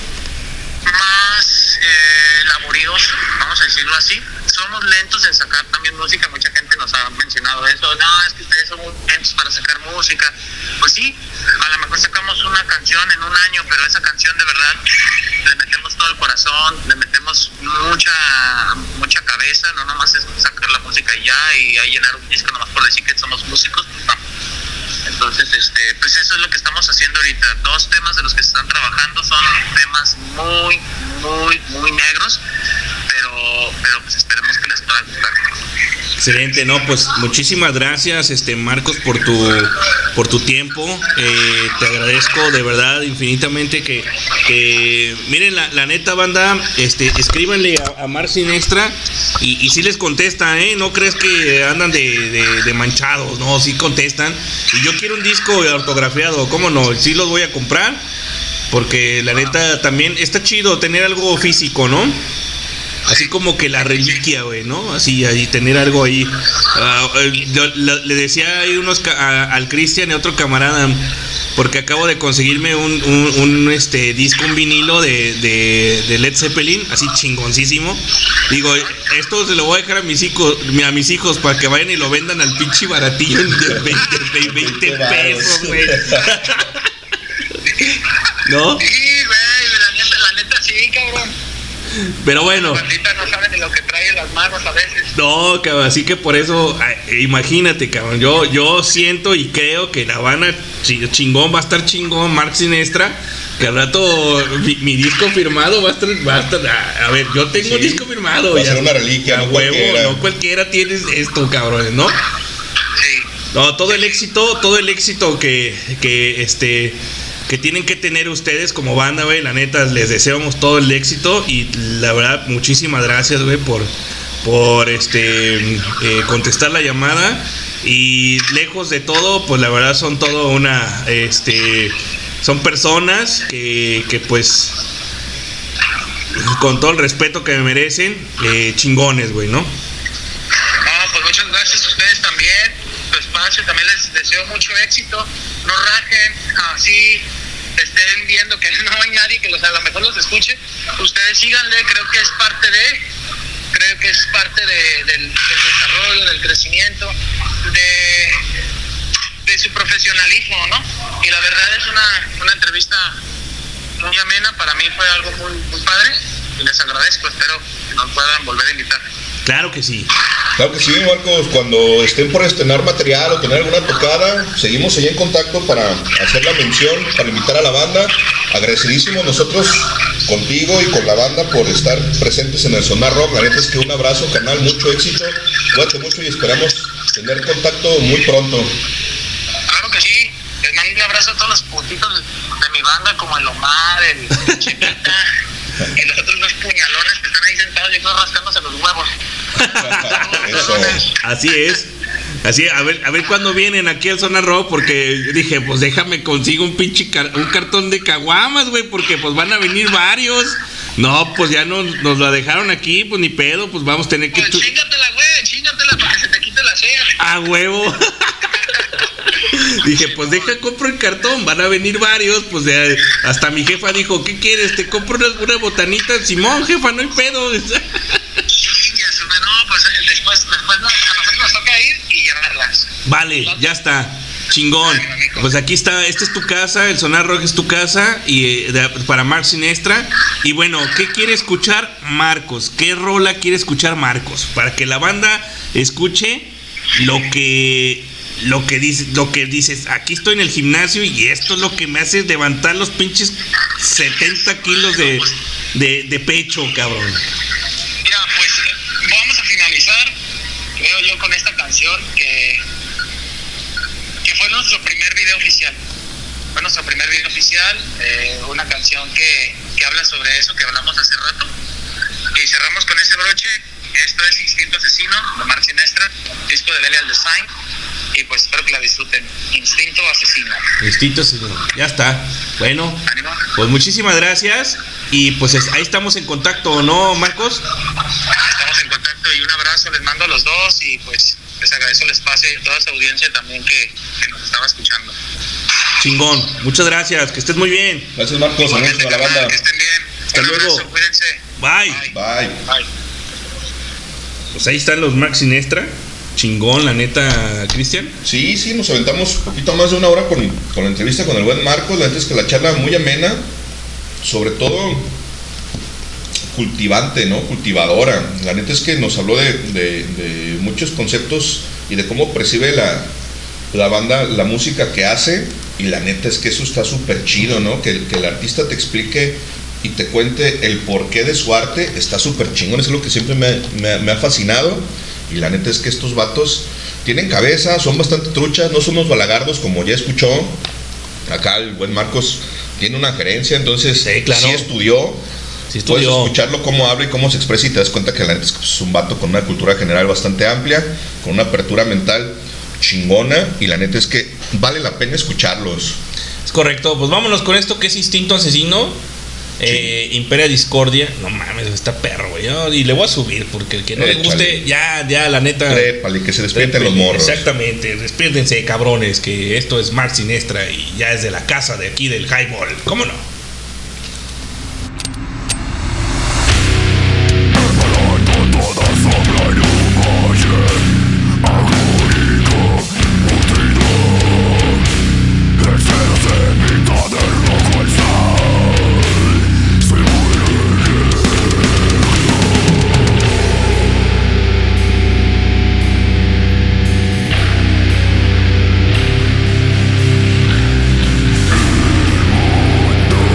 laborioso, vamos a decirlo así. Somos lentos en sacar también música, mucha gente nos ha mencionado eso, no, es que ustedes son muy lentos para sacar música. Pues sí, a lo mejor sacamos una canción en un año, pero esa canción de verdad le metemos todo el corazón, le metemos mucha cabeza, no nomás es sacar la música y ya, y ahí llenar un disco nomás por decir que somos músicos, pues no. Entonces, pues eso es lo que estamos haciendo ahorita. 2 temas de los que se están trabajando son temas muy, muy, muy negros, pero pues esperemos que les pueda gustar. Excelente, no, pues muchísimas gracias, Marcos, por tu tiempo. Te agradezco de verdad infinitamente que miren, la neta, banda, escríbanle a Mar Sinestra y sí les contesta, no crees que andan de manchados, no, sí contestan. Y yo quiero un disco autografiado, ¿cómo no? Sí los voy a comprar, porque la neta también está chido tener algo físico, ¿no? Así como que la reliquia, güey, ¿no? Así, ahí tener algo ahí. Le decía ahí al Cristian y otro camarada, porque acabo de conseguirme un disco, un vinilo de Led Zeppelin, así chingoncísimo. Digo, esto se lo voy a dejar a mis hijos para que vayan y lo vendan al pinche baratillo de 20 pesos, güey. ¿No? Sí, güey, la neta sí, cabrón. Pero bueno, no saben de lo que trae en las manos a veces. No, cabrón, así que por eso, imagínate, cabrón, yo siento y creo que la van a chingón, va a estar chingón, Marc Sinestra, que al rato mi disco firmado va a estar, a ver, yo tengo un disco firmado. Va a ser una reliquia, no huevo, cualquiera. No cualquiera tienes esto, cabrones, ¿no? Sí. No, todo el éxito que tienen que tener ustedes como banda, güey, la neta, les deseamos todo el éxito y la verdad, muchísimas gracias, güey, por contestar la llamada. Y lejos de todo, pues la verdad son todo son personas que pues con todo el respeto que me merecen, chingones, güey, ¿no? Pues muchas gracias a ustedes también, tu espacio, también les deseo mucho éxito, no rajen, así estén viendo que no hay nadie que a lo mejor los escuche, ustedes síganle, creo que es parte del desarrollo, del crecimiento, de su profesionalismo, ¿no? Y la verdad es una entrevista muy amena, para mí fue algo muy, muy padre y les agradezco, espero que nos puedan volver a invitar. Claro que sí. Claro que sí, Marcos, cuando estén por estrenar material o tener alguna tocada, seguimos allá en contacto para hacer la mención, para invitar a la banda. Agradecidísimos nosotros contigo y con la banda por estar presentes en el Sonar Rock. La neta es que un abrazo, canal, mucho éxito, cuídate mucho y esperamos tener contacto muy pronto. Claro que sí. Les mando un abrazo a todos los putitos de mi banda, como el Omar, el Chepita y los otros dos puñalones que están ahí sentados, yo creo, rascándose los huevos. Eso. Así es. Así, a ver cuándo vienen aquí al Zona Rock, porque dije, pues déjame consigo un pinche un cartón de caguamas, güey, porque pues van a venir varios. No, pues ya nos la dejaron aquí, pues ni pedo, pues vamos a tener que... Pues chingatela, güey, chingatela para que se te quite la sed. ¡A huevo! Dije, pues compro el cartón, van a venir varios, pues hasta mi jefa dijo, ¿qué quieres? ¿Te compro una botanita? Simón, jefa, no hay pedo. No, pues después a nosotros nos toca ir y llevarlas. Vale, ya está. Chingón. Pues aquí está, esta es tu casa, el Sonar Rock es tu casa y para Mark Sinestra. Y bueno, ¿qué quiere escuchar Marcos? ¿Qué rola quiere escuchar Marcos? Para que la banda escuche lo que dices, aquí estoy en el gimnasio y esto es lo que me hace levantar los pinches 70 kilos de pecho, cabrón. Mira, pues vamos a finalizar, creo yo, con esta canción que fue nuestro primer video oficial. Fue nuestro primer video oficial, una canción que habla sobre eso que hablamos hace rato. Y cerramos con ese broche. Esto es Instinto Asesino de Mark Sinestra, disco de Belial Design. Y pues espero que la disfruten. Instinto Asesino. Instinto Asesino. Ya está. Bueno, pues muchísimas gracias. Y pues ahí estamos en contacto, ¿no, Marcos? Estamos en contacto y un abrazo les mando a los dos. Y pues les agradezco el espacio y a toda esta audiencia también que nos estaba escuchando. Chingón. Muchas gracias. Que estés muy bien. Gracias, Marcos. Saludos a la banda. Que estén bien. Hasta luego. Abrazo, cuídense. Bye. Pues ahí están los Mark Sinestra. Chingón, la neta, Cristian. Sí, nos aventamos un poquito más de una hora con la entrevista con el buen Marcos. La neta es que la charla muy amena, sobre todo cultivante, ¿no? Cultivadora. La neta es que nos habló de muchos conceptos y de cómo percibe la banda la música que hace. Y la neta es que eso está súper chido, ¿no? Que el artista te explique y te cuente el porqué de su arte. Está súper chingón, es lo que siempre me ha fascinado. Y la neta es que estos vatos tienen cabeza, son bastante truchas, no son unos balagardos como ya escuchó. Acá el buen Marcos tiene una gerencia, entonces sí, claro. Sí estudió. Puedes escucharlo cómo habla y cómo se expresa y te das cuenta que la neta es un vato con una cultura general bastante amplia, con una apertura mental chingona, y la neta es que vale la pena escucharlos. Es correcto, pues vámonos con esto que es Instinto Asesino. Sí. Imperia Discordia, no mames, está perro, güey. Y le voy a subir porque el que no le guste, ya, la neta. Trépale, que se despierten los morros. Exactamente, despiértense, cabrones, que esto es Mark Sinestra y ya es de la casa de aquí del Highball. ¿Cómo no? El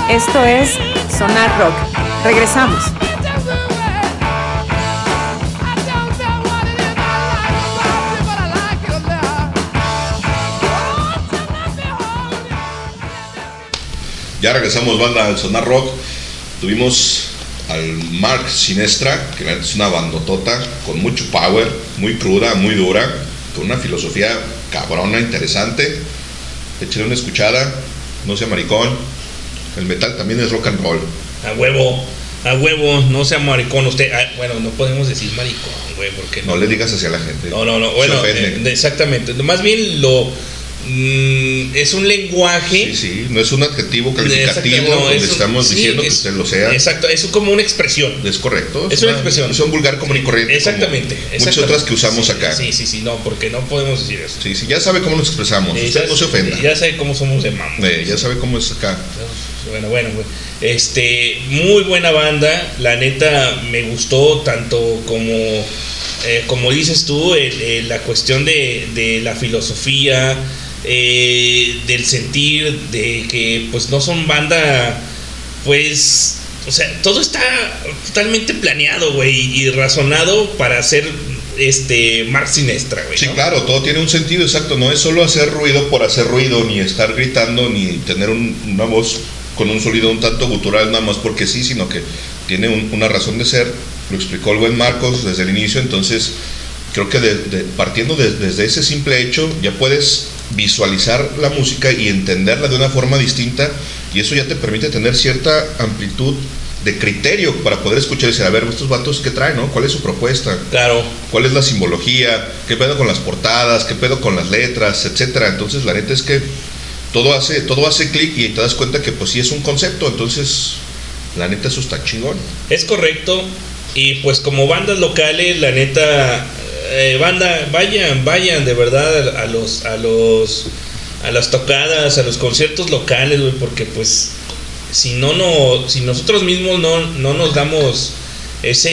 Esto es Sonar Rock. Regresamos. Ya regresamos, banda, al Sonar Rock. Tuvimos al Mark Sinestra, que es una bandotota con mucho power, muy cruda, muy dura, con una filosofía cabrona, interesante. Échale una escuchada, no sea maricón. El metal también es rock and roll. A huevo, no sea maricón usted. Bueno, no podemos decir maricón, güey, porque no le digas hacia la gente. No, bueno, exactamente. Más bien es un lenguaje. Sí, no es un adjetivo calificativo donde estamos diciendo que usted lo sea. Exacto, es como una expresión. Es correcto. Es una expresión. Es un vulgar común y corriente. Exactamente. Muchas otras que usamos acá. Sí, no, porque no podemos decir eso. Sí, ya sabe cómo nos expresamos. Usted no se ofenda. Ya sabe cómo somos de mamá. Ya sabe cómo es acá. Bueno, muy buena banda. La neta me gustó tanto como dices tú, la cuestión de la filosofía. Del sentir de que pues no son banda, pues, o sea, todo está totalmente planeado, güey, y razonado para hacer Mark Sinestra, güey, ¿no? Sí, claro, todo tiene un sentido exacto, no es solo hacer ruido por hacer ruido, ni estar gritando, ni tener una voz con un sonido un tanto gutural nada más porque sí, sino que tiene una razón de ser. Lo explicó el buen Marcos desde el inicio. Entonces creo que partiendo desde ese simple hecho ya puedes visualizar la música y entenderla de una forma distinta, y eso ya te permite tener cierta amplitud de criterio para poder escuchar y decir, a ver, estos vatos qué traen, ¿no? ¿Cuál es su propuesta? Claro. ¿Cuál es la simbología? ¿Qué pedo con las portadas? ¿Qué pedo con las letras? Etcétera. Entonces la neta es que todo hace clic y te das cuenta que pues sí es un concepto. Entonces la neta eso está chingón. Es correcto. Y pues como bandas locales, la neta, banda, vayan de verdad a las tocadas, a los conciertos locales, güey, porque pues si nosotros mismos no nos damos esa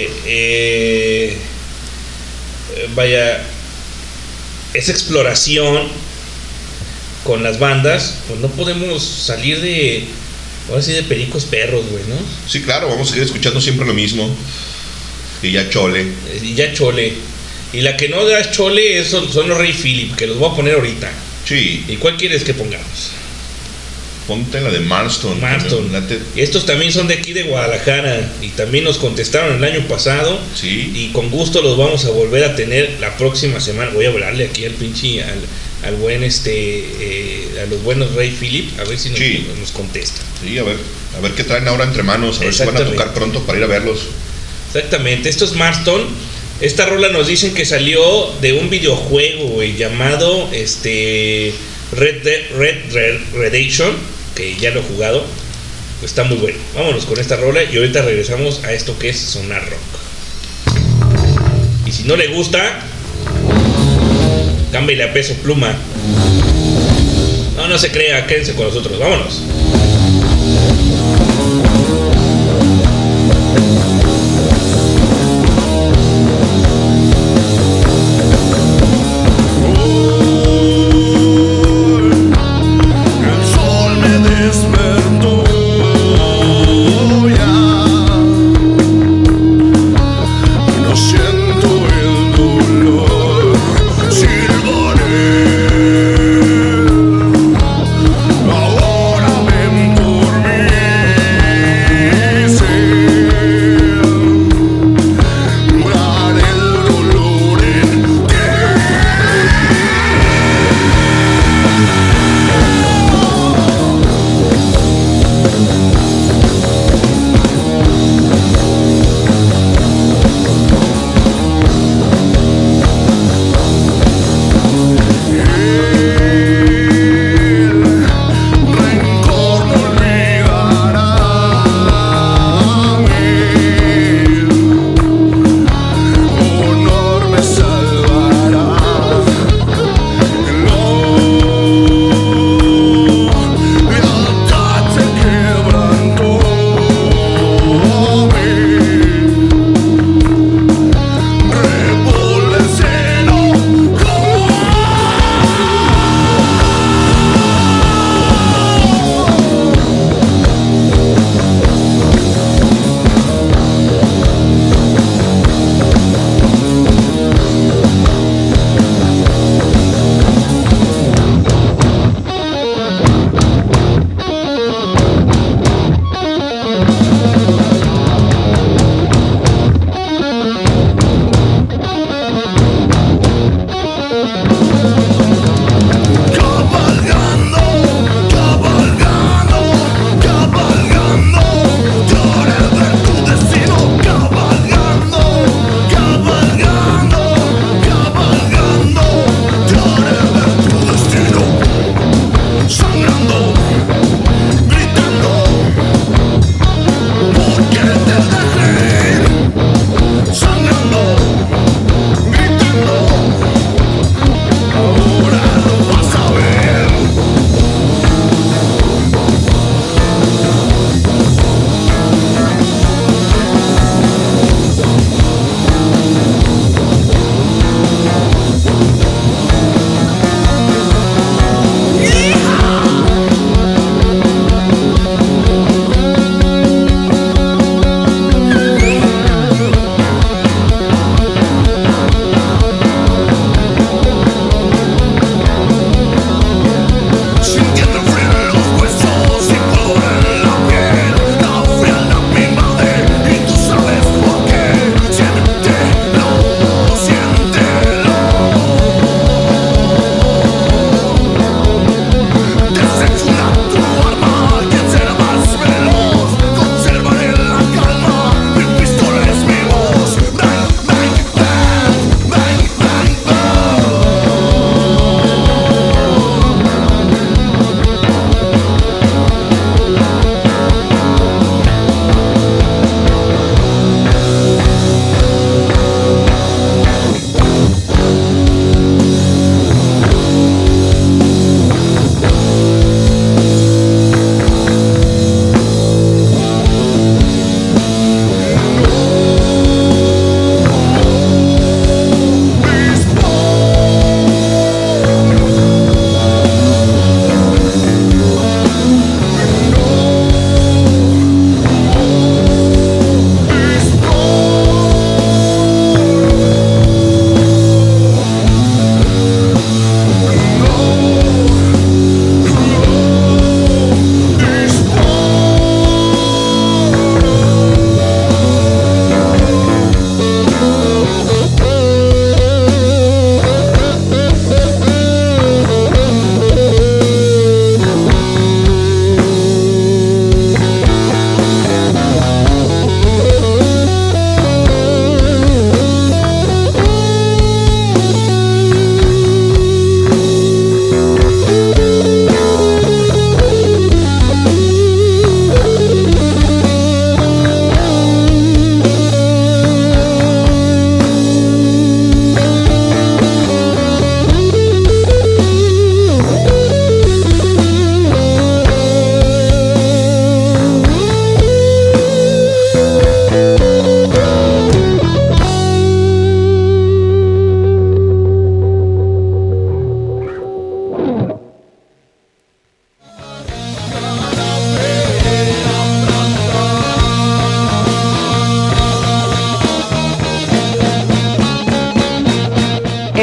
exploración con las bandas, pues no podemos salir ahora sí de pericos perros, güey, ¿no? Sí, claro, vamos a seguir escuchando siempre lo mismo. Y ya chole. Y la que no da chole son los Ray Philip, que los voy a poner ahorita. Sí. ¿Y cuál quieres que pongamos? Ponte la de Marston. Y estos también son de aquí de Guadalajara y también nos contestaron el año pasado. Sí. Y con gusto los vamos a volver a tener la próxima semana. Voy a hablarle aquí al pinche al buen a los buenos Ray Philip, a ver si nos contestan. Sí, a ver qué traen ahora entre manos, a ver si van a tocar pronto para ir a verlos. Exactamente, esto es Marston. Esta rola nos dicen que salió de un videojuego, güey, llamado Red Dead Redemption, que ya lo he jugado. Está muy bueno. Vámonos con esta rola y ahorita regresamos a esto que es Sonar Rock. Y si no le gusta, cámbiale a Peso Pluma. No se crea, quédense con nosotros. Vámonos. Ahora me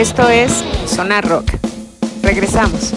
Esto es Sonar Rock. Regresamos.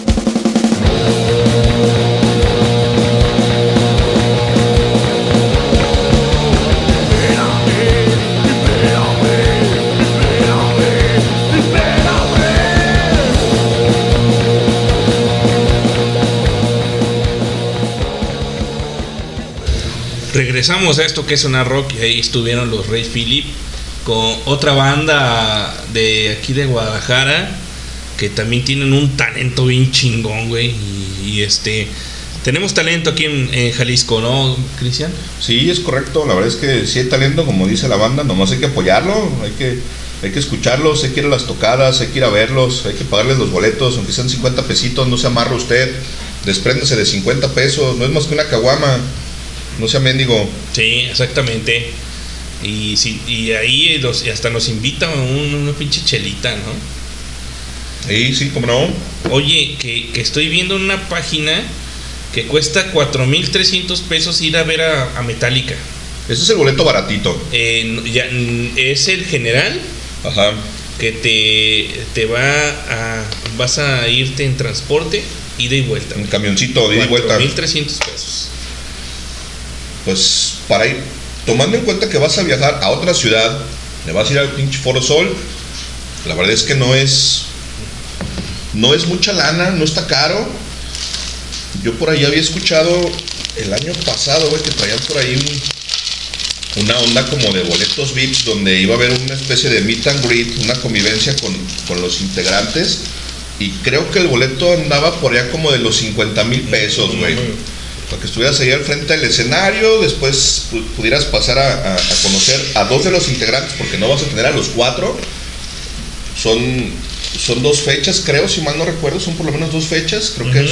Regresamos a esto que es Sonar Rock y ahí estuvieron los Rey Philip con otra banda de aquí de Guadalajara que también tienen un talento bien chingón, güey. Y tenemos talento aquí en Jalisco, ¿no, Cristian? Sí, es correcto. La verdad es que sí hay talento, como dice la banda, nomás hay que apoyarlo, hay que escucharlos, hay que ir a las tocadas, hay que ir a verlos, hay que pagarles los boletos, aunque sean 50 pesitos, no se amarra usted, despréndase de 50 pesos, no es más que una caguama. No sea mendigo. Sí, exactamente. Y ahí hasta nos invitan una pinche chelita, ¿no? Sí, cómo no. Oye, que estoy viendo una página que cuesta 4,300 pesos ir a ver a Metallica. Ese es el boleto baratito. Es el general. Ajá. Que vas a irte en transporte, ida y vuelta. Un camioncito de ida y vuelta. 4,300 pesos. Pues para ir, tomando en cuenta que vas a viajar a otra ciudad, le vas a ir al pinche Foro Sol, la verdad es que no es mucha lana, no está caro. Yo por ahí había escuchado el año pasado, güey, que traían por ahí una onda como de boletos VIPs, donde iba a haber una especie de meet and greet, una convivencia con los integrantes, y creo que el boleto andaba por allá como de los 50,000 pesos, güey. Para que estuvieras ahí al frente del escenario, después pudieras pasar a conocer a 2 de los integrantes, porque no vas a tener a los 4. Son 2 fechas, creo, si mal no recuerdo, son por lo menos 2 fechas. Creo que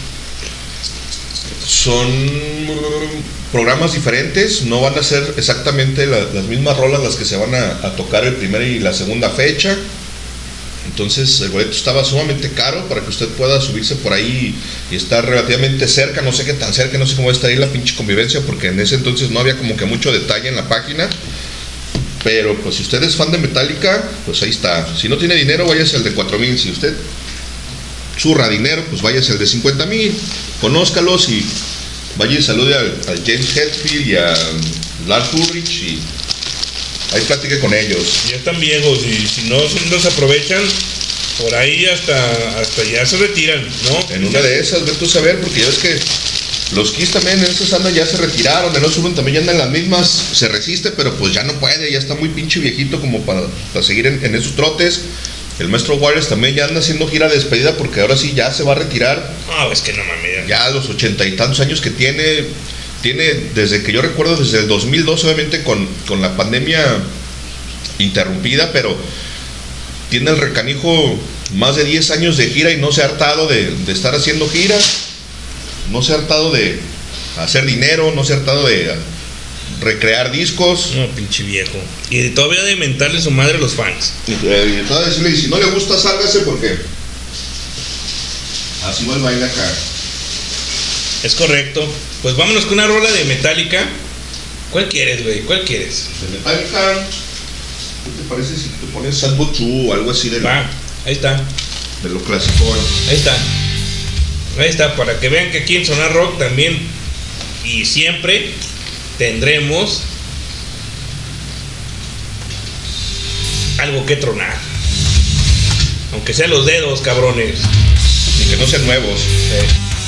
son programas diferentes, no van a ser exactamente las mismas rolas las que se van a tocar el primer y la segunda fecha. Entonces el boleto estaba sumamente caro para que usted pueda subirse por ahí y estar relativamente cerca, no sé qué tan cerca, no sé cómo va a estar ahí la pinche convivencia, porque en ese entonces no había como que mucho detalle en la página. Pero pues si usted es fan de Metallica, pues ahí está. Si no tiene dinero, váyase al de 4,000. Si usted zurra dinero, pues váyase al de 50,000. Conózcalos y vaya y salude al James Hetfield y a Lars Ulrich y ahí platique con ellos. Ya están viejos y si no los aprovechan, por ahí hasta ya se retiran, ¿no? En una de esas, vete a saber, porque ya ves que los Kiss también en esas andan ya se retiraron, el Suben también ya andan en las mismas, se resiste, pero pues ya no puede, ya está muy pinche viejito como para seguir en esos trotes. El maestro Waters también ya anda haciendo gira de despedida porque ahora sí ya se va a retirar. Es que no mames. Ya a los 80 y tantos años que tiene desde que yo recuerdo, desde el 2002, obviamente con la pandemia interrumpida, pero tiene el recanijo más de 10 años de gira y no se ha hartado de estar haciendo giras, no se ha hartado de hacer dinero, no se ha hartado de recrear discos. No, pinche viejo. Y todavía de mentarle su madre a los fans. Y todavía decirle, si no le gusta, sálgase porque así va el baile acá. Es correcto. Pues vámonos con una rola de Metallica. ¿Cuál quieres, güey? ¿Cuál quieres? De Metallica. ¿Qué te parece si te pones Sad But True o algo así de ahí está. De lo clásico. Ahí está, para que vean que aquí en Sonar Rock también y siempre tendremos algo que tronar. Aunque sean los dedos, cabrones. Y que no sean nuevos.